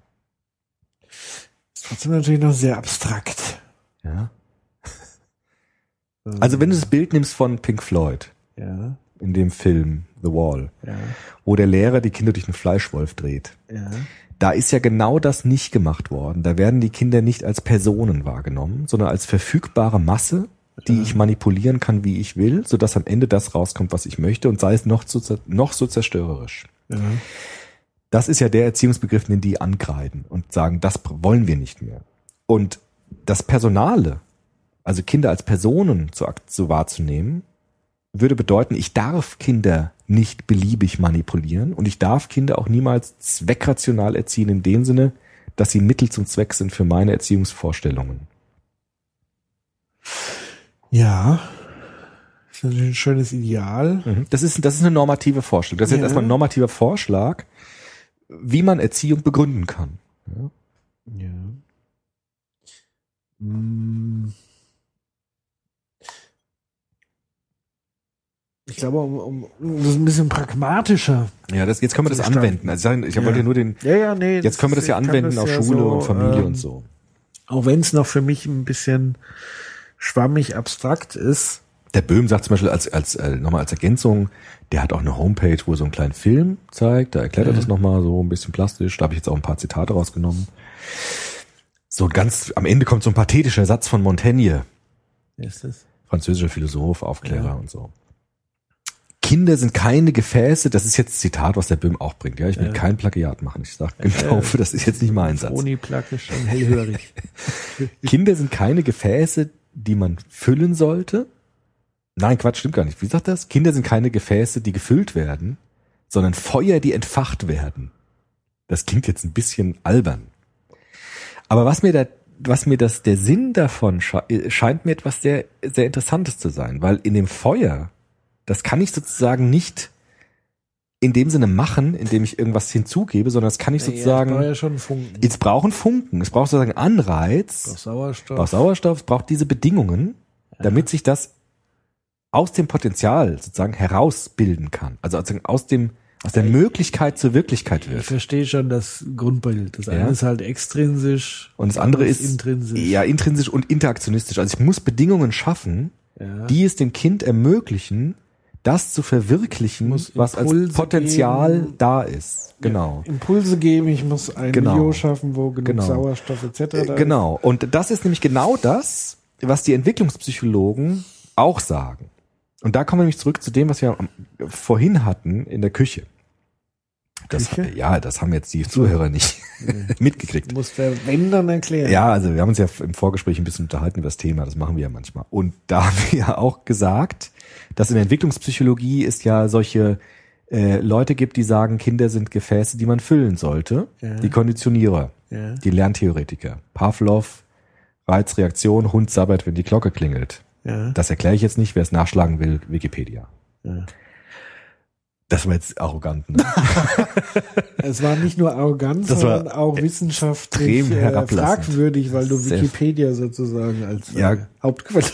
ist trotzdem natürlich noch sehr abstrakt. Ja. Also wenn du das Bild nimmst von Pink Floyd Ja, in dem Film The Wall, ja, wo der Lehrer die Kinder durch einen Fleischwolf dreht, ja. da ist ja genau das nicht gemacht worden. Da werden die Kinder nicht als Personen wahrgenommen, sondern als verfügbare Masse, die ich manipulieren kann, wie ich will, sodass am Ende das rauskommt, was ich möchte, und sei es noch so, noch so zerstörerisch. Ja. Das ist ja der Erziehungsbegriff, den die angreifen und sagen, das wollen wir nicht mehr. Und das Personale, also Kinder als Personen zu, zu wahrzunehmen, würde bedeuten, ich darf Kinder nicht beliebig manipulieren und ich darf Kinder auch niemals zweckrational erziehen in dem Sinne, dass sie Mittel zum Zweck sind für meine Erziehungsvorstellungen. Ja, das ist natürlich ein schönes Ideal. Mhm. Das ist, das ist eine normative Vorstellung. Das ist Ja. jetzt erstmal ein normativer Vorschlag, wie man Erziehung begründen kann. Ja. Ja. Hm. Ich glaube, um, um, um das ein bisschen pragmatischer. Ja, das, jetzt können wir das Zustand. anwenden. Also ich, sag, ich Ja. wollte ja nur den, Ja, ja, nee. jetzt können wir das ja ich kann anwenden das auf ja Schule so, und Familie ähm, und so. Auch wenn es noch für mich ein bisschen schwammig abstrakt ist. Der Böhm sagt zum Beispiel als, als, äh, nochmal als Ergänzung, der hat auch eine Homepage, wo er so einen kleinen Film zeigt, da erklärt er Ja. das nochmal so ein bisschen plastisch, da habe ich jetzt auch ein paar Zitate rausgenommen. So ganz, am Ende kommt so ein pathetischer Satz von Montaigne. Wer ist das? Französischer Philosoph, Aufklärer Ja. und so. Kinder sind keine Gefäße, das ist jetzt ein Zitat, was der Böhm auch bringt. Ja, ich will Ja. kein Plagiat machen. Ich sage genau, Ja. das ist jetzt nicht mein Satz. Froni-Plug ist schon hellhörig. Kinder sind keine Gefäße, die man füllen sollte. Nein, Quatsch, stimmt gar nicht. Wie sagt das? Kinder sind keine Gefäße, die gefüllt werden, sondern Feuer, die entfacht werden. Das klingt jetzt ein bisschen albern. Aber was mir da, was mir das, der Sinn davon sche- scheint mir etwas sehr, sehr Interessantes zu sein, weil in dem Feuer, das kann ich sozusagen nicht in dem Sinne machen, indem ich irgendwas hinzugebe, sondern das kann ich sozusagen, Ja, ich brauche ja schon Funken. es braucht einen Funken, es braucht sozusagen Anreiz, Brauch Sauerstoff. braucht Sauerstoff, es braucht diese Bedingungen, damit sich das aus dem Potenzial sozusagen herausbilden kann. Also sozusagen aus dem, aus der Möglichkeit zur Wirklichkeit Ich wird. verstehe schon das Grundbild. Das eine Ja. ist halt extrinsisch. Und das andere ist intrinsisch. ja intrinsisch und interaktionistisch. Also ich muss Bedingungen schaffen, Ja. die es dem Kind ermöglichen, das zu verwirklichen, Muss was als Impulse Potenzial geben. da ist. Genau. Impulse geben, ich muss ein Genau. Milieu schaffen, wo genug Genau. Sauerstoff et cetera da Äh, Genau. Und das ist nämlich genau das, was die Entwicklungspsychologen auch sagen. Und da kommen wir nämlich zurück zu dem, was wir am- vorhin hatten in der Küche. Das, Küche? ja, das haben jetzt die Zuhörer nicht mitgekriegt. ist. Muss der wenn dann erklären. Ja, also wir haben uns ja im Vorgespräch ein bisschen unterhalten über das Thema, das machen wir ja manchmal. Und da haben wir ja auch gesagt, dass in der Entwicklungspsychologie es ja solche äh, Leute gibt, die sagen, Kinder sind Gefäße, die man füllen sollte. Ja. Die Konditionierer, Ja. die Lerntheoretiker. Pavlov, Reizreaktion, Hund sabbert, wenn die Glocke klingelt. Ja. Das erkläre ich jetzt nicht, wer es nachschlagen will, Wikipedia. Ja. Das war jetzt arrogant, ne? Es war nicht nur arrogant, Das war sondern auch wissenschaftlich extrem äh, herablassend. fragwürdig, weil du Sehr- Wikipedia sozusagen als Ja. äh, Hauptquelle.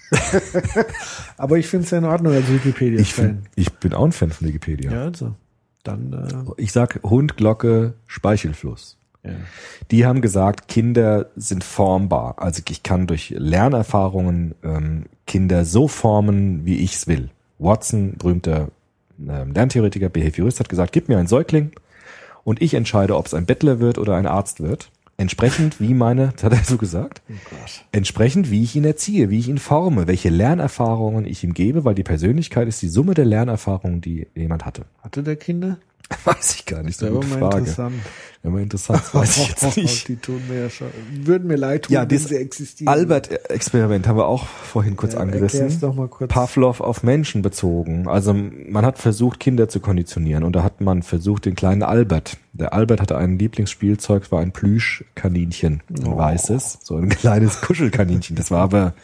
Aber ich finde es ja in Ordnung als Ich, Wikipedia-Fan. find, ich bin auch ein Fan von Wikipedia. Ja, also. Dann, Ich sag Hund, Glocke, Speichelfluss. äh, ja. Die haben gesagt, Kinder sind formbar. Also ich kann durch Lernerfahrungen ähm, Kinder so formen, wie ich's will. Watson, berühmter ähm, Lerntheoretiker, Behaviorist, hat gesagt, gib mir einen Säugling und ich entscheide, ob es ein Bettler wird oder ein Arzt wird. Entsprechend wie meine, das hat er so gesagt, Oh Gott. entsprechend wie ich ihn erziehe, wie ich ihn forme, welche Lernerfahrungen ich ihm gebe, weil die Persönlichkeit ist die Summe der Lernerfahrungen, die jemand hatte. Hatte der Kinder? Weiß ich gar nicht, so Das eine wäre gute mal Frage. interessant. Wäre mal interessant, das weiß ich jetzt nicht. Die tun mir ja schon, würden mir leid tun, Ja, wenn das sie existieren. Albert-Experiment haben wir auch vorhin kurz Ja, angerissen. erklär's doch mal kurz. Pavlov auf Menschen bezogen. Also man hat versucht, Kinder zu konditionieren und da hat man versucht, den kleinen Albert. Der Albert hatte ein Lieblingsspielzeug, war ein Plüschkaninchen, ein Oh. weißes, so ein kleines Kuschelkaninchen. Das war aber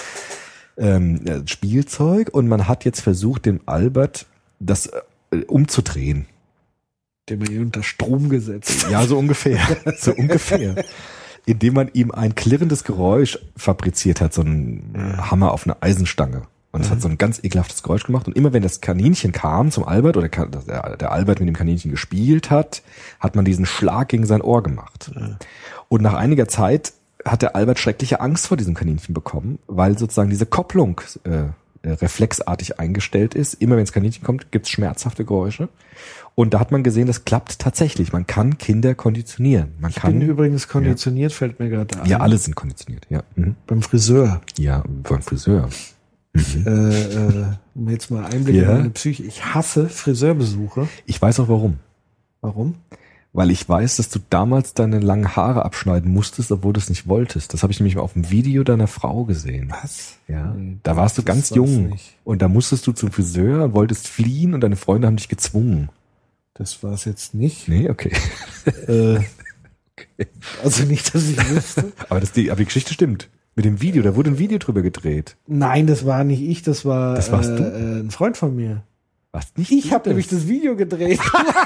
ähm, ja, Spielzeug und man hat jetzt versucht, dem Albert das äh, umzudrehen. Den man ihn unter Strom gesetzt. Ja, so ungefähr. So ungefähr. Indem man ihm ein klirrendes Geräusch fabriziert hat, so ein Ja. Hammer auf eine Eisenstange. Und es Mhm. hat so ein ganz ekelhaftes Geräusch gemacht. Und immer wenn das Kaninchen kam zum Albert oder der, der Albert mit dem Kaninchen gespielt hat, hat man diesen Schlag gegen sein Ohr gemacht. Ja. Und nach einiger Zeit hat der Albert schreckliche Angst vor diesem Kaninchen bekommen, weil sozusagen diese Kopplung äh, reflexartig eingestellt ist. Immer wenn das Kaninchen kommt, gibt's schmerzhafte Geräusche. Und da hat man gesehen, das klappt tatsächlich. Man kann Kinder konditionieren. Man Ich kann bin übrigens konditioniert, fällt mir gerade ein. ja, alle sind konditioniert. Ja, mhm. Beim Friseur. Ja, beim Friseur. Äh, äh, um jetzt mal Einblick Ja. in meine Psyche. Ich hasse Friseurbesuche. Ich weiß auch warum. Warum? Weil ich weiß, dass du damals deine langen Haare abschneiden musstest, obwohl du es nicht wolltest. Das habe ich nämlich mal auf dem Video deiner Frau gesehen. Was? Ja, Nee, da warst du das ganz war's jung nicht. und da musstest du zum Friseur und wolltest fliehen und deine Freunde haben dich gezwungen. Das war es jetzt nicht. Nee, okay. Äh, Also nicht, dass ich wüsste. Aber, das, die, aber die Geschichte stimmt. Mit dem Video, da wurde ein Video drüber gedreht. Nein, das war nicht ich, das war Das warst äh, du? äh, ein Freund von mir. Was nicht? Ich habe nämlich das Video gedreht.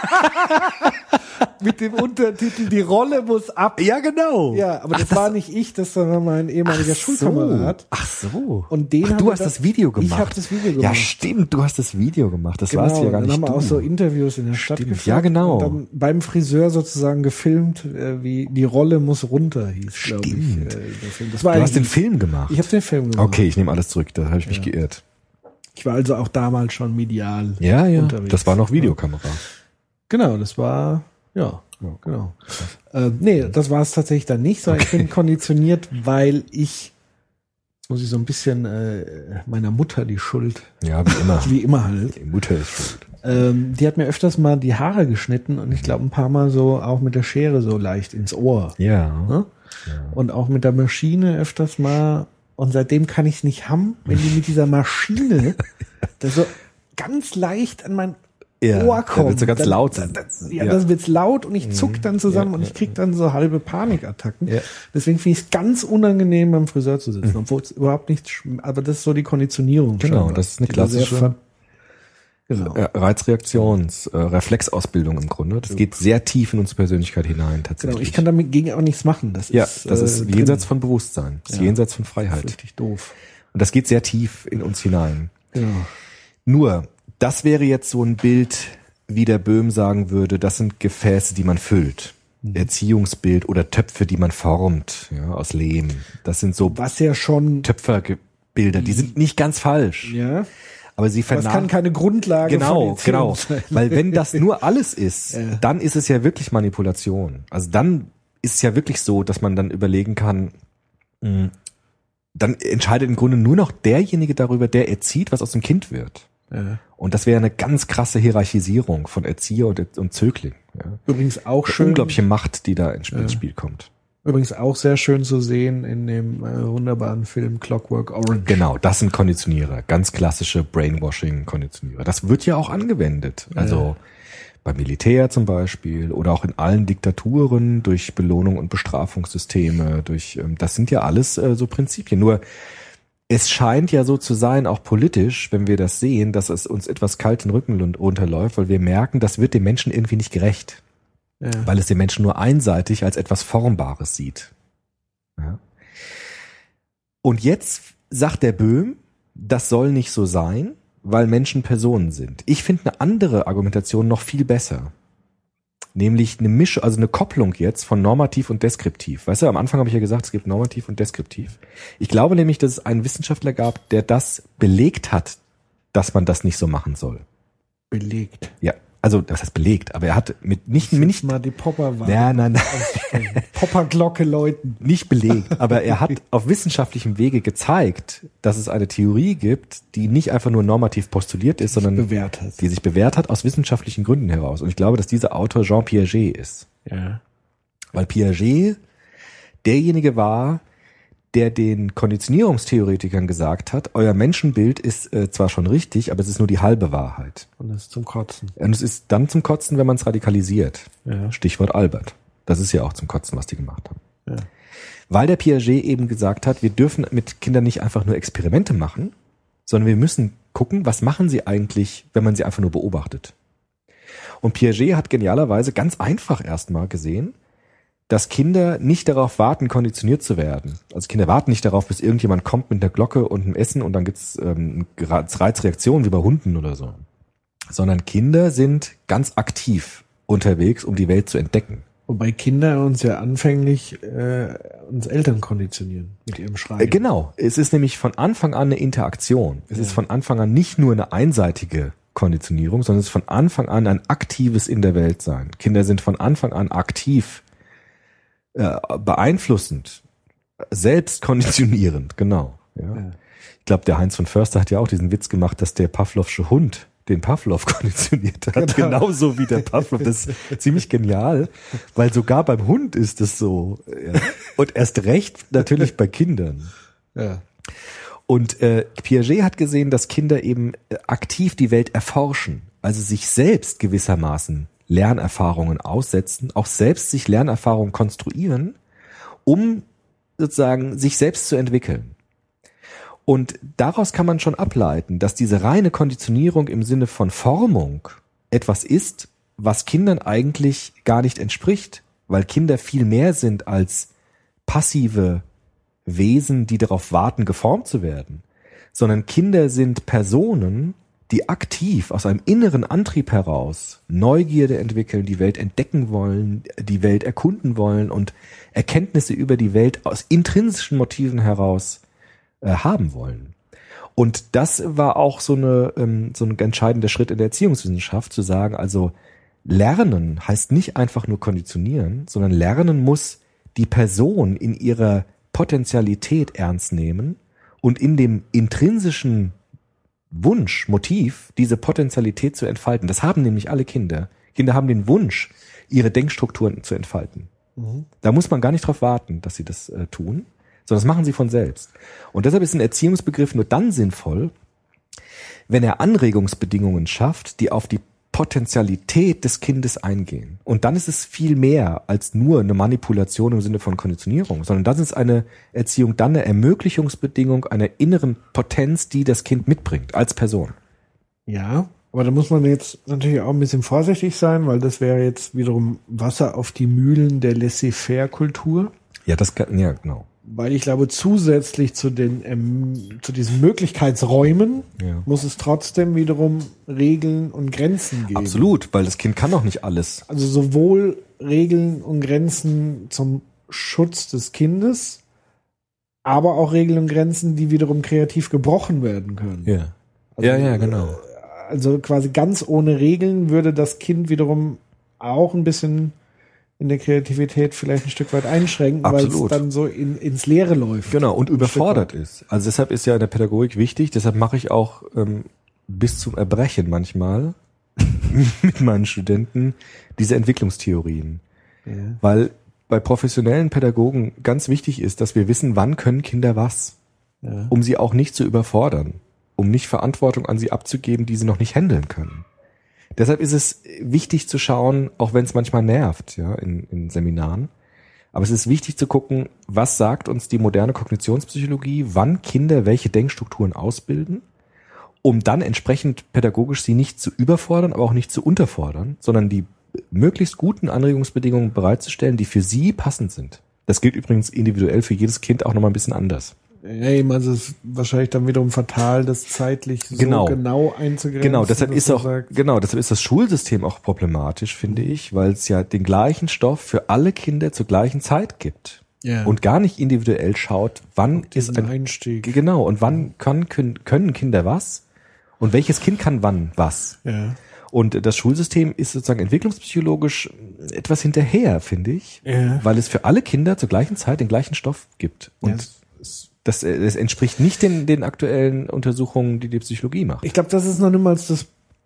Mit dem Untertitel Die Rolle muss ab. Ja, genau. Ja, aber Ach, das, war nicht ich, das war mein ehemaliger Schulkamerad. Ach so. Und den Ach, haben du wir hast da- das Video gemacht. Ich habe das Video Ja, gemacht. stimmt, du hast das Video gemacht. Das Genau, warst ja gar dann nicht haben wir du. auch so Interviews in der Stadt Stimmt, geführt. ja, genau. Und dann beim Friseur sozusagen gefilmt, äh, wie Die Rolle muss runter hieß, glaube ich. Äh, Stimmt. der Film. Das war Du hast den eigentlich- Film gemacht. Ich habe den Film gemacht. Okay, ich nehme alles zurück, da habe ich mich Ja. geirrt. Ich war also auch damals schon medial Ja, ja, unterwegs. das war noch Videokamera. Genau, das war, ja, Ja. Genau. Äh, nee, das war es tatsächlich dann nicht, sondern okay. Ich bin konditioniert, weil ich, jetzt muss ich so ein bisschen äh, meiner Mutter die Schuld. Ja, wie immer. Wie immer halt. Die Mutter ist schuld. Ähm, die hat mir öfters mal die Haare geschnitten und ich glaube ein paar Mal so auch mit der Schere so leicht ins Ohr. Ja. Ne? Ja. Und auch mit der Maschine öfters mal. Und seitdem kann ich es nicht haben, wenn die mit dieser Maschine das so ganz leicht an mein ja, Ohr kommt. Ja, wird so ganz dann, laut. Dann, das, ja, ja, das wird's laut und ich zuck dann zusammen ja, und ich krieg dann so halbe Panikattacken. Ja. Deswegen finde ich es ganz unangenehm, beim Friseur zu sitzen, mhm. obwohl es überhaupt nicht, aber das ist so die Konditionierung. Genau, scheinbar. Das ist eine klassische genau. Reizreaktions-, äh, Reflexausbildung im Grunde. Das geht sehr tief in unsere Persönlichkeit hinein, tatsächlich. Genau, ich kann damit gegen auch nichts machen. Das ja, ist, das äh, ist jenseits von Bewusstsein. Das ist ja. jenseits von Freiheit. Das ist richtig doof. Und das geht sehr tief in uns hinein. Genau. Nur, das wäre jetzt so ein Bild, wie der Böhm sagen würde, das sind Gefäße, die man füllt. Mhm. Erziehungsbild oder Töpfe, die man formt, ja, aus Lehm. Das sind so was ja schon Töpferbilder, die sind nicht ganz falsch. Ja. Aber sie vernahmen. Das kann keine Grundlage genau, von genau. sein. Weil wenn das nur alles ist, ja. dann ist es ja wirklich Manipulation. Also dann ist es ja wirklich so, dass man dann überlegen kann, mh, dann entscheidet im Grunde nur noch derjenige darüber, der erzieht, was aus dem Kind wird. Ja. Und das wäre eine ganz krasse Hierarchisierung von Erzieher und, und Zögling. Ja. Übrigens auch eine schön. Unglaubliche Macht, die da ins Spiel, ja. ins Spiel kommt. Übrigens auch sehr schön zu sehen in dem äh, wunderbaren Film Clockwork Orange. Genau, das sind Konditionierer, ganz klassische Brainwashing-Konditionierer. Das wird ja auch angewendet. Also ja. beim Militär zum Beispiel oder auch in allen Diktaturen durch Belohnung und Bestrafungssysteme. Durch ähm, das sind ja alles äh, so Prinzipien. Nur es scheint ja so zu sein, auch politisch, wenn wir das sehen, dass es uns etwas kalt den Rücken runterläuft, weil wir merken, das wird dem Menschen irgendwie nicht gerecht. Ja. Weil es den Menschen nur einseitig als etwas Formbares sieht. Ja. Und jetzt sagt der Böhm, das soll nicht so sein, weil Menschen Personen sind. Ich finde eine andere Argumentation noch viel besser. Nämlich eine Mischung, also eine Kopplung jetzt von normativ und deskriptiv. Weißt du, am Anfang habe ich ja gesagt, es gibt normativ und deskriptiv. Ich glaube nämlich, dass es einen Wissenschaftler gab, der das belegt hat, dass man das nicht so machen soll. Belegt? Ja. Also, das heißt belegt, aber er hat mit nicht, nicht mal die Popper war. Nein, nein, nein. Popperglocke läuten. Nicht belegt, aber er hat auf wissenschaftlichem Wege gezeigt, dass es eine Theorie gibt, die nicht einfach nur normativ postuliert ist, sondern bewährt hat. die sich bewährt hat aus wissenschaftlichen Gründen heraus. Und ich glaube, dass dieser Autor Jean Piaget ist. Ja. Weil Piaget derjenige war, der den Konditionierungstheoretikern gesagt hat, euer Menschenbild ist äh, zwar schon richtig, aber es ist nur die halbe Wahrheit. Und es ist zum Kotzen. Und es ist dann zum Kotzen, wenn man es radikalisiert. Ja. Stichwort Albert. Das ist ja auch zum Kotzen, was die gemacht haben. Ja. Weil der Piaget eben gesagt hat, wir dürfen mit Kindern nicht einfach nur Experimente machen, sondern wir müssen gucken, was machen sie eigentlich, wenn man sie einfach nur beobachtet. Und Piaget hat genialerweise ganz einfach erstmal gesehen, dass Kinder nicht darauf warten, konditioniert zu werden. Also Kinder warten nicht darauf, bis irgendjemand kommt mit einer Glocke und einem Essen und dann gibt's ähm, Reizreaktionen wie bei Hunden oder so. Sondern Kinder sind ganz aktiv unterwegs, um die Welt zu entdecken. Wobei Kinder uns ja anfänglich äh, uns Eltern konditionieren mit ihrem Schreien. Äh, genau. Es ist nämlich von Anfang an eine Interaktion. Es ja. ist von Anfang an nicht nur eine einseitige Konditionierung, sondern es ist von Anfang an ein aktives in der Welt sein. Kinder sind von Anfang an aktiv, äh, beeinflussend, selbst konditionierend, genau. Ja. Ja. Ich glaube, der Heinz von Förster hat ja auch diesen Witz gemacht, dass der Pavlovsche Hund den Pavlov konditioniert hat, genau. Genauso wie der Pavlov. Das ist ziemlich genial, weil sogar beim Hund ist es so. Ja. Und erst recht natürlich bei Kindern. Ja. Und äh, Piaget hat gesehen, dass Kinder eben aktiv die Welt erforschen, also sich selbst gewissermaßen Lernerfahrungen aussetzen, auch selbst sich Lernerfahrungen konstruieren, um sozusagen sich selbst zu entwickeln. Und daraus kann man schon ableiten, dass diese reine Konditionierung im Sinne von Formung etwas ist, was Kindern eigentlich gar nicht entspricht, weil Kinder viel mehr sind als passive Wesen, die darauf warten, geformt zu werden, sondern Kinder sind Personen, die aktiv aus einem inneren Antrieb heraus Neugierde entwickeln, die Welt entdecken wollen, die Welt erkunden wollen und Erkenntnisse über die Welt aus intrinsischen Motiven heraus äh, haben wollen. Und das war auch so eine ähm, so ein entscheidender Schritt in der Erziehungswissenschaft, zu sagen, also Lernen heißt nicht einfach nur konditionieren, sondern Lernen muss die Person in ihrer Potentialität ernst nehmen und in dem intrinsischen Wunsch, Motiv, diese Potentialität zu entfalten. Das haben nämlich alle Kinder. Kinder haben den Wunsch, ihre Denkstrukturen zu entfalten. Mhm. Da muss man gar nicht drauf warten, dass sie das äh, tun, sondern das machen sie von selbst. Und deshalb ist ein Erziehungsbegriff nur dann sinnvoll, wenn er Anregungsbedingungen schafft, die auf die Potentialität des Kindes eingehen. Und dann ist es viel mehr als nur eine Manipulation im Sinne von Konditionierung, sondern das ist eine Erziehung, dann eine Ermöglichungsbedingung einer inneren Potenz, die das Kind mitbringt als Person. Ja, aber da muss man jetzt natürlich auch ein bisschen vorsichtig sein, weil das wäre jetzt wiederum Wasser auf die Mühlen der Laissez-faire-Kultur. Ja, das kann, ja, genau. Weil ich glaube, zusätzlich zu den ähm, zu diesen Möglichkeitsräumen Ja. muss es trotzdem wiederum Regeln und Grenzen geben. Absolut, weil das Kind kann doch nicht alles. Also sowohl Regeln und Grenzen zum Schutz des Kindes, aber auch Regeln und Grenzen, die wiederum kreativ gebrochen werden können. Ja. Also, ja, ja, genau. Also quasi ganz ohne Regeln würde das Kind wiederum auch ein bisschen in der Kreativität vielleicht ein Stück weit einschränken, weil es dann so in, ins Leere läuft. Genau, und überfordert ist. Also deshalb ist ja in der Pädagogik wichtig, deshalb mache ich auch ähm, bis zum Erbrechen manchmal mit meinen Studenten diese Entwicklungstheorien. Ja. Weil bei professionellen Pädagogen ganz wichtig ist, dass wir wissen, wann können Kinder was, ja. um sie auch nicht zu überfordern, um nicht Verantwortung an sie abzugeben, die sie noch nicht handeln können. Deshalb ist es wichtig zu schauen, auch wenn es manchmal nervt, ja, in, in Seminaren. Aber es ist wichtig zu gucken, was sagt uns die moderne Kognitionspsychologie, wann Kinder welche Denkstrukturen ausbilden, um dann entsprechend pädagogisch sie nicht zu überfordern, aber auch nicht zu unterfordern, sondern die möglichst guten Anregungsbedingungen bereitzustellen, die für sie passend sind. Das gilt übrigens individuell für jedes Kind auch nochmal ein bisschen anders. Ja, eben, also es ist wahrscheinlich dann wiederum fatal, das zeitlich so genau, genau einzugrenzen. Genau, deshalb ist auch, genau, deshalb ist das Schulsystem auch problematisch, finde ich, weil es ja den gleichen Stoff für alle Kinder zur gleichen Zeit gibt. Ja. Und gar nicht individuell schaut, wann ist ein Einstieg. Genau, und wann kann, können, können Kinder was und welches Kind kann wann was. Ja. Und das Schulsystem ist sozusagen entwicklungspsychologisch etwas hinterher, finde ich, ja. weil es für alle Kinder zur gleichen Zeit den gleichen Stoff gibt. Und ja. Das, das entspricht nicht den, den aktuellen Untersuchungen, die die Psychologie macht. Ich glaube, das ist noch niemals das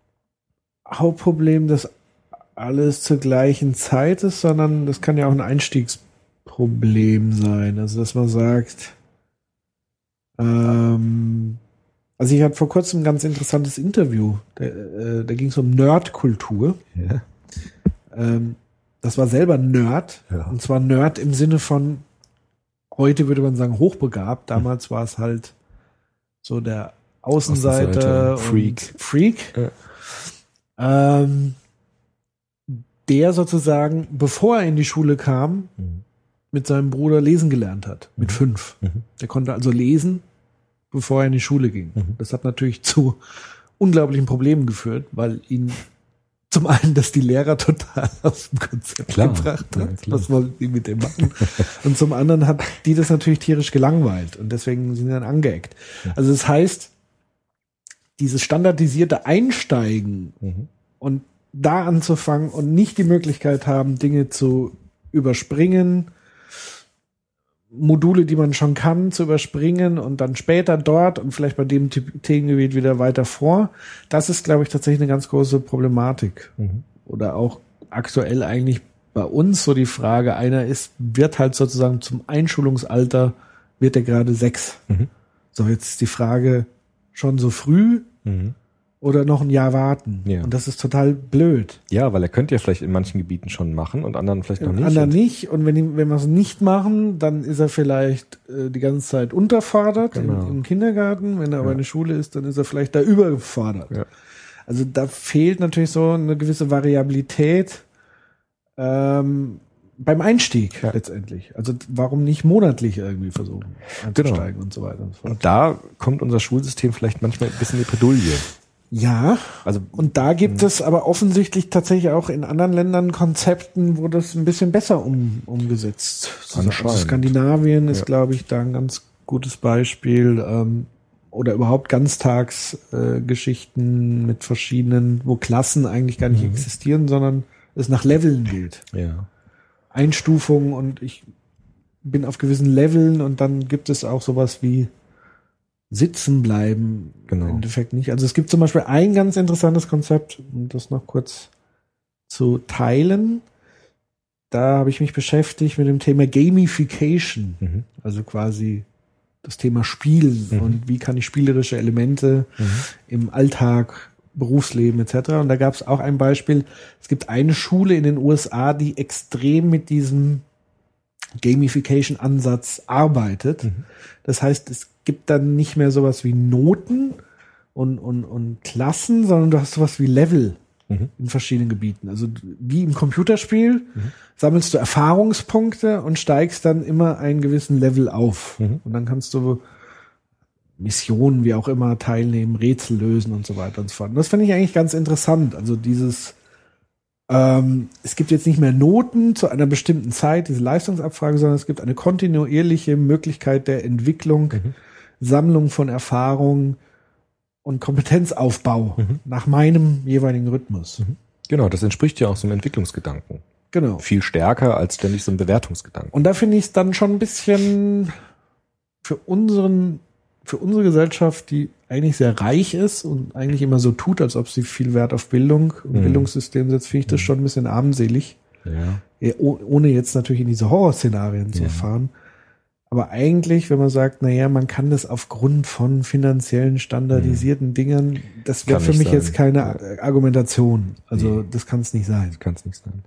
Hauptproblem, dass alles zur gleichen Zeit ist, sondern das kann ja auch ein Einstiegsproblem sein. Also, dass man sagt, ähm, also ich hatte vor kurzem ein ganz interessantes Interview, da, äh, da ging es um Nerdkultur. Ja. Ähm, das war selber Nerd, ja. Und zwar Nerd im Sinne von heute würde man sagen hochbegabt. Damals war es halt so der Außenseiter, Außenseiter Freak. Freak. Ja. Ähm, der sozusagen, bevor er in die Schule kam, mhm. mit seinem Bruder lesen gelernt hat. Mit mhm. fünf. Mhm. Der konnte also lesen, bevor er in die Schule ging. Mhm. Das hat natürlich zu unglaublichen Problemen geführt, weil ihn zum einen, dass die Lehrer total aus dem Konzept klar, gebracht ja, hat. Was wollen die mit dem machen? Und zum anderen hat die das natürlich tierisch gelangweilt und deswegen sind sie dann angeeckt. Ja. Also das heißt, dieses standardisierte Einsteigen mhm. und da anzufangen und nicht die Möglichkeit haben, Dinge zu überspringen, Module, die man schon kann, zu überspringen und dann später dort und vielleicht bei dem Themengebiet wieder weiter vor. Das ist, glaube ich, tatsächlich eine ganz große Problematik. Mhm. Oder auch aktuell eigentlich bei uns so die Frage, einer ist, wird halt sozusagen zum Einschulungsalter, wird er gerade sechs. Mhm. So, jetzt ist die Frage, schon so früh mhm. oder noch ein Jahr warten. Ja. Und das ist total blöd. Ja, weil er könnte ja vielleicht in manchen Gebieten schon machen und anderen vielleicht noch in nicht. Anderen nicht. Und wenn, die, wenn wir es nicht machen, dann ist er vielleicht äh, die ganze Zeit unterfordert genau. im, im Kindergarten. Wenn er ja. aber in der Schule ist, dann ist er vielleicht da überfordert. Ja. Also da fehlt natürlich so eine gewisse Variabilität ähm, beim Einstieg ja. letztendlich. Also warum nicht monatlich irgendwie versuchen einzusteigen genau. und so weiter und so fort. Und da kommt unser Schulsystem vielleicht manchmal ein bisschen in die Bredouille. Ja, also und da gibt mh. es aber offensichtlich tatsächlich auch in anderen Ländern Konzepten, wo das ein bisschen besser um, umgesetzt ist. Also Skandinavien ist, ja. glaube ich, da ein ganz gutes Beispiel. Ähm, oder überhaupt Ganztagsgeschichten äh, Geschichten mit verschiedenen, wo Klassen eigentlich gar nicht mhm. existieren, sondern es nach Leveln geht. Ja. Einstufungen und ich bin auf gewissen Leveln und dann gibt es auch sowas wie Sitzen bleiben. Genau. Im Endeffekt nicht. Also es gibt zum Beispiel ein ganz interessantes Konzept, um das noch kurz zu teilen. Da habe ich mich beschäftigt mit dem Thema Gamification. Mhm. Also quasi das Thema Spielen mhm. und wie kann ich spielerische Elemente mhm. im Alltag, Berufsleben et cetera. Und da gab es auch ein Beispiel. Es gibt eine Schule in den U S A, die extrem mit diesem Gamification-Ansatz arbeitet. Mhm. Das heißt, es gibt dann nicht mehr sowas wie Noten und, und, und Klassen, sondern du hast sowas wie Level mhm. in verschiedenen Gebieten. Also wie im Computerspiel mhm. sammelst du Erfahrungspunkte und steigst dann immer einen gewissen Level auf. Mhm. Und dann kannst du Missionen, wie auch immer, teilnehmen, Rätsel lösen und so weiter und so fort. Und das finde ich eigentlich ganz interessant. Also dieses Ähm, es gibt jetzt nicht mehr Noten zu einer bestimmten Zeit, diese Leistungsabfrage, sondern es gibt eine kontinuierliche Möglichkeit der Entwicklung, mhm. Sammlung von Erfahrungen und Kompetenzaufbau mhm. nach meinem jeweiligen Rhythmus. Mhm. Genau, das entspricht ja auch so einem Entwicklungsgedanken. Genau. Viel stärker als ständig so ein Bewertungsgedanken. Und da finde ich es dann schon ein bisschen für unseren, für unsere Gesellschaft, die eigentlich sehr reich ist und eigentlich immer so tut, als ob sie viel Wert auf Bildung und mhm. Bildungssystem setzt, finde ich das schon ein bisschen armselig. Ja. Ohne jetzt natürlich in diese Horrorszenarien zu ja. fahren. Aber eigentlich, wenn man sagt, naja, man kann das aufgrund von finanziellen, standardisierten mhm. Dingen, das wäre für mich sein. jetzt keine ja. Argumentation. Also nee. das kann es nicht sein. Das kann es nicht sein.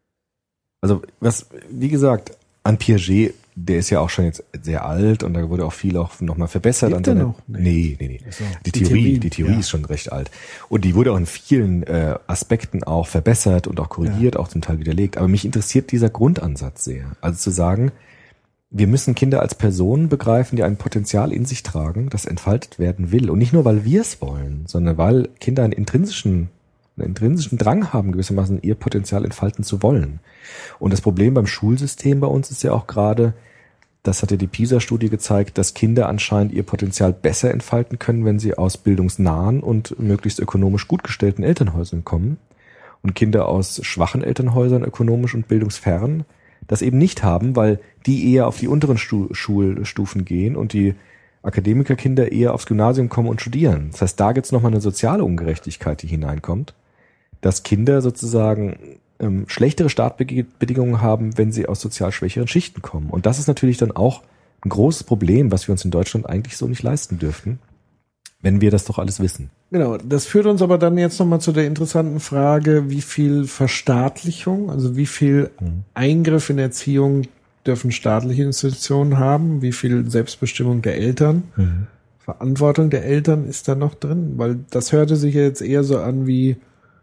Also was, wie gesagt, an Piaget, der ist ja auch schon jetzt sehr alt und da wurde auch viel auch nochmal verbessert. Gibt er noch? Nee, nee, nee. So. Die, die Theorie, Theorie, die Theorie ja. ist schon recht alt. Und die wurde auch in vielen äh, Aspekten auch verbessert und auch korrigiert, ja. auch zum Teil widerlegt. Aber mich interessiert dieser Grundansatz sehr. Also zu sagen, wir müssen Kinder als Personen begreifen, die ein Potenzial in sich tragen, das entfaltet werden will. Und nicht nur, weil wir es wollen, sondern weil Kinder einen intrinsischen einen intrinsischen Drang haben, gewissermaßen ihr Potenzial entfalten zu wollen. Und das Problem beim Schulsystem bei uns ist ja auch gerade, das hat ja die PISA-Studie gezeigt, dass Kinder anscheinend ihr Potenzial besser entfalten können, wenn sie aus bildungsnahen und möglichst ökonomisch gut gestellten Elternhäusern kommen. Und Kinder aus schwachen Elternhäusern, ökonomisch und bildungsfern, das eben nicht haben, weil die eher auf die unteren Stu- Schulstufen gehen und die Akademikerkinder eher aufs Gymnasium kommen und studieren. Das heißt, da gibt es nochmal eine soziale Ungerechtigkeit, die hineinkommt, dass Kinder sozusagen ähm, schlechtere Startbedingungen haben, wenn sie aus sozial schwächeren Schichten kommen. Und das ist natürlich dann auch ein großes Problem, was wir uns in Deutschland eigentlich so nicht leisten dürften, wenn wir das doch alles wissen. Genau, das führt uns aber dann jetzt nochmal zu der interessanten Frage, wie viel Verstaatlichung, also wie viel mhm. Eingriff in Erziehung dürfen staatliche Institutionen haben, wie viel Selbstbestimmung der Eltern, mhm. Verantwortung der Eltern ist da noch drin, weil das hörte sich ja jetzt eher so an wie,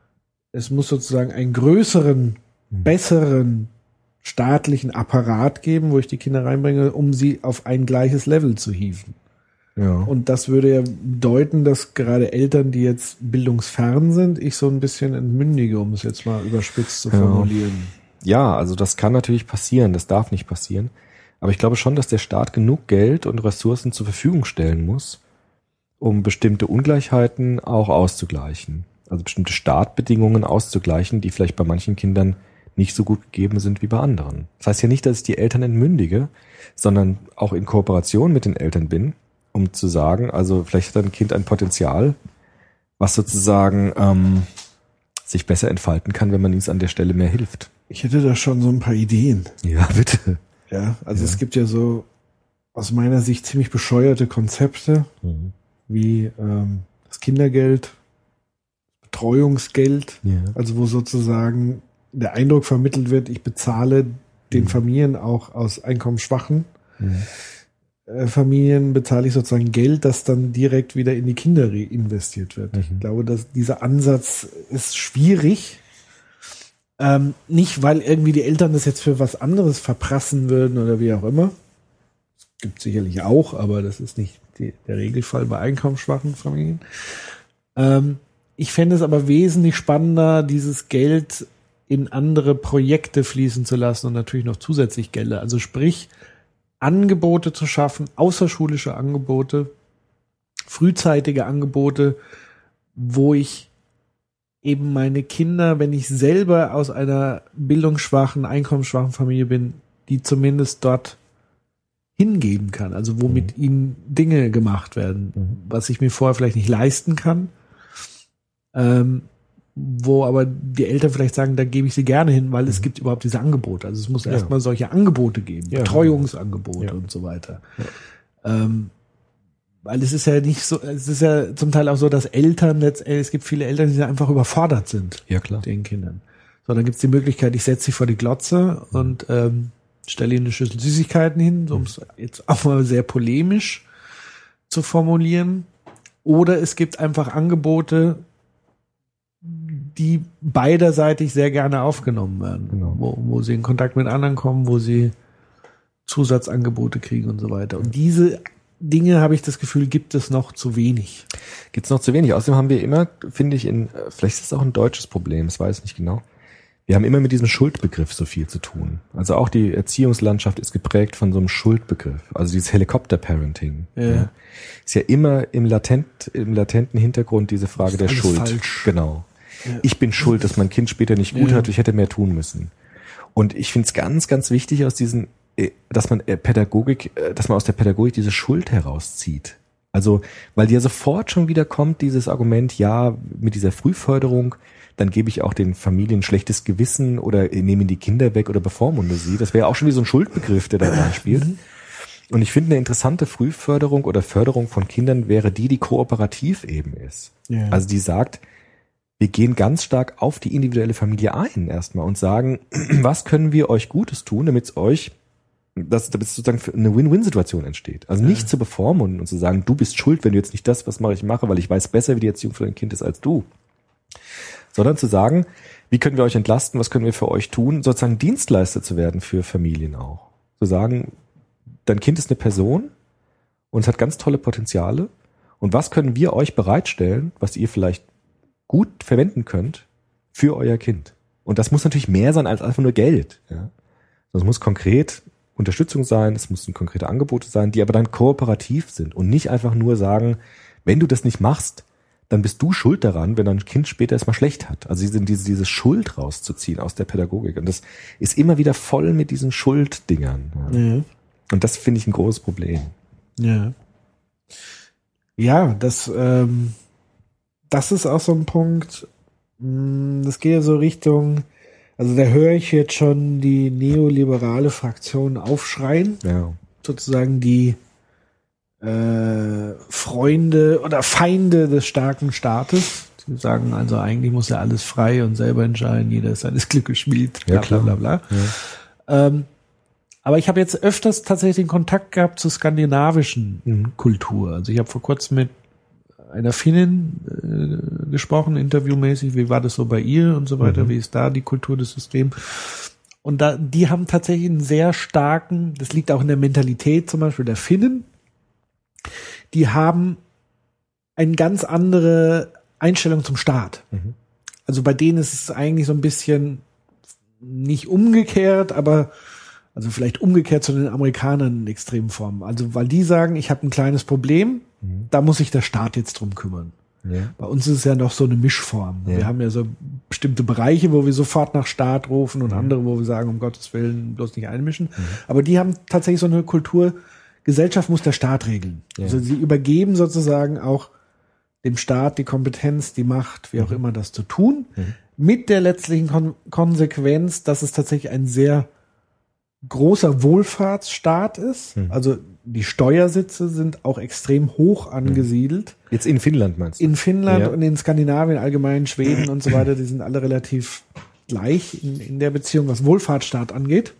es muss sozusagen einen größeren, mhm. besseren staatlichen Apparat geben, wo ich die Kinder reinbringe, um sie auf ein gleiches Level zu hieven. Ja. Und das würde ja bedeuten, dass gerade Eltern, die jetzt bildungsfern sind, ich so ein bisschen entmündige, um es jetzt mal überspitzt zu formulieren. Ja, also das kann natürlich passieren, das darf nicht passieren. Aber ich glaube schon, dass der Staat genug Geld und Ressourcen zur Verfügung stellen muss, um bestimmte Ungleichheiten auch auszugleichen. Also bestimmte Startbedingungen auszugleichen, die vielleicht bei manchen Kindern nicht so gut gegeben sind wie bei anderen. Das heißt ja nicht, dass ich die Eltern entmündige, sondern auch in Kooperation mit den Eltern bin, um zu sagen, also vielleicht hat ein Kind ein Potenzial, was sozusagen ähm, sich besser entfalten kann, wenn man ihm an der Stelle mehr hilft. Ich hätte da schon so ein paar Ideen. Ja, bitte. Ja, also ja. Es gibt ja so aus meiner Sicht ziemlich bescheuerte Konzepte, mhm. wie ähm, das Kindergeld, Betreuungsgeld, ja. also wo sozusagen der Eindruck vermittelt wird, ich bezahle den mhm. Familien auch aus einkommensschwachen mhm. äh, Familien, bezahle ich sozusagen Geld, das dann direkt wieder in die Kinder reinvestiert wird. Mhm. Ich glaube, dass dieser Ansatz ist schwierig. Ähm, nicht, weil irgendwie die Eltern das jetzt für was anderes verprassen würden oder wie auch immer. Das gibt sicherlich auch, aber das ist nicht die, der Regelfall bei einkommensschwachen Familien. Ähm, ich fände es aber wesentlich spannender, dieses Geld in andere Projekte fließen zu lassen und natürlich noch zusätzlich Gelder. Also sprich, Angebote zu schaffen, außerschulische Angebote frühzeitige Angebote, wo ich eben meine Kinder, wenn ich selber aus einer bildungsschwachen, einkommensschwachen Familie bin, die zumindest dort hingeben kann, also womit mhm. ihnen Dinge gemacht werden, mhm. was ich mir vorher vielleicht nicht leisten kann, ähm, wo aber die Eltern vielleicht sagen, da gebe ich sie gerne hin, weil mhm. es gibt überhaupt diese Angebote. Also es muss ja. erstmal solche Angebote geben, ja, Betreuungsangebote ja. und so weiter. Ja. Ähm, weil es ist ja nicht so, es ist ja zum Teil auch so, dass Eltern letztendlich, es gibt viele Eltern, die einfach überfordert sind ja, klar. mit den Kindern. So, dann gibt's die Möglichkeit, ich setze sie vor die Glotze mhm. und ähm, stelle ihnen eine Schüssel Süßigkeiten hin, um es jetzt auch mal sehr polemisch zu formulieren. Oder es gibt einfach Angebote, die beiderseitig sehr gerne aufgenommen werden, genau. wo, wo sie in Kontakt mit anderen kommen, wo sie Zusatzangebote kriegen und so weiter. Und diese Dinge, habe ich das Gefühl, gibt es noch zu wenig. Gibt es noch zu wenig. Außerdem haben wir immer, finde ich, in vielleicht ist es auch ein deutsches Problem, das weiß ich nicht genau. Wir haben immer mit diesem Schuldbegriff so viel zu tun. Also auch die Erziehungslandschaft ist geprägt von so einem Schuldbegriff. Also dieses Helikopter-Parenting. Ja. Ja. Ist ja immer im latent, im latenten Hintergrund diese Frage der Schuld. Falsch. Genau. Ja. Ich bin schuld, dass mein Kind später nicht gut ja. hat, ich hätte mehr tun müssen. Und ich finde es ganz, ganz wichtig aus diesen, dass man Pädagogik, dass man aus der Pädagogik diese Schuld herauszieht. Also, weil dir sofort schon wieder kommt dieses Argument, ja, mit dieser Frühförderung, dann gebe ich auch den Familien schlechtes Gewissen oder nehme die Kinder weg oder bevormunde sie. Das wäre auch schon wie so ein Schuldbegriff, der da reinspielt. Und ich finde, eine interessante Frühförderung oder Förderung von Kindern wäre die, die kooperativ eben ist. Ja. Also die sagt, wir gehen ganz stark auf die individuelle Familie ein erstmal und sagen, was können wir euch Gutes tun, damit es euch, dass, damit es sozusagen eine Win-Win-Situation entsteht. Also nicht ja. zu bevormunden und zu sagen, du bist schuld, wenn du jetzt nicht das, was mache ich mache, weil ich weiß besser, wie die Erziehung für dein Kind ist als du. Sondern zu sagen, wie können wir euch entlasten, was können wir für euch tun, sozusagen Dienstleister zu werden für Familien auch. Zu sagen, dein Kind ist eine Person und es hat ganz tolle Potenziale und was können wir euch bereitstellen, was ihr vielleicht gut verwenden könnt für euer Kind. Und das muss natürlich mehr sein als einfach nur Geld. Ja. Das muss konkret Unterstützung sein, es müssen konkrete Angebote sein, die aber dann kooperativ sind und nicht einfach nur sagen, wenn du das nicht machst, dann bist du schuld daran, wenn dein Kind später erstmal schlecht hat. Also diese, diese, diese Schuld rauszuziehen aus der Pädagogik. Und das ist immer wieder voll mit diesen Schulddingern. Ja. Ja. Und das finde ich ein großes Problem. Ja. Ja, das, ähm, das ist auch so ein Punkt, das geht ja so Richtung, also da höre ich jetzt schon die neoliberale Fraktion aufschreien. Ja. Sozusagen die Äh, Freunde oder Feinde des starken Staates. Die sagen also, eigentlich muss ja alles frei und selber entscheiden, jeder ist seines Glückes Schmied, bla, ja, klar. bla bla bla. Ja. Ähm, aber ich habe jetzt öfters tatsächlich den Kontakt gehabt zur skandinavischen mhm. Kultur. Also ich habe vor kurzem mit einer Finnin äh, gesprochen, interviewmäßig, wie war das so bei ihr und so weiter, mhm. wie ist da die Kultur, das System. Und da, die haben tatsächlich einen sehr starken, das liegt auch in der Mentalität zum Beispiel der Finnen, die haben eine ganz andere Einstellung zum Staat. Mhm. Also bei denen ist es eigentlich so ein bisschen nicht umgekehrt, aber also vielleicht umgekehrt zu den Amerikanern in extremen Formen. Also weil die sagen, ich habe ein kleines Problem, mhm. da muss sich der Staat jetzt drum kümmern. Ja. Bei uns ist es ja noch so eine Mischform. Ja. Wir haben ja so bestimmte Bereiche, wo wir sofort nach Staat rufen und ja. andere, wo wir sagen, um Gottes Willen bloß nicht einmischen. Mhm. Aber die haben tatsächlich so eine Kultur, Gesellschaft muss der Staat regeln. Ja. Also sie übergeben sozusagen auch dem Staat die Kompetenz, die Macht, wie auch mhm. immer das zu tun, mhm. mit der letztlichen Kon- Konsequenz, dass es tatsächlich ein sehr großer Wohlfahrtsstaat ist. Mhm. Also die Steuersitze sind auch extrem hoch angesiedelt. Jetzt in Finnland meinst du? In Finnland ja. und in Skandinavien allgemein, Schweden und so weiter, die sind alle relativ gleich in, in der Beziehung, was Wohlfahrtsstaat angeht.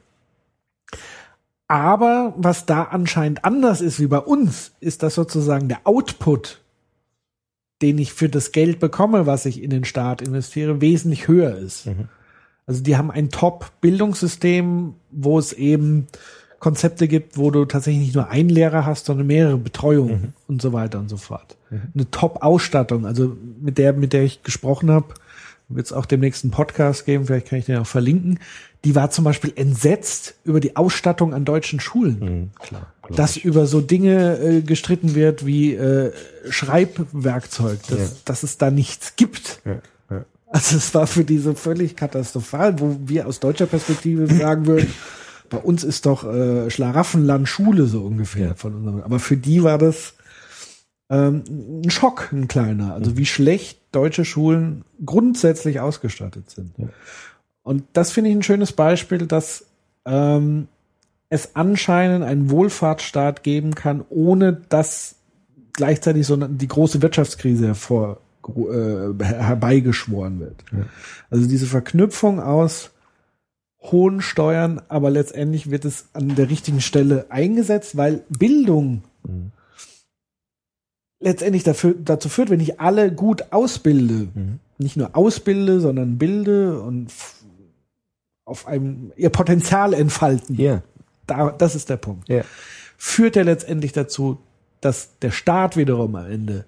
Aber was da anscheinend anders ist wie bei uns, ist, dass sozusagen der Output, den ich für das Geld bekomme, was ich in den Staat investiere, wesentlich höher ist. Mhm. Also die haben ein Top-Bildungssystem, wo es eben Konzepte gibt, wo du tatsächlich nicht nur einen Lehrer hast, sondern mehrere Betreuungen mhm. und so weiter und so fort. Mhm. Eine Top-Ausstattung, also mit der, mit der ich gesprochen habe, wird es auch demnächst einen Podcast geben, vielleicht kann ich den auch verlinken. Die war zum Beispiel entsetzt über die Ausstattung an deutschen Schulen. Mhm, klar. dass über so Dinge äh, gestritten wird wie äh, Schreibwerkzeug, dass, Ja. dass es da nichts gibt. Ja, ja. Also es war für die so völlig katastrophal, wo wir aus deutscher Perspektive sagen würden, bei uns ist doch äh, Schlaraffenland Schule so ungefähr. Ja. Von unserem, aber für die war das ähm, ein Schock, ein kleiner. Also wie schlecht deutsche Schulen grundsätzlich ausgestattet sind. Ja. Und das finde ich ein schönes Beispiel, dass ähm, es anscheinend einen Wohlfahrtsstaat geben kann, ohne dass gleichzeitig so die große Wirtschaftskrise hervor äh, herbeigeschworen wird. Ja. Also diese Verknüpfung aus hohen Steuern, aber letztendlich wird es an der richtigen Stelle eingesetzt, weil Bildung Mhm. letztendlich dafür, dazu führt, wenn ich alle gut ausbilde, Mhm. nicht nur ausbilde, sondern bilde und f- auf einem ihr Potenzial entfalten. Ja. Da, das ist der Punkt. Ja. Führt er letztendlich dazu, dass der Staat wiederum am Ende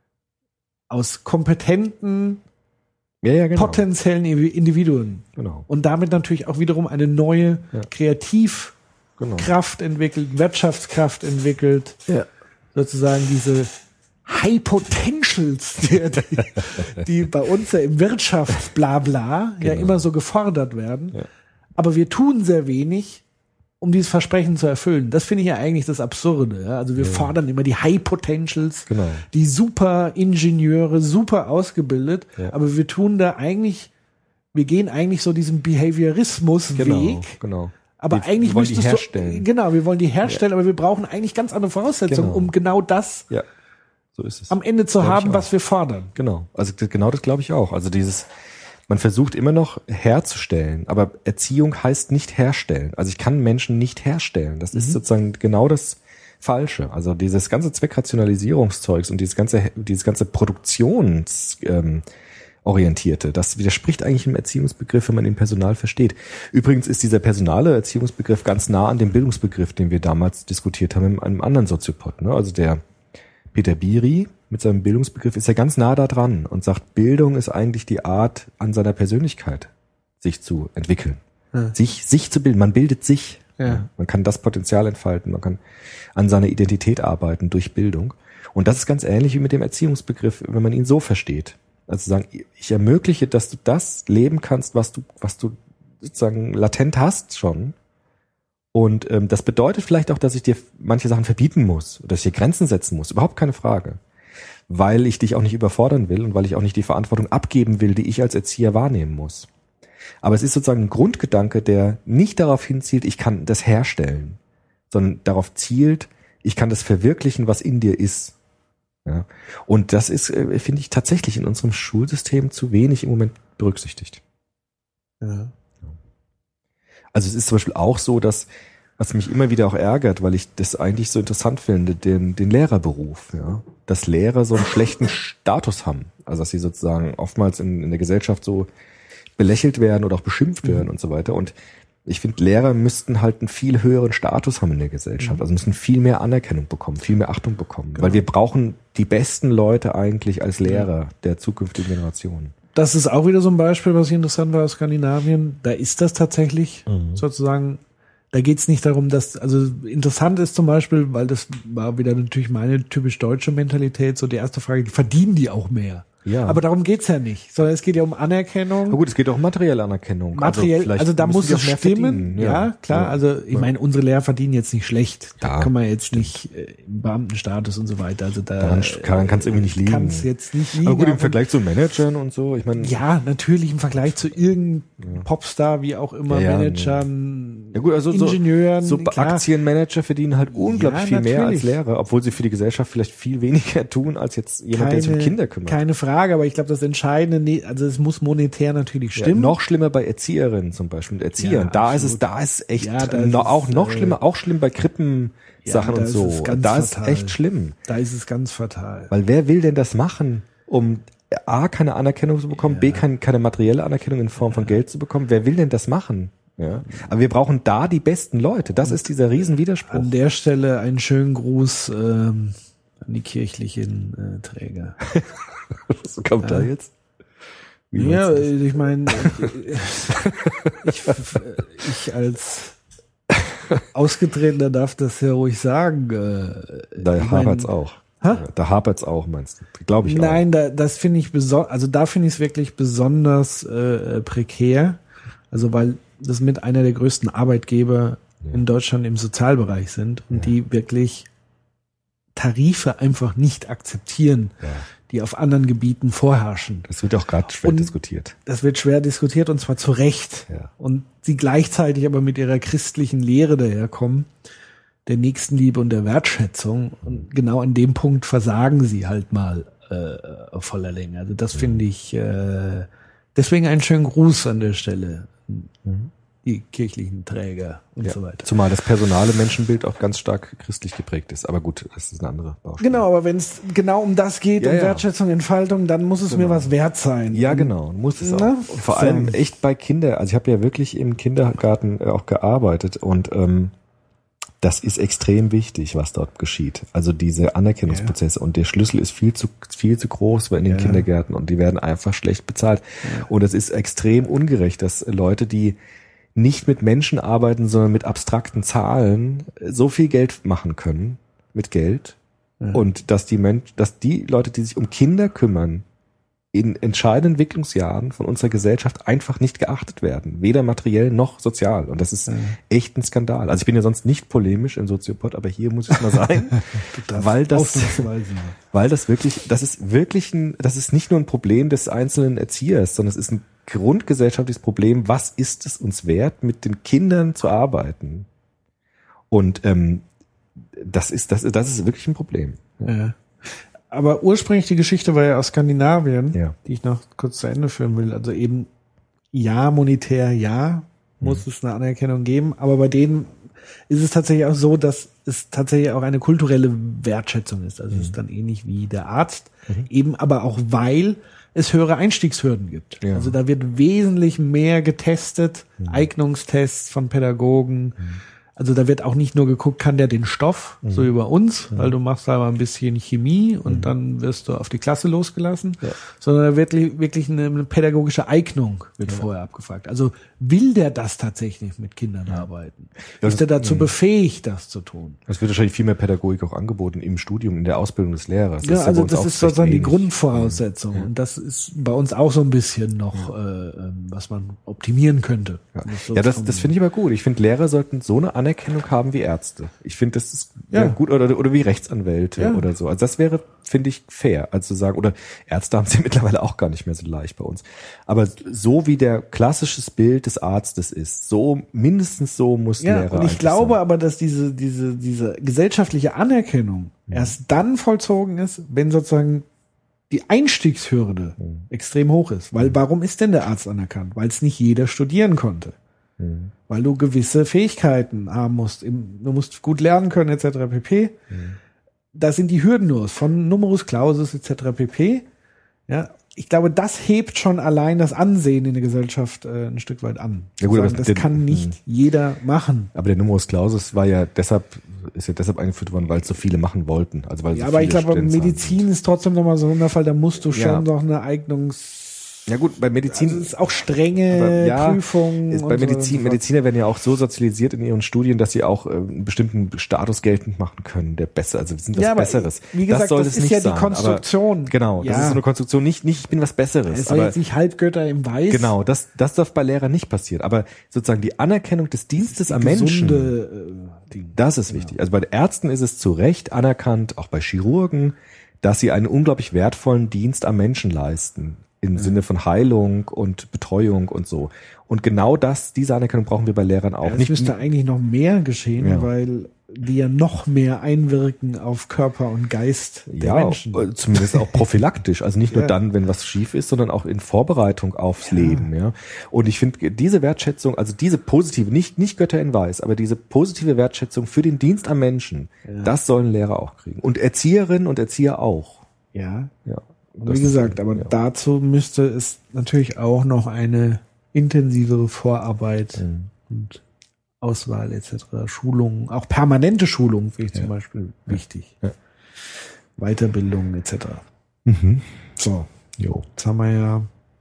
aus kompetenten, Ja, ja, genau. potenziellen Individuen Genau. und damit natürlich auch wiederum eine neue Ja. Kreativkraft Genau. entwickelt, Wirtschaftskraft entwickelt, Ja. sozusagen diese High Potentials, die, die, die bei uns ja im Wirtschaftsblabla ja Genau. immer so gefordert werden. Ja. Aber wir tun sehr wenig, um dieses Versprechen zu erfüllen. Das finde ich ja eigentlich das Absurde. Ja? Also wir fordern immer die High Potentials, Genau. die super Ingenieure, super ausgebildet, Ja. aber wir tun da eigentlich, wir gehen eigentlich so diesen Behaviorismus-Weg. Genau. Genau. Aber Die- eigentlich wir wollen die müsstest herstellen. du, genau, wir wollen die herstellen, aber wir brauchen eigentlich ganz andere Voraussetzungen, Genau. um genau das Ja. So ist es. am Ende zu Glaub ich haben, auch. was wir fordern. Genau. Also d- genau das glaube ich auch. Also dieses, man versucht immer noch herzustellen, aber Erziehung heißt nicht herstellen. Also ich kann Menschen nicht herstellen. Das ist sozusagen genau das Falsche. Also dieses ganze Zweckrationalisierungszeugs und dieses ganze, dieses ganze Produktions, ähm, orientierte. Das widerspricht eigentlich dem Erziehungsbegriff, wenn man den Personal versteht. Übrigens ist dieser personale Erziehungsbegriff ganz nah an dem Bildungsbegriff, den wir damals diskutiert haben in einem anderen Soziopod. Ne? Also der Peter Biri mit seinem Bildungsbegriff ist ja ganz nah da dran und sagt, Bildung ist eigentlich die Art, an seiner Persönlichkeit sich zu entwickeln. Ja. Sich, sich zu bilden. Man bildet sich. Ja. Man kann das Potenzial entfalten. Man kann an seiner Identität arbeiten durch Bildung. Und das ist ganz ähnlich wie mit dem Erziehungsbegriff, wenn man ihn so versteht. Also sagen, ich ermögliche, dass du das leben kannst, was du, was du sozusagen latent hast schon. Und ähm, das bedeutet vielleicht auch, dass ich dir manche Sachen verbieten muss, oder dass ich dir Grenzen setzen muss. Überhaupt keine Frage. Weil ich dich auch nicht überfordern will und weil ich auch nicht die Verantwortung abgeben will, die ich als Erzieher wahrnehmen muss. Aber es ist sozusagen ein Grundgedanke, der nicht darauf hinzielt, ich kann das herstellen, sondern darauf zielt, ich kann das verwirklichen, was in dir ist. Ja. Und das ist, äh, finde ich, tatsächlich in unserem Schulsystem zu wenig im Moment berücksichtigt. Ja. Also es ist zum Beispiel auch so, dass, was mich immer wieder auch ärgert, weil ich das eigentlich so interessant finde, den, den Lehrerberuf, ja. Dass Lehrer so einen schlechten Status haben. Also dass sie sozusagen oftmals in, in der Gesellschaft so belächelt werden oder auch beschimpft werden und so weiter. Und ich finde, Lehrer müssten halt einen viel höheren Status haben in der Gesellschaft. Also müssen viel mehr Anerkennung bekommen, viel mehr Achtung bekommen. Weil wir brauchen die besten Leute eigentlich als Lehrer der zukünftigen Generationen. Das ist auch wieder so ein Beispiel, was ich interessant war aus Skandinavien. Da ist das tatsächlich sozusagen, da geht es nicht darum, dass, also interessant ist zum Beispiel, weil das war wieder natürlich meine typisch deutsche Mentalität, so die erste Frage, verdienen die auch mehr? Ja. Aber darum geht's ja nicht, sondern es geht ja um Anerkennung. Na gut, es geht auch um materielle Anerkennung. Materiell, also, vielleicht also da müssen muss die es auch mehr stimmen, verdienen. ja, klar, Ja. also ich Ja. meine, unsere Lehrer verdienen jetzt nicht schlecht, da Ja, kann man jetzt nicht äh, im Beamtenstatus und so weiter, also da Daran, daran kann es irgendwie nicht liegen. kann es jetzt nicht liegen. Aber gut, im aber- Vergleich zu Managern und so, ich meine, Ja, natürlich im Vergleich zu irgendeinem Popstar, wie auch immer, Ja, ja, Managern, ja gut, also so, Ingenieuren, so klar. Aktienmanager verdienen halt unglaublich Ja, viel mehr als natürlich. Lehrer, obwohl sie für die Gesellschaft vielleicht viel weniger tun, als jetzt jemand, der sich um Kinder kümmert. Keine Frage, aber ich glaube, das Entscheidende, ne- also es muss monetär natürlich Ja, stimmen. noch schlimmer bei Erzieherinnen zum Beispiel und Erziehern. Ja, da ist absolut. es, da ist echt Ja, da no, ist auch es, noch äh, schlimmer, auch schlimm bei Krippensachen Ja, da und ist so. es ganz Da ist fatal. echt schlimm. Da ist es ganz fatal. Weil wer will denn das machen, um A, keine Anerkennung zu bekommen, B, keine, keine materielle Anerkennung in Form von Geld zu bekommen? Wer will denn das machen? Ja. Aber wir brauchen da die besten Leute. Das ist dieser Riesenwiderspruch. An der Stelle einen schönen Gruß ähm, an die kirchlichen äh, Träger. Was kommt da jetzt? Wie Ja, meinst du das? ich meine, ich, ich als Ausgetretener darf das ja ruhig sagen. Äh, Da ich hapert's mein- auch. Hä? Da hapert's auch, meinst du? Glaube ich Nein, da, das finde ich besonders, also da finde ich es wirklich besonders äh, prekär. Also weil das mit einer der größten Arbeitgeber in Deutschland im Sozialbereich sind und Ja. die wirklich Tarife einfach nicht akzeptieren, auch. Ja. die auf anderen Gebieten vorherrschen. Das wird auch gerade schwer Und- diskutiert. Das wird schwer diskutiert und zwar zu Recht. Ja. Und sie gleichzeitig aber mit ihrer christlichen Lehre daherkommen, der Nächstenliebe und der Wertschätzung. Und genau an dem Punkt versagen sie halt mal äh, auf voller Länge. Also das finde ich, äh, deswegen einen schönen Gruß an der Stelle. Die kirchlichen Träger und Ja. so weiter. Zumal das personale Menschenbild auch ganz stark christlich geprägt ist. Aber gut, das ist eine andere Baustelle. Genau, aber wenn es genau um das geht, Ja, um ja. Wertschätzung, Entfaltung, dann muss es Genau. mir was wert sein. Ja, Und- genau, muss es auch. Na, Und vor so. allem echt bei Kindern. Also ich habe ja wirklich im Kindergarten äh, auch gearbeitet und ähm, das ist extrem wichtig, was dort geschieht. Also diese Anerkennungsprozesse und der Schlüssel ist viel zu viel zu groß in den Ja. Kindergärten und die werden einfach schlecht bezahlt. Und es ist extrem ungerecht, dass Leute, die nicht mit Menschen arbeiten, sondern mit abstrakten Zahlen so viel Geld machen können mit Geld und dass die Mensch, dass die Leute, die sich um Kinder kümmern, in entscheidenden Entwicklungsjahren von unserer Gesellschaft einfach nicht geachtet werden, weder materiell noch sozial. Und das ist echt ein Skandal. Also ich bin ja sonst nicht polemisch im Soziopod, aber hier muss ich mal sein, weil das, Ausnahmsweise. weil das wirklich, das ist wirklich ein, das ist nicht nur ein Problem des einzelnen Erziehers, sondern es ist ein grundgesellschaftliches Problem. Was ist es uns wert, mit den Kindern zu arbeiten? Und ähm, das ist, das, das ist wirklich ein Problem. Ja. Aber ursprünglich die Geschichte war ja aus Skandinavien, Ja. die ich noch kurz zu Ende führen will. Also eben, ja, monetär, ja, muss es eine Anerkennung geben. Aber bei denen ist es tatsächlich auch so, dass es tatsächlich auch eine kulturelle Wertschätzung ist. Also es ist dann ähnlich wie der Arzt. Eben aber auch, weil es höhere Einstiegshürden gibt. Ja. Also da wird wesentlich mehr getestet, Eignungstests von Pädagogen. Also da wird auch nicht nur geguckt, kann der den Stoff, so wie bei uns, weil du machst da mal ein bisschen Chemie und dann wirst du auf die Klasse losgelassen, sondern da wird li- wirklich eine, eine pädagogische Eignung wird vorher abgefragt. Also will der das tatsächlich mit Kindern arbeiten? Das Ist er ist- dazu befähigt, das zu tun? Es wird wahrscheinlich viel mehr Pädagogik auch angeboten im Studium, in der Ausbildung des Lehrers. Das Ja, bei also uns das auch ist sozusagen die recht wenig. Grundvoraussetzung. Und das ist bei uns auch so ein bisschen noch, äh, ähm, was man optimieren könnte. Ja, Um es so ja das, zu das finde ich aber gut. Ich finde, Lehrer sollten so eine Anerkennung haben wie Ärzte. Ich finde, das ist ja. Ja. gut oder, oder wie Rechtsanwälte Ja. oder so. Also das wäre, finde ich, fair. Also zu sagen, oder Ärzte haben es ja mittlerweile auch gar nicht mehr so leicht bei uns. Aber so wie der klassisches Bild des Arztes ist, so mindestens so muss Ja, Lehrer und ich eigentlich glaube sein. aber, dass diese, diese, diese gesellschaftliche Anerkennung erst dann vollzogen ist, wenn sozusagen die Einstiegshürde extrem hoch ist. Weil warum ist denn der Arzt anerkannt? Weil es nicht jeder studieren konnte. Weil du gewisse Fähigkeiten haben musst. Im- Du musst gut lernen können, et cetera pp. Da sind die Hürden los, von Numerus Clausus et cetera pp. Ja, ich glaube, das hebt schon allein das Ansehen in der Gesellschaft äh, ein Stück weit an. Ja gut, aber Sagen, das der- kann nicht jeder machen. Aber der Numerus Clausus war ja deshalb, ist ja deshalb eingeführt worden, weil es so viele machen wollten. Also weil Ja, so aber ich viele glaube, Studentenzahlen Medizin sind. ist trotzdem nochmal so ein Sonderfall, da musst du schon Ja. noch eine Eignungs... Ja gut, bei Medizin Also es ist auch strenge Aber ja, Prüfungen. ist und bei so Medizin, und so fort. Mediziner werden ja auch so sozialisiert in ihren Studien, dass sie auch äh, einen bestimmten Status geltend machen können, der besser, also wir sind was Ja, aber Besseres. wie gesagt, soll das es ist nicht ja die sein, Konstruktion. Aber, genau, das Ja. ist so eine Konstruktion, nicht, nicht ich bin was Besseres. Es soll aber jetzt nicht Halbgötter im Weiß. genau, das, das darf bei Lehrern nicht passieren. Aber sozusagen die Anerkennung des Dienstes am Menschen, Gesunde, äh, Ding. das ist wichtig. Also bei den Ärzten ist es zu Recht anerkannt, auch bei Chirurgen, dass sie einen unglaublich wertvollen Dienst am Menschen leisten. Im Sinne von Heilung und Betreuung und so. Und genau das, diese Anerkennung brauchen wir bei Lehrern auch. Ja, es nicht, müsste eigentlich noch mehr geschehen, Ja. weil die ja noch mehr einwirken auf Körper und Geist der ja, Menschen. äh, zumindest auch prophylaktisch. Also nicht nur Ja. dann, wenn was schief ist, sondern auch in Vorbereitung aufs Leben. Ja. Und ich finde diese Wertschätzung, also diese positive, nicht, nicht Götter in Weiß, aber diese positive Wertschätzung für den Dienst am Menschen, das sollen Lehrer auch kriegen. Und Erzieherinnen und Erzieher auch. Ja. Ja. Und Das wie ist- gesagt, aber ja. dazu müsste es natürlich auch noch eine intensivere Vorarbeit Mhm. und Auswahl et cetera, Schulungen, auch permanente Schulungen finde ich zum Beispiel wichtig. Ja. Weiterbildung et cetera. Mhm. So, Jo. jetzt haben wir ja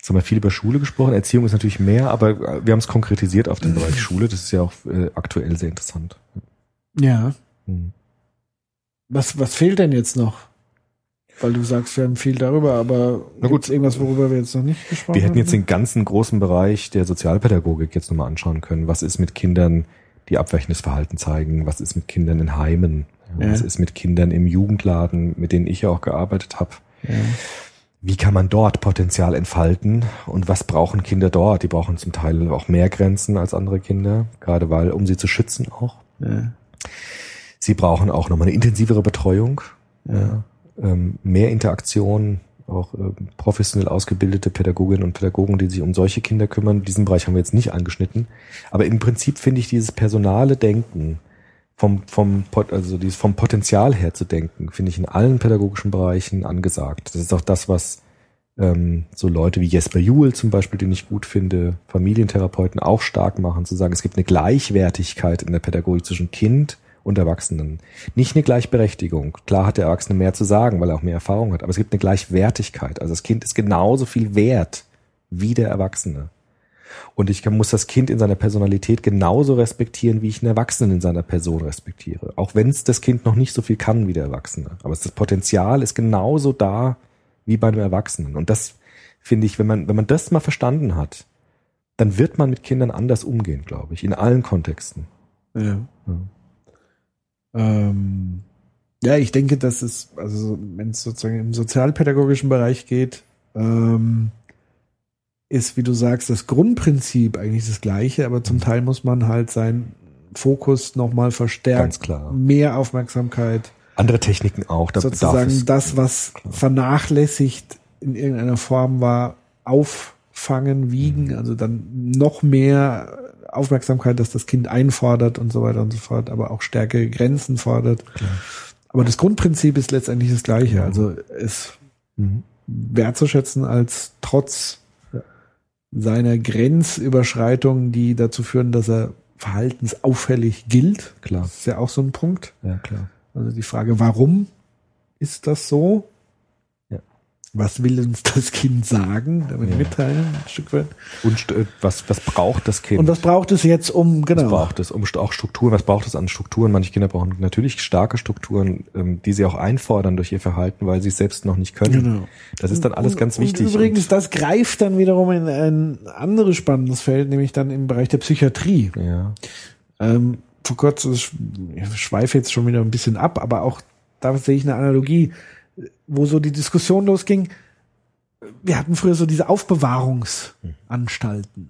Jetzt haben wir viel über Schule gesprochen. Erziehung ist natürlich mehr, aber wir haben es konkretisiert auf den Bereich Schule. Das ist ja auch äh, aktuell sehr interessant. Ja. Hm. Was, was fehlt denn jetzt noch? Weil du sagst, wir haben viel darüber, aber na gut, irgendwas, worüber wir jetzt noch nicht gesprochen haben? Wir hätten jetzt den ganzen großen Bereich der Sozialpädagogik jetzt nochmal anschauen können. Was ist mit Kindern, die abweichendes Verhalten zeigen? Was ist mit Kindern in Heimen? Ja. Was ist mit Kindern im Jugendladen, mit denen ich ja auch gearbeitet habe? Ja. Wie kann man dort Potenzial entfalten und was brauchen Kinder dort? Die brauchen zum Teil auch mehr Grenzen als andere Kinder, gerade weil, um sie zu schützen auch. Ja. Sie brauchen auch nochmal eine intensivere Betreuung, Ja. ähm, mehr Interaktion, auch äh, professionell ausgebildete Pädagoginnen und Pädagogen, die sich um solche Kinder kümmern. Diesen Bereich haben wir jetzt nicht angeschnitten. Aber im Prinzip finde ich dieses personale Denken, vom, vom, also dieses vom Potenzial her zu denken, finde ich in allen pädagogischen Bereichen angesagt. Das ist auch das, was ähm, so Leute wie Jesper Juhl zum Beispiel, den ich gut finde, Familientherapeuten auch stark machen, zu sagen, es gibt eine Gleichwertigkeit in der Pädagogik zwischen Kind und Erwachsenen. Nicht eine Gleichberechtigung. Klar hat der Erwachsene mehr zu sagen, weil er auch mehr Erfahrung hat, aber es gibt eine Gleichwertigkeit. Also das Kind ist genauso viel wert wie der Erwachsene. Und ich muss das Kind in seiner Personalität genauso respektieren, wie ich einen Erwachsenen in seiner Person respektiere. Auch wenn es das Kind noch nicht so viel kann wie der Erwachsene. Aber das Potenzial ist genauso da wie bei einem Erwachsenen. Und das finde ich, wenn man, wenn man das mal verstanden hat, dann wird man mit Kindern anders umgehen, glaube ich, in allen Kontexten. Ja. Ja. Ähm, ja, ich denke, dass es, also wenn es sozusagen im sozialpädagogischen Bereich geht, ähm, ist, wie du sagst, das Grundprinzip eigentlich das gleiche, aber zum Teil muss man halt seinen Fokus nochmal verstärken. Ganz klar. Mehr Aufmerksamkeit. Andere Techniken auch. Da sozusagen das, was klar. vernachlässigt in irgendeiner Form war, auffangen, wiegen, also dann noch mehr Aufmerksamkeit, dass das Kind einfordert und so weiter und so fort, aber auch stärkere Grenzen fordert. Klar. Aber das Grundprinzip ist letztendlich das gleiche. Also es mhm. wertzuschätzen als trotz seiner Grenzüberschreitungen, die dazu führen, dass er verhaltensauffällig gilt. Klar. Das ist ja auch so ein Punkt. Ja, klar. Also die Frage, warum ist das so? Ja. Was will uns das Kind sagen, damit ja. mitteilen, ein Stück weit? Und äh, was, was braucht das Kind? Und was braucht es jetzt, um, genau. Was braucht es, um auch Strukturen, was braucht es an Strukturen? Manche Kinder brauchen natürlich starke Strukturen, ähm, die sie auch einfordern durch ihr Verhalten, weil sie es selbst noch nicht können. Genau. Das ist dann alles und, ganz wichtig. Und übrigens, und das greift dann wiederum in ein anderes spannendes Feld, nämlich dann im Bereich der Psychiatrie. Ja. Ähm, vor kurzem, ich schweife jetzt schon wieder ein bisschen ab, aber auch da sehe ich eine Analogie, wo so die Diskussion losging. Wir hatten früher so diese Aufbewahrungsanstalten.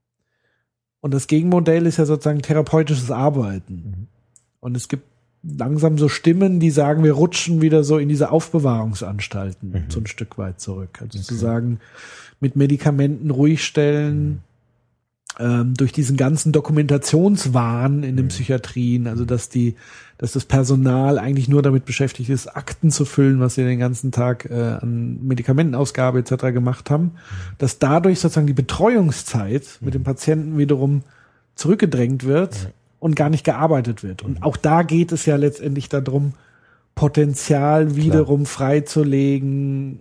Und das Gegenmodell ist ja sozusagen therapeutisches Arbeiten. Und es gibt langsam so Stimmen, die sagen, wir rutschen wieder so in diese Aufbewahrungsanstalten mhm. so ein Stück weit zurück. Also okay. zu sagen, mit Medikamenten ruhig stellen, mhm. ähm, durch diesen ganzen Dokumentationswahn in den Psychiatrien, also dass die, dass das Personal eigentlich nur damit beschäftigt ist, Akten zu füllen, was sie den ganzen Tag äh, an Medikamentenausgabe et cetera gemacht haben, dass dadurch sozusagen die Betreuungszeit mit dem Patienten wiederum zurückgedrängt wird und gar nicht gearbeitet wird. Und auch da geht es ja letztendlich darum, Potenzial wiederum Klar. freizulegen.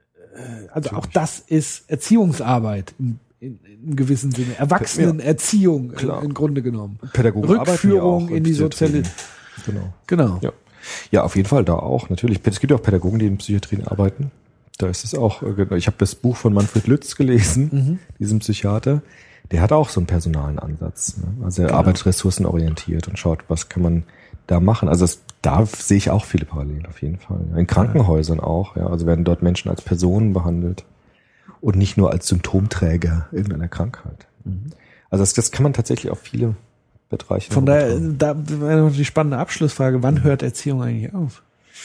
Also auch das ist Erziehungsarbeit im In, im gewissen Sinne. Erwachsenenerziehung ja, im Grunde genommen. Pädagogen Rückführung in die soziale. Genau. Genau. Ja. ja, auf jeden Fall da auch. Natürlich. Es gibt ja auch Pädagogen, die in Psychiatrien arbeiten. Da ist es auch. Ich habe das Buch von Manfred Lütz gelesen, mhm. diesem Psychiater. Der hat auch so einen personalen Ansatz. Ne? Also er genau. arbeitet ressourcenorientiert und schaut, was kann man da machen. Also das, da sehe ich auch viele Parallelen auf jeden Fall. In Krankenhäusern ja. auch. Ja, also werden dort Menschen als Personen behandelt. Und nicht nur als Symptomträger irgendeiner Krankheit. Mhm. Also das, das kann man tatsächlich auf viele Bereiche. Von daher, da wäre noch die spannende Abschlussfrage, wann hört Erziehung eigentlich auf?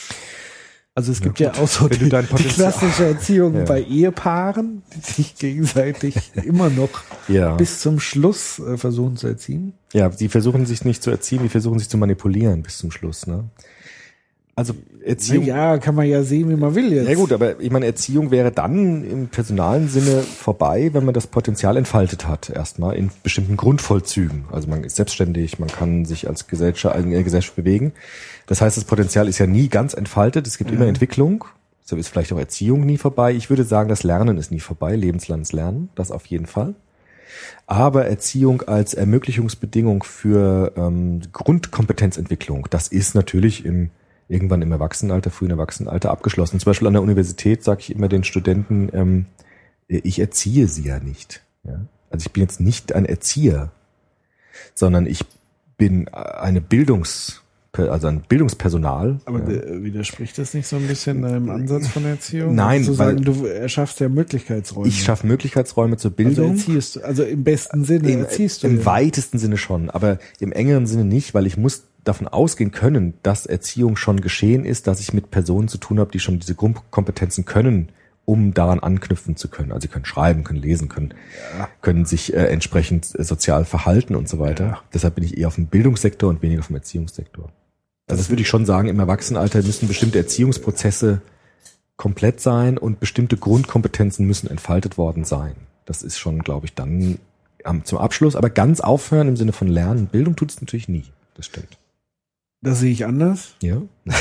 Also es gibt ja, ja auch so die, die klassische Erziehung ja. bei Ehepaaren, die sich gegenseitig immer noch ja. bis zum Schluss äh, versuchen zu erziehen. Ja, die versuchen sich nicht zu erziehen, die versuchen sich zu manipulieren bis zum Schluss, ne? Also Erziehung. Ja, kann man ja sehen, wie man will jetzt. Ja gut, aber ich meine, Erziehung wäre dann im personalen Sinne vorbei, wenn man das Potenzial entfaltet hat, erstmal in bestimmten Grundvollzügen. Also man ist selbstständig, man kann sich als Gesellschaft, in der Gesellschaft bewegen. Das heißt, das Potenzial ist ja nie ganz entfaltet, es gibt ja. immer Entwicklung. So ist vielleicht auch Erziehung nie vorbei. Ich würde sagen, das Lernen ist nie vorbei, lebenslanges Lernen, das auf jeden Fall. Aber Erziehung als Ermöglichungsbedingung für ähm, Grundkompetenzentwicklung, das ist natürlich im irgendwann im Erwachsenenalter, frühen Erwachsenenalter abgeschlossen. Zum Beispiel an der Universität sage ich immer den Studenten, ähm, ich erziehe sie ja nicht. Ja? Also ich bin jetzt nicht ein Erzieher, sondern ich bin eine Bildungs, also ein Bildungspersonal. Aber ja. widerspricht das nicht so ein bisschen deinem Ansatz von Erziehung? Nein, also weil sagen, du erschaffst ja Möglichkeitsräume. Ich schaffe Möglichkeitsräume zur Bildung. Also erziehst du, also im besten Sinne Im, erziehst du. Im ja. weitesten Sinne schon, aber im engeren Sinne nicht, weil ich muss davon ausgehen können, dass Erziehung schon geschehen ist, dass ich mit Personen zu tun habe, die schon diese Grundkompetenzen können, um daran anknüpfen zu können. Also sie können schreiben, können lesen, können ja. können sich äh, entsprechend äh, sozial verhalten und so weiter. Ja. Deshalb bin ich eher auf dem Bildungssektor und weniger auf dem Erziehungssektor. Also das würde ich schon sagen, im Erwachsenenalter müssen bestimmte Erziehungsprozesse komplett sein und bestimmte Grundkompetenzen müssen entfaltet worden sein. Das ist schon, glaube ich, dann ähm, zum Abschluss. Aber ganz aufhören im Sinne von Lernen, Bildung tut es natürlich nie. Das stimmt. Das sehe ich anders. Ja.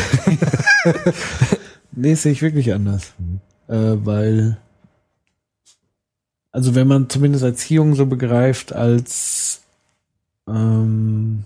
Nee, das sehe ich wirklich anders. Mhm. Äh, weil, also wenn man zumindest Erziehung so begreift als ähm,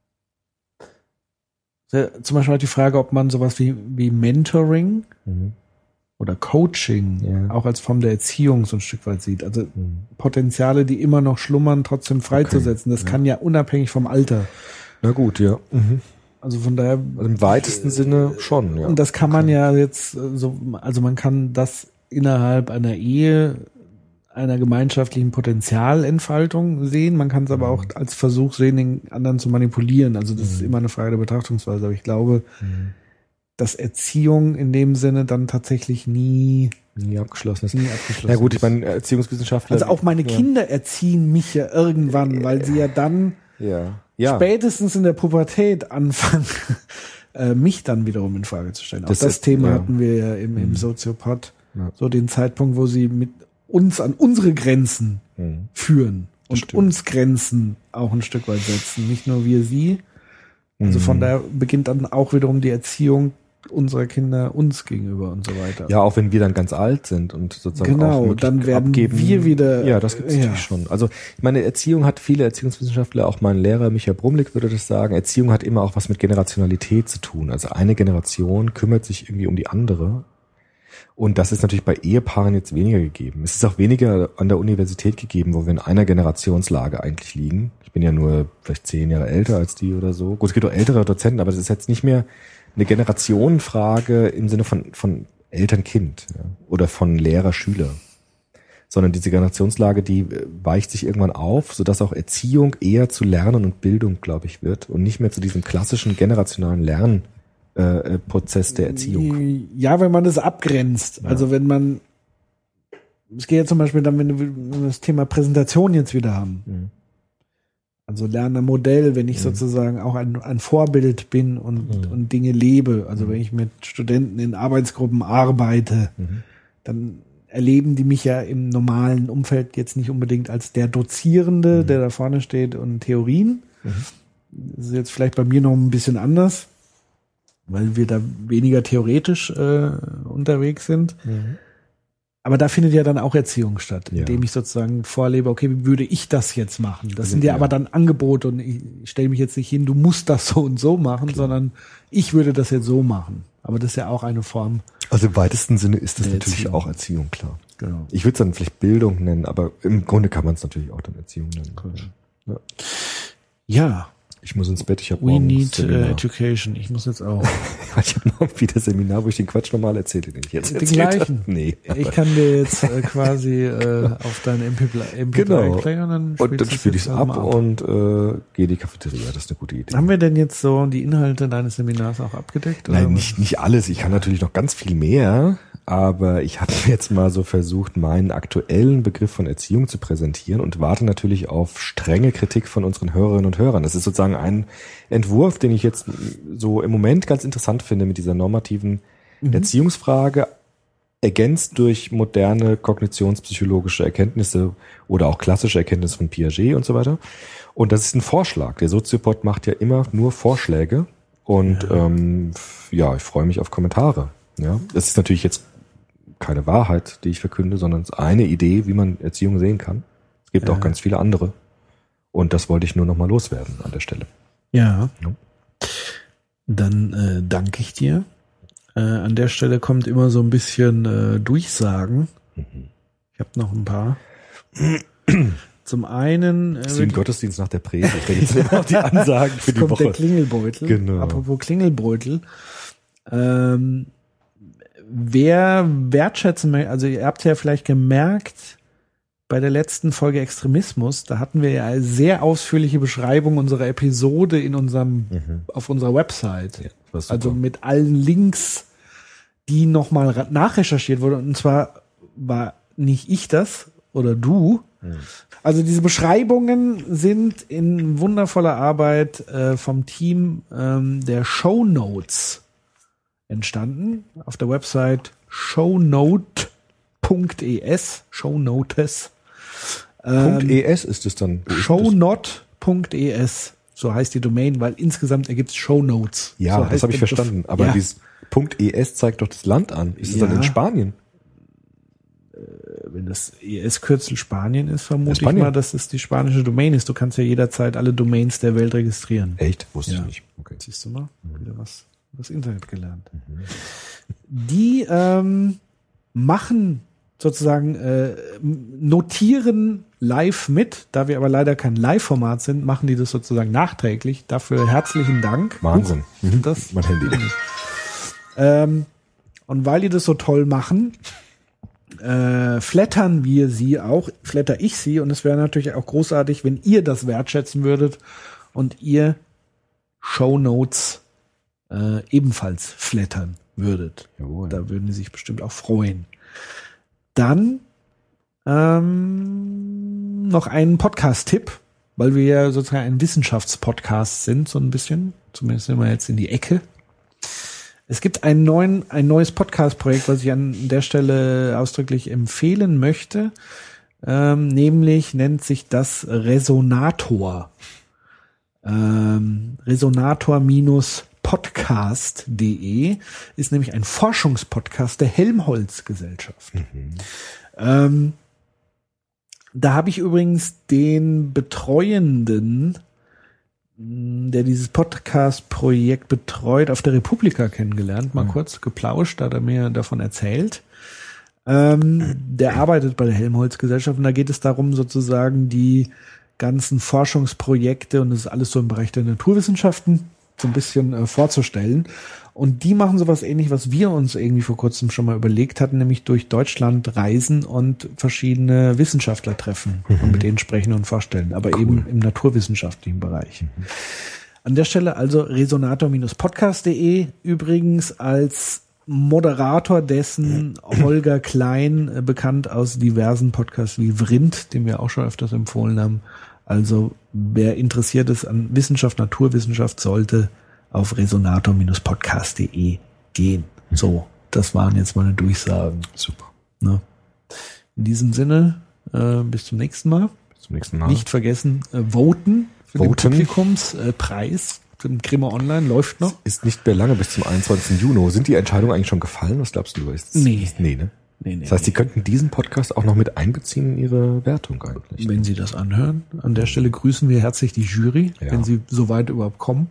zum Beispiel halt die Frage, ob man sowas wie, wie Mentoring mhm. oder Coaching ja. auch als Form der Erziehung so ein Stück weit sieht. Also mhm. Potenziale, die immer noch schlummern, trotzdem freizusetzen. Das ja. kann ja unabhängig vom Alter. Na gut, ja. Mhm. Also von daher. Also im weitesten äh, Sinne schon, ja. Und das kann man okay. ja jetzt so, also man kann das innerhalb einer Ehe, einer gemeinschaftlichen Potenzialentfaltung sehen. Man kann es aber auch als Versuch sehen, den anderen zu manipulieren. Also das mhm. ist immer eine Frage der Betrachtungsweise. Aber ich glaube, mhm. dass Erziehung in dem Sinne dann tatsächlich nie nie abgeschlossen ist. Nie abgeschlossen ja gut, ich meine, Erziehungswissenschaftler. Also auch meine Kinder ja. erziehen mich ja irgendwann, weil sie ja dann ja. Ja. spätestens in der Pubertät anfangen, äh, mich dann wiederum in Frage zu stellen. Das auch das ist, Thema ja. hatten wir ja im, im mhm. Soziopod. Ja. So den Zeitpunkt, wo sie mit uns an unsere Grenzen mhm. führen und Stimmt. uns Grenzen auch ein Stück weit setzen. Nicht nur wir sie. Also mhm. von daher beginnt dann auch wiederum die Erziehung unserer Kinder uns gegenüber und so weiter. Ja, auch wenn wir dann ganz alt sind und sozusagen genau, auch dann werden abgeben. wir wieder. Ja, das gibt es ja. natürlich schon. Also meine Erziehung hat viele Erziehungswissenschaftler, auch mein Lehrer Michael Brumlik würde das sagen, Erziehung hat immer auch was mit Generationalität zu tun. Also eine Generation kümmert sich irgendwie um die andere. Und das ist natürlich bei Ehepaaren jetzt weniger gegeben. Es ist auch weniger an der Universität gegeben, wo wir in einer Generationslage eigentlich liegen. Ich bin ja nur vielleicht zehn Jahre älter als die oder so. Gut, es gibt auch ältere Dozenten, aber das ist jetzt nicht mehr eine Generationenfrage im Sinne von, von Eltern-Kind ja, oder von Lehrer-Schüler. Sondern diese Generationslage, die weicht sich irgendwann auf, sodass auch Erziehung eher zu Lernen und Bildung, glaube ich, wird und nicht mehr zu diesem klassischen generationalen Lernen. Äh, Prozess der Erziehung. Ja, wenn man das abgrenzt. Ja. Also wenn man, es geht ja zum Beispiel dann, wenn wir das Thema Präsentation jetzt wieder haben. Mhm. Also Lernermodell, wenn ich mhm. sozusagen auch ein, ein Vorbild bin und, mhm. und Dinge lebe. Also mhm. wenn ich mit Studenten in Arbeitsgruppen arbeite, mhm. dann erleben die mich ja im normalen Umfeld jetzt nicht unbedingt als der Dozierende, mhm. der da vorne steht und Theorien. Mhm. Das ist jetzt vielleicht bei mir noch ein bisschen anders, weil wir da weniger theoretisch äh, unterwegs sind. Mhm. Aber da findet ja dann auch Erziehung statt, ja. indem ich sozusagen vorlebe, okay, wie würde ich das jetzt machen? Das sind ja, ja. aber dann Angebote und ich, ich stelle mich jetzt nicht hin, du musst das so und so machen, Klar. sondern ich würde das jetzt so machen. Aber das ist ja auch eine Form. Also im weitesten Sinne ist das natürlich Erziehung. Auch Erziehung, klar. Genau. Ich würde es dann vielleicht Bildung nennen, aber im Grunde kann man es natürlich auch dann Erziehung nennen. Cool. Ja. ja. Ich muss ins Bett, ich habe We need uh, education. Ich muss jetzt auch. Ich habe noch wieder Seminar, wo ich den Quatsch nochmal erzähle, den ich jetzt den erzählt gleichen. Habe. Nee. Ich kann dir jetzt äh, quasi äh, auf deinen M P drei genau. Player und dann und dann spiele ich es ab, ab und äh, gehe in die Cafeteria. Das ist eine gute Idee. Haben wir denn jetzt so die Inhalte deines Seminars auch abgedeckt? Nein, oder? nicht nicht alles. Ich kann natürlich noch ganz viel mehr, aber ich habe jetzt mal so versucht, meinen aktuellen Begriff von Erziehung zu präsentieren und warte natürlich auf strenge Kritik von unseren Hörerinnen und Hörern. Das ist sozusagen ein Entwurf, den ich jetzt so im Moment ganz interessant finde mit dieser normativen mhm. Erziehungsfrage, ergänzt durch moderne kognitionspsychologische Erkenntnisse oder auch klassische Erkenntnisse von Piaget und so weiter. Und das ist ein Vorschlag. Der Soziopod macht ja immer nur Vorschläge und ja, ähm, ja ich freue mich auf Kommentare. Ja, das ist natürlich jetzt keine Wahrheit, die ich verkünde, sondern es ist eine Idee, wie man Erziehung sehen kann. Es gibt Ja. auch ganz viele andere. Und das wollte ich nur noch mal loswerden an der Stelle. Ja. Ja. Dann äh, danke ich dir. Äh, an der Stelle kommt immer so ein bisschen äh, Durchsagen. Ich habe noch ein paar. Zum einen äh, Ist wie im Gottesdienst nach der Predigt. Da gibt es ja auch die Ansagen für die kommt Woche. der Klingelbeutel. Genau. Apropos Klingelbeutel. Ähm, wer wertschätzen möchte, also ihr habt ja vielleicht gemerkt, bei der letzten Folge Extremismus, da hatten wir ja eine sehr ausführliche Beschreibung unserer Episode in unserem, Mhm. auf unserer Website. Ja, das war super. Also mit allen Links, die nochmal ra- nachrecherchiert wurden. Und zwar war nicht ich das oder du. Mhm. Also diese Beschreibungen sind in wundervoller Arbeit äh, vom Team ähm, der Shownotes entstanden. Auf der Website shownote punkt es, Shownotes. Punkt .es ist es dann. Wo ist das? Shownote punkt es, so heißt die Domain, weil insgesamt ergibt es Shownotes. Ja, so das heißt habe ich der verstanden. Begriff. Aber ja. dieses Punkt .es zeigt doch das Land an. Ist es Ja. dann in Spanien? Wenn das E S-Kürzel Spanien ist, vermute Spanien. ich mal, dass es die spanische Domain ist. Du kannst ja jederzeit alle Domains der Welt registrieren. Echt? Wusste Ja. ich nicht. Okay. Siehst du mal? Wieder was das Internet gelernt. Die ähm, machen sozusagen, äh, notieren live mit. Da wir aber leider kein Live-Format sind, machen die das sozusagen nachträglich. Dafür herzlichen Dank. Wahnsinn. Mhm. Das, Mein Handy. ähm, und weil die das so toll machen, äh, flattern wir sie auch, flatter ich sie, und es wäre natürlich auch großartig, wenn ihr das wertschätzen würdet und ihr Shownotes äh, ebenfalls flattern würdet. Jawohl. Da würden die sich bestimmt auch freuen. Dann ähm, noch einen Podcast-Tipp, weil wir ja sozusagen ein Wissenschaftspodcast sind, so ein bisschen. Zumindest sind wir jetzt in die Ecke. Es gibt einen neuen, ein neues Podcast-Projekt, was ich an der Stelle ausdrücklich empfehlen möchte. Ähm, nämlich nennt sich das Resonator. Ähm, Resonator-podcast punkt de ist nämlich ein Forschungspodcast der Helmholtz-Gesellschaft. Ähm, da habe ich übrigens den Betreuenden, der dieses Podcast-Projekt betreut, auf der Republika kennengelernt, mal Mhm. kurz geplauscht, da hat er mir davon erzählt. Ähm, der arbeitet bei der Helmholtz-Gesellschaft und da geht es darum, sozusagen die ganzen Forschungsprojekte, und das ist alles so im Bereich der Naturwissenschaften, so ein bisschen äh, vorzustellen. Und die machen sowas ähnlich, was wir uns irgendwie vor kurzem schon mal überlegt hatten, nämlich durch Deutschland reisen und verschiedene Wissenschaftler treffen und mit denen sprechen und vorstellen, aber Cool. eben im naturwissenschaftlichen Bereich. An der Stelle also resonator podcast punkt de, übrigens als Moderator dessen Holger Klein, äh, bekannt aus diversen Podcasts wie Vrind, den wir auch schon öfters empfohlen haben. Also wer interessiert ist an Wissenschaft, Naturwissenschaft, sollte auf resonator podcast punkt de gehen. So, das waren jetzt meine Durchsagen. Super. Ne? In diesem Sinne, äh, bis zum nächsten Mal. Bis zum nächsten Mal. Nicht vergessen, äh, voten für Voten. den Publikumspreis. Äh, Grimme Online läuft noch. Ist nicht mehr lange bis zum einundzwanzigsten Juni. Sind die Entscheidungen eigentlich schon gefallen? Was glaubst du? Ist, Nee. Ist, nee, ne? Nee, nee, Das heißt, Sie könnten diesen Podcast auch noch mit einbeziehen in Ihre Wertung eigentlich. Wenn Sie das anhören. An der Stelle grüßen wir herzlich die Jury, Ja. wenn Sie so weit überhaupt kommen.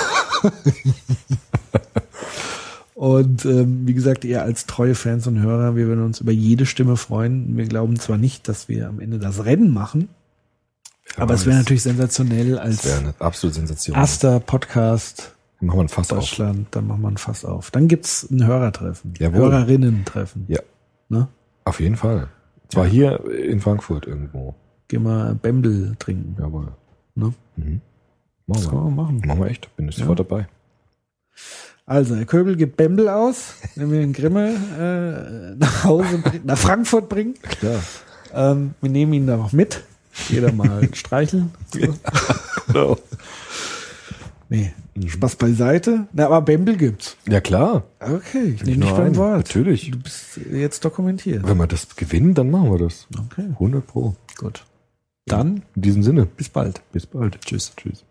Und ähm, wie gesagt, ihr als treue Fans und Hörer, wir würden uns über jede Stimme freuen. Wir glauben zwar nicht, dass wir am Ende das Rennen machen, aber es wäre natürlich sensationell Das als wäre eine absolute Sensation. erster Podcast Dann machen wir ein Fass auf. Deutschland. Dann machen wir ein Fass auf. Dann gibt's ein Hörertreffen. Jawohl. Hörerinnen-Treffen. Ja, Ne? auf jeden Fall. Zwar Ja. hier in Frankfurt irgendwo. Gehen wir Bembel trinken. Jawohl. Ne? Mhm. Das Machen kann wir. man machen. Machen wir echt. Bin ich Ja. sofort dabei. Also, Herr Köbel gibt Bembel aus, wenn wir den Grimme äh, nach Hause, bring- nach Frankfurt bringen. Klar. Ähm, wir nehmen ihn da noch mit. Jeder mal streicheln. So. Genau. Nee, Spaß beiseite. Na, aber Bembel gibt's. Ja, klar. Okay, ich nehme Nur dich beim einen. Wort. Natürlich. Du bist jetzt dokumentiert. Wenn wir das gewinnen, dann machen wir das. Okay, hundert Pro. gut. Dann In diesem Sinne. bis bald. Bis bald. Tschüss. Tschüss.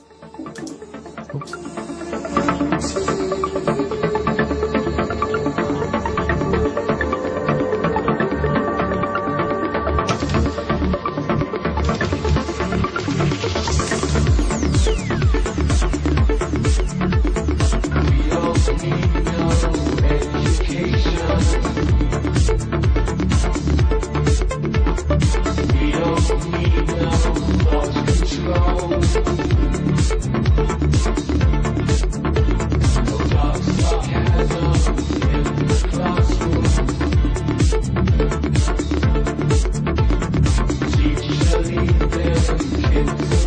Ups. Tschüss.